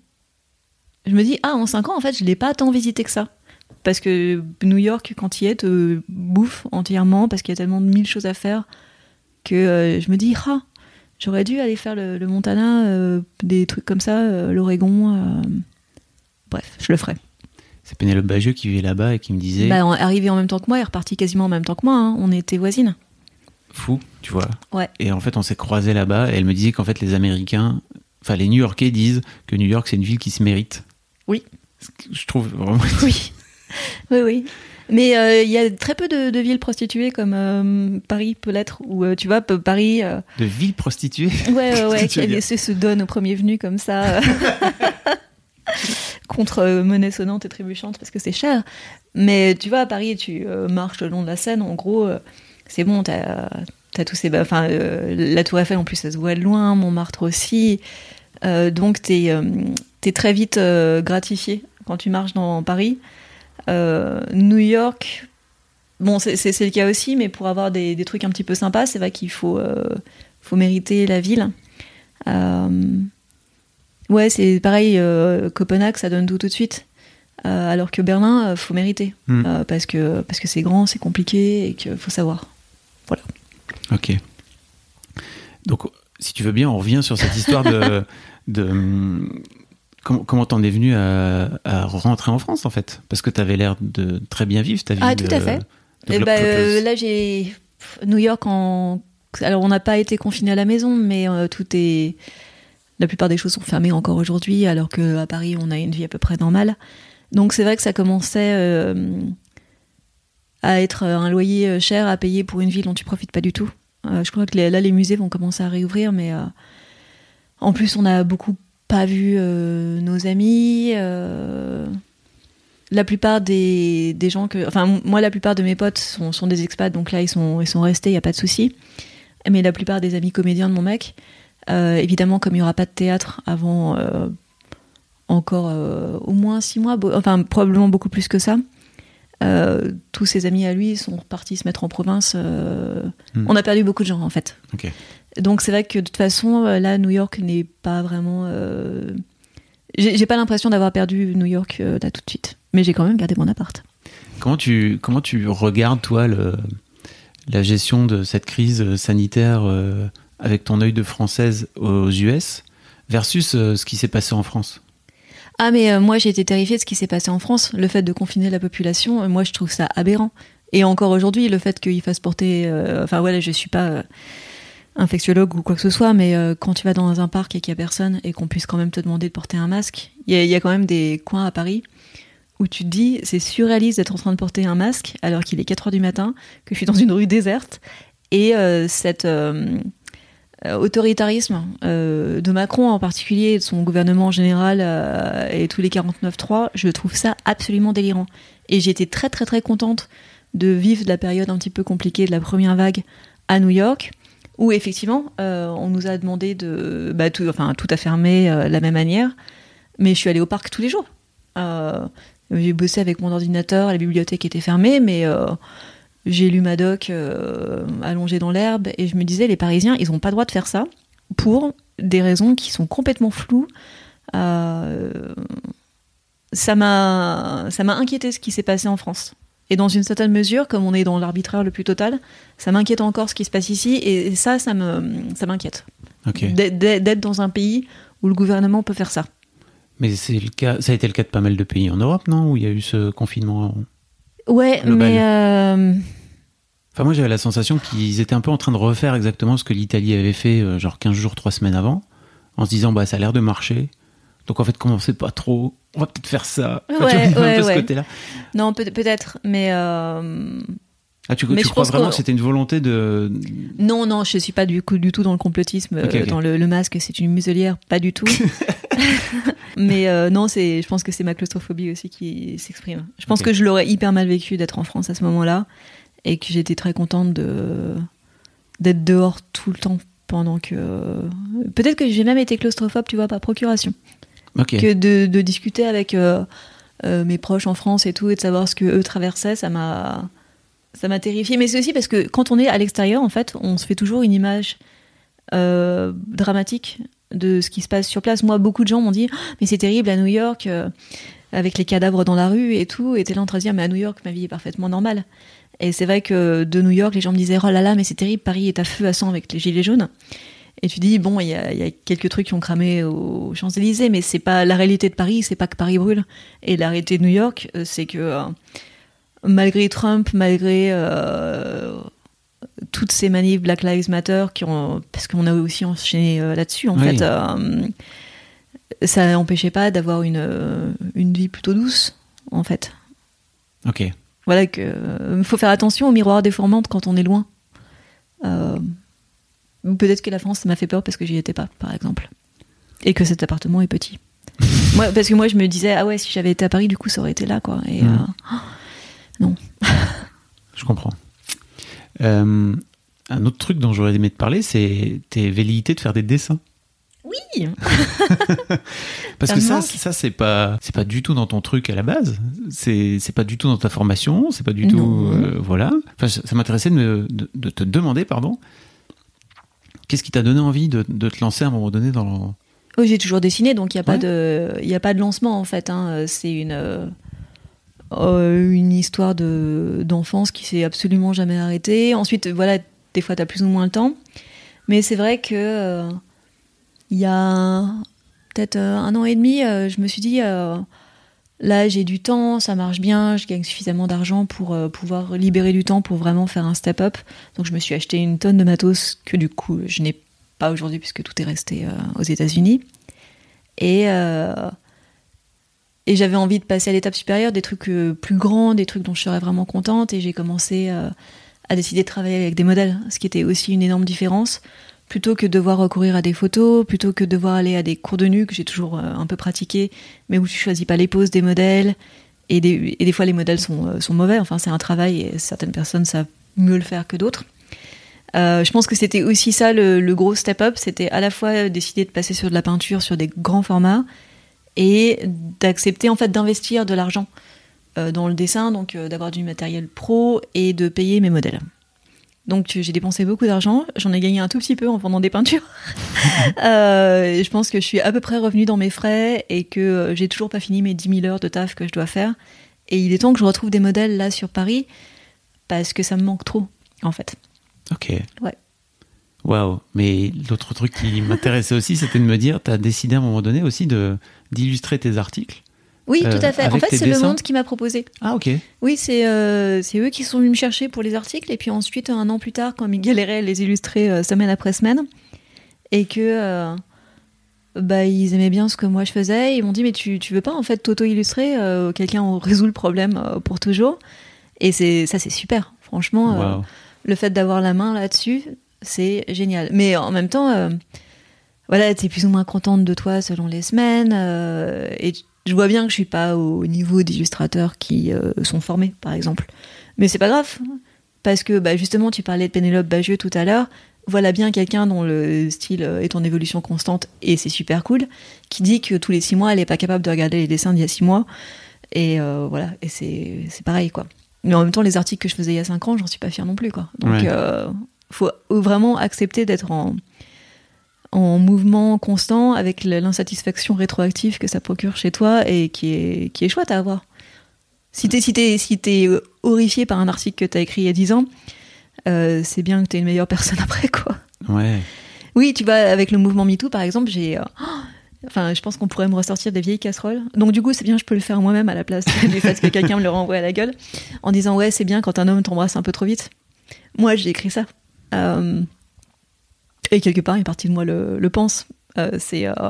[SPEAKER 3] je me dis, ah, en cinq ans, en fait, je l'ai pas tant visité que ça. Parce que New York, quand tu y es, te bouffe entièrement, parce qu'il y a tellement de mille choses à faire, que euh, je me dis, ah, j'aurais dû aller faire le, le Montana, euh, des trucs comme ça, euh, l'Oregon. Euh... Bref, je le ferai.
[SPEAKER 2] C'est Pénélope Bagieux qui vivait là-bas et qui me disait...
[SPEAKER 3] Bah, arrivé en même temps que moi, elle est repartie quasiment en même temps que moi, hein. On était voisines.
[SPEAKER 2] Fou, tu vois.
[SPEAKER 3] Ouais.
[SPEAKER 2] Et en fait, on s'est croisés là-bas, et elle me disait qu'en fait, les Américains, enfin, les New-Yorkais disent que New York, c'est une ville qui se mérite.
[SPEAKER 3] Oui.
[SPEAKER 2] Je trouve vraiment...
[SPEAKER 3] Oui, oui, oui. Mais il euh, y a très peu de, de villes prostituées comme euh, Paris peut l'être, ou euh, tu vois, Paris... Euh...
[SPEAKER 2] De villes prostituées ?
[SPEAKER 3] Ouais, ouais, ouais, qui a, se donne au premier venu comme ça, contre euh, monnaie sonnante et trébuchante, parce que c'est cher. Mais tu vois, à Paris, tu euh, marches le long de la Seine, en gros, euh, c'est bon, t'as, t'as tous ces... Enfin, euh, la Tour Eiffel, en plus, ça se voit de loin, Montmartre aussi. Euh, donc, t'es, euh, t'es très vite euh, gratifié quand tu marches dans Paris. Euh, New York, bon, c'est, c'est, c'est le cas aussi, mais pour avoir des, des trucs un petit peu sympas, c'est vrai qu'il faut, euh, faut mériter la ville. Euh, ouais, c'est pareil, euh, Copenhague, ça donne tout tout de suite. Euh, alors que Berlin, euh, faut mériter. Mmh. Euh, parce, que, parce que c'est grand, c'est compliqué, et qu'il faut savoir. Voilà.
[SPEAKER 2] Ok. Donc, si tu veux bien, on revient sur cette histoire de... de comment, comment t'en es venu à, à rentrer en France, en fait ? Parce que t'avais l'air de très bien vivre ta vie.
[SPEAKER 3] Ah, tout
[SPEAKER 2] de,
[SPEAKER 3] à fait. Et bah, euh, là, j'ai... New York, en... alors on n'a pas été confinés à la maison, mais euh, tout est... La plupart des choses sont fermées encore aujourd'hui, alors qu'à Paris, on a une vie à peu près normale. Donc c'est vrai que ça commençait euh, à être un loyer cher à payer pour une ville dont tu profites pas du tout. Euh, je crois que les, là, les musées vont commencer à réouvrir, mais euh, en plus, on a beaucoup pas vu euh, nos amis. Euh, la plupart des, des gens que... Enfin, moi, la plupart de mes potes sont, sont des expats, donc là, ils sont, ils sont restés, il n'y a pas de souci. Mais la plupart des amis comédiens de mon mec, euh, évidemment, comme il n'y aura pas de théâtre avant... Euh, encore euh, au moins six mois, bo- enfin probablement beaucoup plus que ça. Euh, tous ses amis à lui sont repartis se mettre en province. Euh, mmh. On a perdu beaucoup de gens, en fait.
[SPEAKER 2] Okay.
[SPEAKER 3] Donc c'est vrai que de toute façon, là, New York n'est pas vraiment... Euh... J'ai, j'ai pas l'impression d'avoir perdu New York euh, là tout de suite. Mais j'ai quand même gardé mon appart.
[SPEAKER 2] Comment tu, comment tu regardes, toi, le, la gestion de cette crise sanitaire euh, avec ton œil de Française aux U S versus euh, ce qui s'est passé en France ?
[SPEAKER 3] Ah mais euh, moi j'ai été terrifiée de ce qui s'est passé en France. Le fait de confiner la population, euh, moi je trouve ça aberrant. Et encore aujourd'hui, le fait qu'il fasse porter... Euh, enfin voilà, je suis pas euh, infectiologue ou quoi que ce soit, mais euh, quand tu vas dans un parc et qu'il y a personne et qu'on puisse quand même te demander de porter un masque, il y, y a quand même des coins à Paris où tu te dis c'est surréaliste d'être en train de porter un masque alors qu'il est quatre heures du matin, que je suis dans une rue déserte, et euh, cette... Euh, Euh, autoritarisme euh, de Macron en particulier, et de son gouvernement en général, euh, et tous les quarante-neuf trois, je trouve ça absolument délirant. Et j'étais très très très contente de vivre la période un petit peu compliquée de la première vague à New York, où effectivement euh, on nous a demandé de bah, tout, enfin, tout a fermé euh, de la même manière, mais je suis allée au parc tous les jours. Euh, j'ai bossé avec mon ordinateur, la bibliothèque était fermée, mais euh, j'ai lu Madoc euh, allongé dans l'herbe, et je me disais, les Parisiens, ils n'ont pas le droit de faire ça pour des raisons qui sont complètement floues. Euh, ça m'a, ça m'a inquiété ce qui s'est passé en France. Et dans une certaine mesure, comme on est dans l'arbitraire le plus total, ça m'inquiète encore ce qui se passe ici, et ça, ça, me, ça m'inquiète.
[SPEAKER 2] Okay.
[SPEAKER 3] D'être, d'être dans un pays où le gouvernement peut faire ça.
[SPEAKER 2] Mais c'est le cas, ça a été le cas de pas mal de pays en Europe, non ? Où il y a eu ce confinement
[SPEAKER 3] Ouais, global. mais... Euh...
[SPEAKER 2] Enfin, moi, j'avais la sensation qu'ils étaient un peu en train de refaire exactement ce que l'Italie avait fait, euh, genre quinze jours, trois semaines avant, en se disant, bah, ça a l'air de marcher. Donc, en fait, comme on sait pas trop, on va peut-être faire ça. Enfin,
[SPEAKER 3] ouais,
[SPEAKER 2] tu vois,
[SPEAKER 3] ouais,
[SPEAKER 2] un peu
[SPEAKER 3] ouais.
[SPEAKER 2] ce côté-là.
[SPEAKER 3] Non, peut- peut-être, mais... Euh...
[SPEAKER 2] Ah, tu,
[SPEAKER 3] mais
[SPEAKER 2] tu crois vraiment
[SPEAKER 3] que...
[SPEAKER 2] que c'était une volonté de...
[SPEAKER 3] Non, non, je suis pas du, coup, du tout dans le complotisme,
[SPEAKER 2] okay,
[SPEAKER 3] euh,
[SPEAKER 2] okay.
[SPEAKER 3] dans le, le masque, c'est une muselière, pas du tout. Mais euh, non, c'est, je pense que c'est ma claustrophobie aussi qui s'exprime. Je pense okay. que je l'aurais hyper mal vécu d'être en France à ce moment-là, et que j'étais très contente de, d'être dehors tout le temps pendant que... Peut-être que j'ai même été claustrophobe, tu vois, par procuration.
[SPEAKER 2] Okay.
[SPEAKER 3] Que de, de discuter avec euh, euh, mes proches en France et tout, et de savoir ce qu'eux traversaient, ça m'a... Ça m'a terrifiée, mais c'est aussi parce que quand on est à l'extérieur, en fait, on se fait toujours une image euh, dramatique de ce qui se passe sur place. Moi, beaucoup de gens m'ont dit oh, « mais c'est terrible à New York, euh, avec les cadavres dans la rue et tout », et t'es là en train de dire « mais à New York, ma vie est parfaitement normale ». Et c'est vrai que de New York, les gens me disaient « oh là là, mais c'est terrible, Paris est à feu à sang avec les gilets jaunes ». Et tu dis « bon, il y a, y a quelques trucs qui ont cramé aux Champs-Élysées, mais c'est pas la réalité de Paris, c'est pas que Paris brûle. Et la réalité de New York, c'est que... Euh, malgré Trump, malgré euh, toutes ces manifs Black Lives Matter, qui ont, parce qu'on a aussi enchaîné euh, là-dessus, en oui. fait, euh, ça n'empêchait pas d'avoir une, euh, une vie plutôt douce, en fait.
[SPEAKER 2] Ok.
[SPEAKER 3] Voilà, que euh, faut faire attention aux miroirs déformantes quand on est loin. Euh, peut-être que la France, ça m'a fait peur parce que j'y étais pas, par exemple. Et que cet appartement est petit. moi, parce que moi, je me disais, ah ouais, si j'avais été à Paris, du coup, ça aurait été là, quoi. Et... Mmh. Euh, Non.
[SPEAKER 2] Je comprends. Euh, un autre truc dont j'aurais aimé te parler, c'est tes velléités de faire des dessins.
[SPEAKER 3] Oui.
[SPEAKER 2] Parce
[SPEAKER 3] ça
[SPEAKER 2] que ça,
[SPEAKER 3] manque.
[SPEAKER 2] ça c'est pas, c'est pas du tout dans ton truc à la base. C'est, c'est pas du tout dans ta formation. C'est pas du
[SPEAKER 3] Non.
[SPEAKER 2] tout, euh, voilà. Enfin, ça, ça m'intéressait de, me- de, de te demander, pardon, qu'est-ce qui t'a donné envie de, de te lancer à un moment donné dans.
[SPEAKER 3] Oui, j'ai toujours dessiné, donc il n'y a, pas
[SPEAKER 2] Ouais.
[SPEAKER 3] de- il y a pas de lancement en fait. Hein. C'est une, euh, euh, une histoire de, d'enfance qui s'est absolument jamais arrêtée. Ensuite, voilà, des fois, tu as plus ou moins le temps. Mais c'est vrai que euh, il y a peut-être euh, un an et demi, euh, je me suis dit, euh, là, j'ai du temps, ça marche bien, je gagne suffisamment d'argent pour euh, pouvoir libérer du temps pour vraiment faire un step-up. Donc, je me suis acheté une tonne de matos que du coup, je n'ai pas aujourd'hui puisque tout est resté euh, aux États-Unis. Et, euh, et j'avais envie de passer à l'étape supérieure, des trucs euh, plus grands, des trucs dont je serais vraiment contente. Et j'ai commencé euh, à décider de travailler avec des modèles, ce qui était aussi une énorme différence. Plutôt que de devoir recourir à des photos, plutôt que de devoir aller à des cours de nu que j'ai toujours euh, un peu pratiqué, mais où tu choisis pas les poses des modèles. Et des, et des fois, les modèles sont, euh, sont mauvais. Enfin, c'est un travail et certaines personnes savent mieux le faire que d'autres. Euh, je pense que c'était aussi ça le, le gros step-up, c'était à la fois décider de passer sur de la peinture, sur des grands formats, et d'accepter en fait d'investir de l'argent euh, dans le dessin, donc euh, d'avoir du matériel pro et de payer mes modèles. Donc j'ai dépensé beaucoup d'argent, j'en ai gagné un tout petit peu en vendant des peintures. euh, et je pense que je suis à peu près revenue dans mes frais et que euh, j'ai toujours pas fini mes dix mille heures de taf que je dois faire. Et il est temps que je retrouve des modèles là sur Paris parce que ça me manque trop en fait.
[SPEAKER 2] Ok.
[SPEAKER 3] Ouais.
[SPEAKER 2] Waouh. Mais l'autre truc qui m'intéressait aussi, c'était de me dire, t'as décidé à un moment donné aussi de d'illustrer tes articles.
[SPEAKER 3] Oui,
[SPEAKER 2] Euh,
[SPEAKER 3] tout à fait. En
[SPEAKER 2] avec
[SPEAKER 3] fait,
[SPEAKER 2] tes
[SPEAKER 3] c'est le
[SPEAKER 2] dessins
[SPEAKER 3] Monde qui m'a proposé.
[SPEAKER 2] Ah ok.
[SPEAKER 3] Oui, c'est euh, c'est eux qui sont venus me chercher pour les articles. Et puis ensuite, un an plus tard, quand ils galéraient à les illustrer euh, semaine après semaine, et que euh, bah, ils aimaient bien ce que moi je faisais, ils m'ont dit, mais tu, tu veux pas en fait t'auto-illustrer euh, quelqu'un résout le problème euh, pour toujours. Et c'est, ça, c'est super. Franchement, euh,
[SPEAKER 2] Wow.
[SPEAKER 3] le fait d'avoir la main là-dessus, c'est génial. Mais en même temps, euh, voilà, t'es plus ou moins contente de toi selon les semaines. Euh, et je vois bien que je suis pas au niveau d'illustrateurs qui euh, sont formés, par exemple. Mais c'est pas grave. Parce que, bah, justement, tu parlais de Pénélope Bagieux tout à l'heure. Voilà bien quelqu'un dont le style est en évolution constante, et c'est super cool, qui dit que tous les six mois, elle est pas capable de regarder les dessins d'il y a six mois. Et euh, voilà, et c'est, c'est pareil, quoi. Mais en même temps, les articles que je faisais il y a cinq ans, j'en suis pas fière non plus, quoi. Donc,
[SPEAKER 2] Ouais.
[SPEAKER 3] euh, faut vraiment accepter d'être en, en mouvement constant avec l'insatisfaction rétroactive que ça procure chez toi et qui est, qui est chouette à avoir. Si t'es, si t'es, si t'es horrifié par un article que t'as écrit il y a dix ans, euh, c'est bien que t'es une meilleure personne après, quoi.
[SPEAKER 2] Ouais.
[SPEAKER 3] Oui, tu vois, avec le mouvement MeToo, par exemple, j'ai... euh, oh, enfin, je pense qu'on pourrait me ressortir des vieilles casseroles. Donc du coup, c'est bien, je peux le faire moi-même à la place du fait que quelqu'un me le renvoie à la gueule, en disant, ouais, c'est bien quand un homme t'embrasse un peu trop vite. Moi, j'ai écrit ça. Euh, et quelque part, une partie de moi le, le pense. Euh, c'est euh,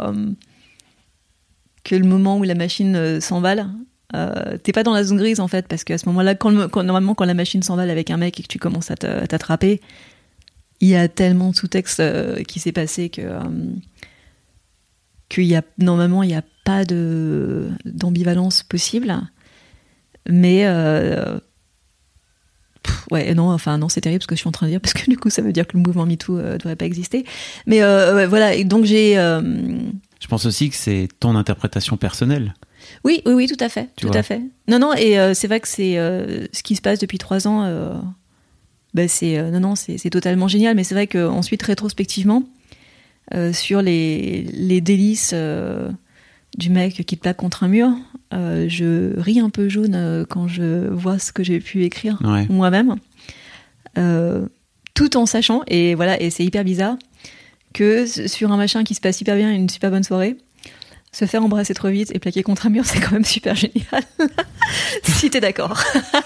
[SPEAKER 3] que le moment où la machine euh, s'emballe, euh, t'es pas dans la zone grise, en fait, parce qu'à ce moment-là, quand, le- quand- normalement, quand la machine s'emballe avec un mec et que tu commences à, te- à t'attraper, il y a tellement de sous-texte euh, qui s'est passé que... Euh, qu'il y a, normalement, il n'y a pas de, d'ambivalence possible. Mais... Euh, pff, ouais, non, enfin, non, c'est terrible ce que je suis en train de dire, parce que du coup, ça veut dire que le mouvement MeToo ne euh, devrait pas exister. Mais euh, ouais, voilà, et donc j'ai... Euh,
[SPEAKER 2] Je pense aussi que c'est ton interprétation personnelle.
[SPEAKER 3] Oui, oui, oui, tout à fait,
[SPEAKER 2] Tu
[SPEAKER 3] tout
[SPEAKER 2] vois.
[SPEAKER 3] à fait. Non, non, et euh, c'est vrai que c'est euh, ce qui se passe depuis trois ans. Euh, bah, c'est euh, non, non, c'est, c'est totalement génial. Mais c'est vrai qu'ensuite, rétrospectivement, euh, sur les les délices euh, du mec qui te plaque contre un mur, euh, je ris un peu jaune euh, quand je vois ce que j'ai pu écrire
[SPEAKER 2] Ouais.
[SPEAKER 3] moi-même, euh, tout en sachant, et voilà, et c'est hyper bizarre que sur un machin qui se passe hyper bien, une super bonne soirée, se faire embrasser trop vite et plaquer contre un mur, c'est quand même super génial. Si t'es d'accord.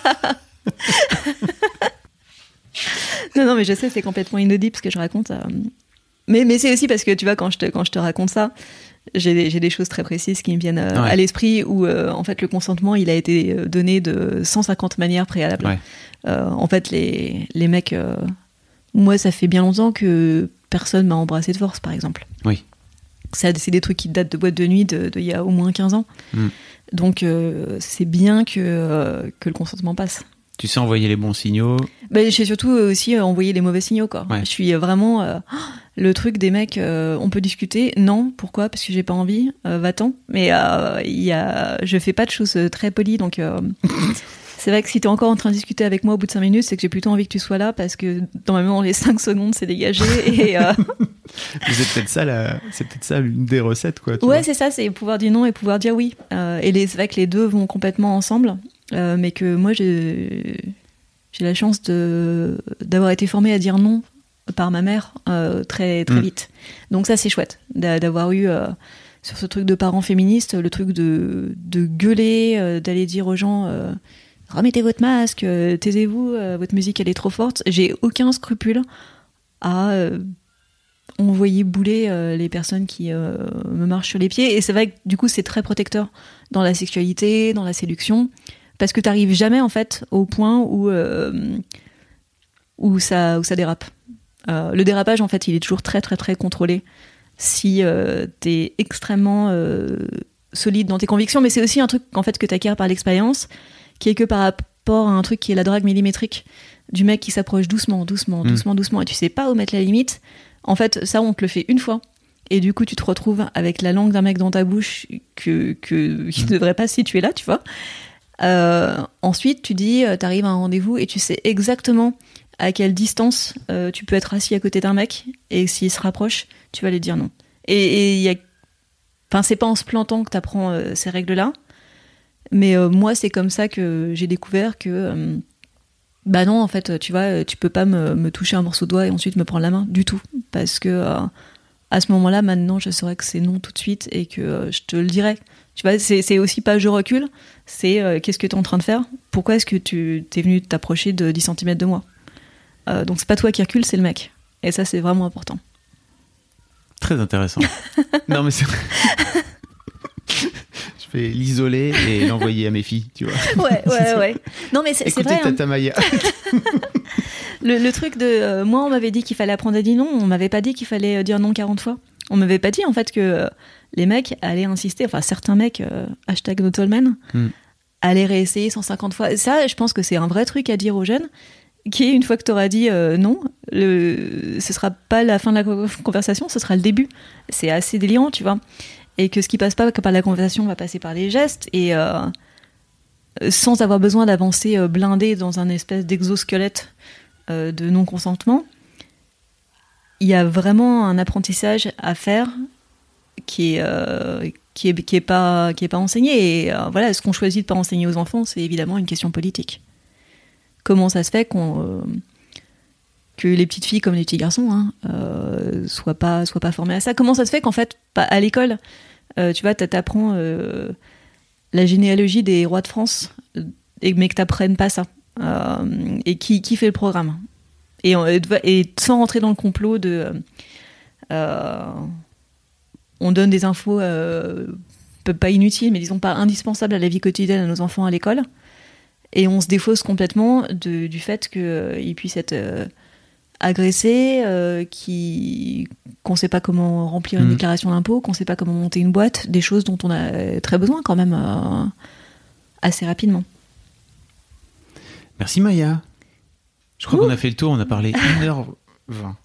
[SPEAKER 3] Non, non, mais je sais, c'est complètement inaudible ce que je raconte. euh. Mais, mais c'est aussi parce que, tu vois, quand je te, quand je te raconte ça, j'ai des, j'ai des choses très précises qui me viennent euh,
[SPEAKER 2] Ouais.
[SPEAKER 3] à l'esprit où, euh, en fait, le consentement, il a été donné de cent cinquante manières préalables.
[SPEAKER 2] Ouais.
[SPEAKER 3] Euh, en fait, les, les mecs... euh, moi, ça fait bien longtemps que personne m'a embrassé de force, par exemple.
[SPEAKER 2] Oui.
[SPEAKER 3] Ça, c'est des trucs qui datent de boîtes de nuit de, de il y a au moins quinze ans.
[SPEAKER 2] Mm.
[SPEAKER 3] Donc, euh, c'est bien que, euh, que le consentement passe.
[SPEAKER 2] Tu sais envoyer les bons signaux.
[SPEAKER 3] Bah, j'ai surtout aussi envoyé les mauvais signaux, quoi.
[SPEAKER 2] Ouais.
[SPEAKER 3] Je suis vraiment euh, le truc des mecs. Euh, on peut discuter. Non, pourquoi ? Parce que j'ai pas envie. Euh, va-t'en. Mais euh, y a, je fais pas de choses très polies, donc. Euh, c'est vrai que si t'es encore en train de discuter avec moi au bout de cinq minutes, c'est que j'ai plutôt envie que tu sois là parce que normalement les cinq secondes c'est dégagé et. Euh...
[SPEAKER 2] c'est peut-être ça, la... c'est peut-être ça l'une des recettes, quoi. Tu
[SPEAKER 3] ouais,
[SPEAKER 2] vois.
[SPEAKER 3] c'est ça, c'est pouvoir dire non et pouvoir dire oui. Euh, et les... c'est vrai que les deux vont complètement ensemble. Euh, mais que moi j'ai j'ai la chance de d'avoir été formée à dire non par ma mère euh, très très mmh. vite. Donc ça c'est chouette d'avoir eu euh, sur ce truc de parents féministes le truc de de gueuler, euh, d'aller dire aux gens euh, remettez votre masque, euh, taisez-vous, euh, votre musique elle est trop forte. J'ai aucun scrupule à euh, envoyer bouler euh, les personnes qui euh, me marchent sur les pieds. Et c'est vrai que du coup c'est très protecteur dans la sexualité, dans la séduction. Parce que t'arrives jamais en fait au point où euh, où ça où ça dérape. Euh, le dérapage en fait il est toujours très très très contrôlé si euh, t'es extrêmement euh, solide dans tes convictions, mais c'est aussi un truc en fait que t'acquiers par l'expérience, qui est que par rapport à un truc qui est la drague millimétrique du mec qui s'approche doucement, doucement, mmh. doucement, doucement, et tu sais pas où mettre la limite. En fait ça on te le fait une fois. Et du coup, tu te retrouves avec la langue d'un mec dans ta bouche que que qui ne devrait pas se situer là, tu vois. Euh, ensuite, tu dis, euh, t'arrives à un rendez-vous et tu sais exactement à quelle distance euh, tu peux être assis à côté d'un mec et s'il se rapproche, tu vas lui dire non. Et il y a, enfin, c'est pas en se plantant que t'apprends euh, ces règles-là, mais euh, moi, c'est comme ça que j'ai découvert que, euh, bah non, en fait, tu vois, tu peux pas me, me toucher un morceau de doigt et ensuite me prendre la main du tout, parce que euh, à ce moment-là, maintenant, je saurais que c'est non tout de suite et que euh, je te le dirai. Tu vois, c'est, c'est aussi pas je recule, c'est euh, qu'est-ce que t'es en train de faire ? Pourquoi est-ce que tu t'es venu t'approcher de dix centimètres de moi ? euh, Donc c'est pas toi qui recule, c'est le mec. Et ça, c'est vraiment important.
[SPEAKER 2] Très intéressant. Non, mais c'est... je vais l'isoler et l'envoyer à mes filles, tu vois.
[SPEAKER 3] Ouais, ouais, ouais. Non, mais c'est,
[SPEAKER 2] écoutez,
[SPEAKER 3] c'est vrai.
[SPEAKER 2] Écoutez, Tata Maya.
[SPEAKER 3] le, le truc de... Euh, moi, on m'avait dit qu'il fallait apprendre à dire non, on m'avait pas dit qu'il fallait dire non quarante fois. On m'avait pas dit, en fait, que... Euh, les mecs allaient insister, enfin certains mecs, euh, hashtag Notolman, mm. allaient réessayer cent cinquante fois. Ça, je pense que c'est un vrai truc à dire aux jeunes, qui est une fois que t'auras dit euh, non, le, ce sera pas la fin de la conversation, ce sera le début. C'est assez délirant, tu vois. Et que ce qui passe pas par la conversation va passer par les gestes, et euh, sans avoir besoin d'avancer euh, blindé dans un espèce d'exosquelette euh, de non-consentement, il y a vraiment un apprentissage à faire qui est euh, qui est qui est pas qui est pas enseigné. Et euh, voilà, ce qu'on choisit de pas enseigner aux enfants, c'est évidemment une question politique. Comment ça se fait qu'on euh, que les petites filles comme les petits garçons hein, euh, soient pas soient pas formés à ça ? Comment ça se fait qu'en fait à l'école euh, tu vois t'apprends euh, la généalogie des rois de France et mais que t'apprennes pas ça euh, et qui qui fait le programme et, et sans rentrer dans le complot de euh, on donne des infos euh, pas inutiles, mais disons pas indispensables à la vie quotidienne à nos enfants à l'école, et on se défausse complètement de, du fait qu'ils euh, puissent être euh, agressés, euh, qui, qu'on sait pas comment remplir une mmh. déclaration d'impôt, qu'on sait pas comment monter une boîte, des choses dont on a très besoin quand même euh, assez rapidement.
[SPEAKER 2] Merci Maya. Je crois Ouh. qu'on a fait le tour, on a parlé une heure vingt.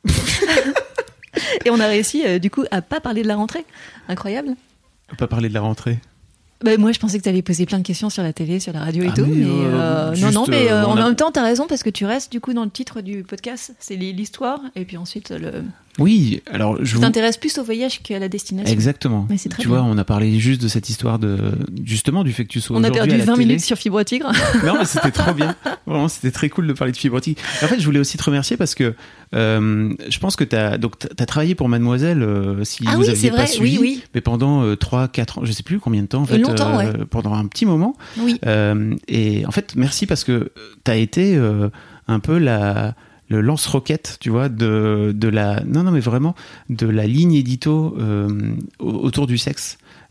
[SPEAKER 3] Et on a réussi, euh, du coup, à pas parler de la rentrée. Incroyable.
[SPEAKER 2] À pas parler de la rentrée.
[SPEAKER 3] Bah, moi, je pensais que tu allais poser plein de questions sur la télé, sur la radio et
[SPEAKER 2] ah
[SPEAKER 3] tout.
[SPEAKER 2] Mais,
[SPEAKER 3] mais
[SPEAKER 2] euh,
[SPEAKER 3] euh, non, non, mais euh, en
[SPEAKER 2] a...
[SPEAKER 3] même temps, t'as raison, parce que tu restes, du coup, dans le titre du podcast. C'est l'histoire, et puis ensuite, le...
[SPEAKER 2] Oui, alors... Je
[SPEAKER 3] tu
[SPEAKER 2] vous...
[SPEAKER 3] t'intéresses plus au voyage qu'à la destination.
[SPEAKER 2] Exactement.
[SPEAKER 3] Mais c'est très
[SPEAKER 2] tu
[SPEAKER 3] bien.
[SPEAKER 2] vois, on a parlé juste de cette histoire de... Justement, du fait que tu sois
[SPEAKER 3] on
[SPEAKER 2] aujourd'hui à la télé.
[SPEAKER 3] On a perdu vingt minutes sur Fibre Tigre.
[SPEAKER 2] Non, mais c'était trop bien. Vraiment, c'était très cool de parler de Fibre Tigre. En fait, je voulais aussi te remercier parce que euh, je pense que t'as, donc, t'as travaillé pour Mademoiselle, euh, si
[SPEAKER 3] ah
[SPEAKER 2] vous
[SPEAKER 3] oui,
[SPEAKER 2] aviez
[SPEAKER 3] c'est
[SPEAKER 2] pas
[SPEAKER 3] vrai.
[SPEAKER 2] suivi,
[SPEAKER 3] oui, oui.
[SPEAKER 2] mais pendant euh, trois quatre ans, je sais plus combien de temps, en fait.
[SPEAKER 3] Longtemps,
[SPEAKER 2] euh,
[SPEAKER 3] ouais.
[SPEAKER 2] Pendant un petit moment.
[SPEAKER 3] Oui.
[SPEAKER 2] Euh, et en fait, merci parce que t'as été euh, un peu la... le lance-roquette, tu vois, de, de la... Non, non, mais vraiment, de la ligne édito euh, autour du sexe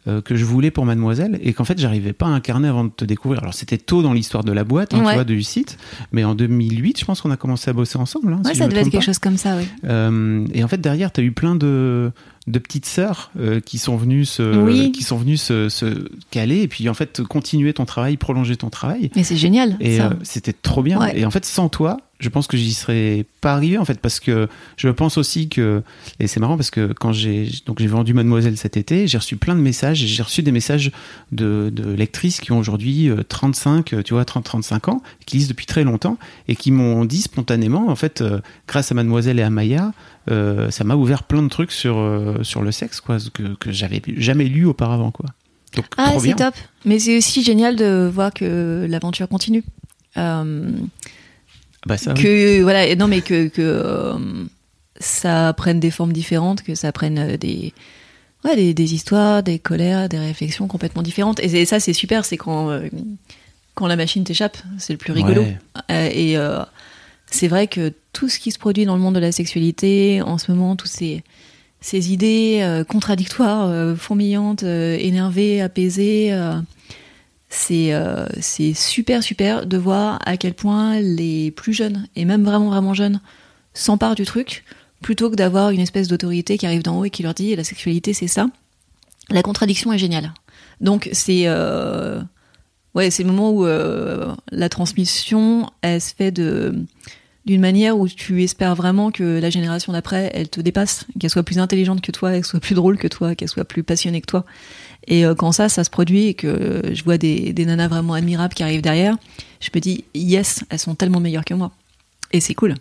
[SPEAKER 2] euh, que je voulais pour Mademoiselle et qu'en fait j'arrivais pas à incarner avant de te découvrir. Alors c'était tôt dans l'histoire de la boîte, hein, ouais. tu vois, du site, mais en deux mille huit, je pense qu'on a commencé à bosser ensemble. Hein,
[SPEAKER 3] ouais,
[SPEAKER 2] si
[SPEAKER 3] ça
[SPEAKER 2] je
[SPEAKER 3] devait
[SPEAKER 2] me
[SPEAKER 3] être quelque
[SPEAKER 2] pas.
[SPEAKER 3] chose comme ça, oui.
[SPEAKER 2] Euh, et en fait derrière, t'as eu plein de de petites sœurs euh, qui sont venues se
[SPEAKER 3] oui.
[SPEAKER 2] qui sont venues se, se caler et puis en fait continuer ton travail, prolonger ton travail.
[SPEAKER 3] Mais c'est génial.
[SPEAKER 2] Et
[SPEAKER 3] ça.
[SPEAKER 2] Euh, c'était trop bien. Ouais. Et en fait sans toi, je pense que j'y serais pas arrivé en fait parce que je pense aussi que et c'est marrant parce que quand j'ai donc j'ai vendu Mademoiselle cet été, j'ai reçu plein de messages et j'ai reçu des messages de, de lectrices qui ont aujourd'hui trente-cinq, tu vois, trente trente-cinq ans, qui lisent depuis très longtemps et qui m'ont dit spontanément en fait euh, grâce à Mademoiselle et à Maya, euh, ça m'a ouvert plein de trucs sur euh, sur le sexe quoi que que j'avais jamais lu auparavant quoi. Donc,
[SPEAKER 3] ah
[SPEAKER 2] trop
[SPEAKER 3] c'est
[SPEAKER 2] bien.
[SPEAKER 3] top. Mais c'est aussi génial de voir que l'aventure continue. Euh...
[SPEAKER 2] Bah ça,
[SPEAKER 3] que
[SPEAKER 2] oui.
[SPEAKER 3] voilà, non mais que que euh, ça prenne des formes différentes, que ça prenne des ouais des, des histoires, des colères, des réflexions complètement différentes. Et, et ça c'est super, c'est quand euh, quand la machine t'échappe, c'est le plus rigolo.
[SPEAKER 2] Ouais.
[SPEAKER 3] Euh, et euh, c'est vrai que tout ce qui se produit dans le monde de la sexualité en ce moment, tous ces ces idées euh, contradictoires, euh, fourmillantes, euh, énervées, apaisées. Euh, C'est, euh, c'est super super de voir à quel point les plus jeunes, et même vraiment vraiment jeunes, s'emparent du truc, plutôt que d'avoir une espèce d'autorité qui arrive d'en haut et qui leur dit la sexualité c'est ça. La contradiction est géniale. Donc c'est, euh, ouais, c'est le moment où euh, la transmission, elle se fait de, d'une manière où tu espères vraiment que la génération d'après, elle te dépasse, qu'elle soit plus intelligente que toi, qu'elle soit plus drôle que toi, qu'elle soit plus passionnée que toi. Et euh, quand ça, ça se produit et que je vois des, des nanas vraiment admirables qui arrivent derrière, je me dis, yes, elles sont tellement meilleures que moi. Et c'est cool.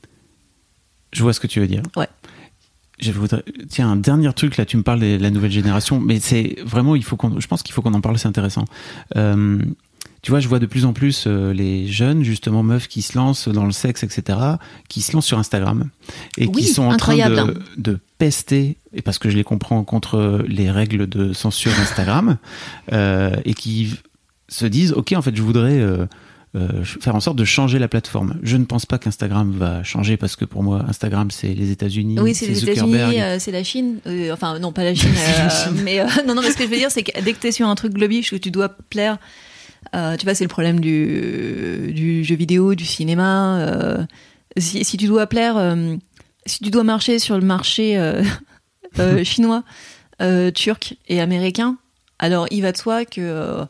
[SPEAKER 2] Je vois ce que tu veux dire.
[SPEAKER 3] Ouais.
[SPEAKER 2] Je voudrais... Tiens, un dernier truc, là, tu me parles de la nouvelle génération, mais c'est vraiment, il faut qu'on... je pense qu'il faut qu'on en parle, c'est intéressant. Euh, tu vois, je vois de plus en plus euh, les jeunes, justement, meufs qui se lancent dans le sexe, et cetera, qui se lancent sur Instagram et
[SPEAKER 3] oui,
[SPEAKER 2] qui sont en
[SPEAKER 3] incroyable.
[SPEAKER 2] train de, de pester, et parce que je les comprends, contre les règles de censure d'Instagram, euh, et qui se disent, ok, en fait, je voudrais... Euh, Euh, faire en sorte de changer la plateforme. Je ne pense pas qu'Instagram va changer parce que pour moi, Instagram, c'est les États-Unis,
[SPEAKER 3] oui, c'est,
[SPEAKER 2] c'est
[SPEAKER 3] les
[SPEAKER 2] Zuckerberg.
[SPEAKER 3] États-Unis, euh, c'est la Chine. Euh, enfin, non, pas la Chine. Euh, mais euh, non, non, mais ce que je veux dire, c'est que dès que t'es sur un truc globish où tu dois plaire, euh, tu vois, c'est le problème du, du jeu vidéo, du cinéma. Euh, si, si tu dois plaire, euh, si tu dois marcher sur le marché euh, euh, chinois, euh, turc et américain, alors il va de soi que euh,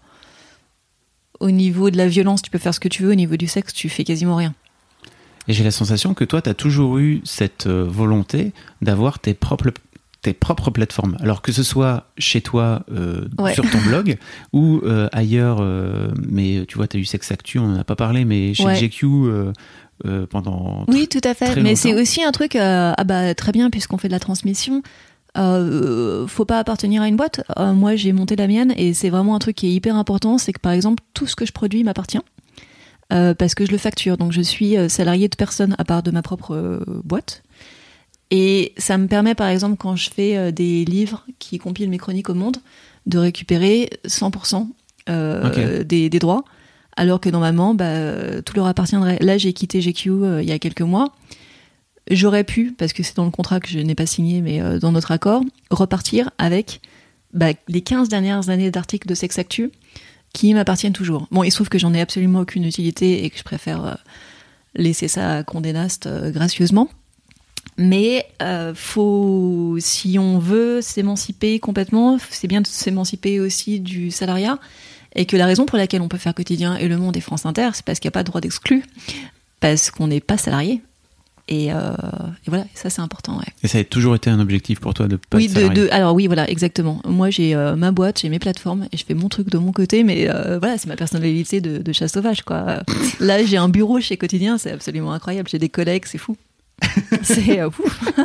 [SPEAKER 3] au niveau de la violence, tu peux faire ce que tu veux. Au niveau du sexe, tu fais quasiment rien.
[SPEAKER 2] Et j'ai la sensation que toi, tu as toujours eu cette euh, volonté d'avoir tes propres, tes propres plateformes. Alors que ce soit chez toi, euh,
[SPEAKER 3] ouais.
[SPEAKER 2] sur ton blog, ou euh, ailleurs, euh, mais tu vois, tu as eu Sexactu, on n'en a pas parlé, mais chez
[SPEAKER 3] ouais.
[SPEAKER 2] G Q euh, euh, pendant
[SPEAKER 3] Oui, tout à fait.
[SPEAKER 2] très
[SPEAKER 3] mais
[SPEAKER 2] longtemps.
[SPEAKER 3] c'est aussi un truc, euh, ah bah, très bien, puisqu'on fait de la transmission. Euh, faut pas appartenir à une boîte. Euh, moi, j'ai monté la mienne et c'est vraiment un truc qui est hyper important. C'est que par exemple, tout ce que je produis m'appartient euh, parce que je le facture. Donc, je suis salariée de personne à part de ma propre euh, boîte. Et ça me permet, par exemple, quand je fais euh, des livres qui compilent mes chroniques au Monde, de récupérer cent pour cent euh, okay. des, des droits, alors que normalement, bah, tout leur appartiendrait. Là, j'ai quitté G Q euh, il y a quelques mois. J'aurais pu, parce que c'est dans le contrat que je n'ai pas signé, mais euh, dans notre accord, repartir avec bah, les quinze dernières années d'articles de Sexactu qui m'appartiennent toujours. Bon, il se trouve que j'en ai absolument aucune utilité et que je préfère euh, laisser ça à Condé Nast euh, gracieusement. Mais euh, faut, si on veut s'émanciper complètement, c'est bien de s'émanciper aussi du salariat. Et que la raison pour laquelle on peut faire Quotidien et Le Monde et France Inter, c'est parce qu'il n'y a pas de droit d'exclus, parce qu'on n'est pas salarié. Et, euh, et voilà, ça c'est important. Ouais.
[SPEAKER 2] Et ça a toujours été un objectif pour toi de pas
[SPEAKER 3] oui,
[SPEAKER 2] être
[SPEAKER 3] de,
[SPEAKER 2] salarié.
[SPEAKER 3] de, alors oui, voilà, exactement. Moi j'ai euh, ma boîte, j'ai mes plateformes et je fais mon truc de mon côté, mais euh, voilà, c'est ma personnalité de, de chat sauvage, quoi. Là, j'ai un bureau chez Quotidien, c'est absolument incroyable. J'ai des collègues, c'est fou. C'est euh,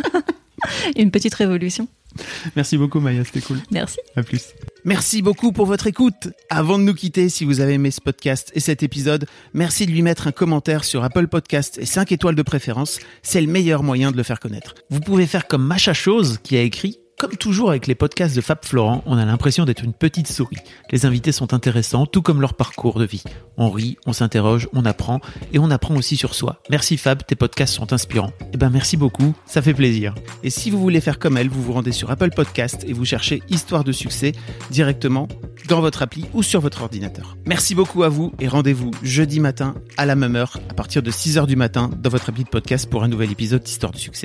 [SPEAKER 3] une petite révolution.
[SPEAKER 2] Merci beaucoup Maya, c'était cool.
[SPEAKER 3] Merci.
[SPEAKER 2] À plus. Merci beaucoup pour votre écoute. Avant de nous quitter, si vous avez aimé ce podcast et cet épisode, merci de lui mettre un commentaire sur Apple Podcasts et cinq étoiles de préférence. C'est le meilleur moyen de le faire connaître. Vous pouvez faire comme Macha Chose qui a écrit Comme toujours avec les podcasts de Fab Florent, on a l'impression d'être une petite souris. Les invités sont intéressants, tout comme leur parcours de vie. On rit, on s'interroge, on apprend, et on apprend aussi sur soi. Merci Fab, tes podcasts sont inspirants. Eh ben merci beaucoup, ça fait plaisir. Et si vous voulez faire comme elle, vous vous rendez sur Apple Podcast et vous cherchez Histoire de succès directement dans votre appli ou sur votre ordinateur. Merci beaucoup à vous et rendez-vous jeudi matin à la même heure, à partir de six heures du matin, dans votre appli de podcast pour un nouvel épisode d'Histoire de succès.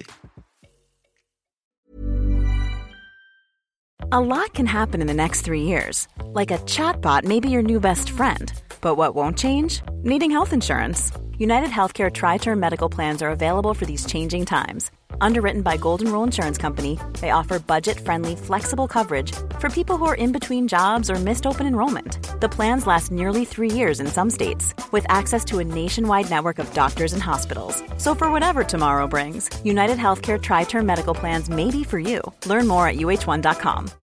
[SPEAKER 1] A lot can happen in the next three years. Like a chatbot may be your new best friend. But what won't change? Needing health insurance. United Healthcare Tri-Term Medical Plans are available for these changing times. Underwritten by Golden Rule Insurance Company, they offer budget-friendly, flexible coverage for people who are in between jobs or missed open enrollment. The plans last nearly three years in some states, with access to a nationwide network of doctors and hospitals. So for whatever tomorrow brings, United Healthcare Tri-Term Medical Plans may be for you. Learn more at U H one dot com.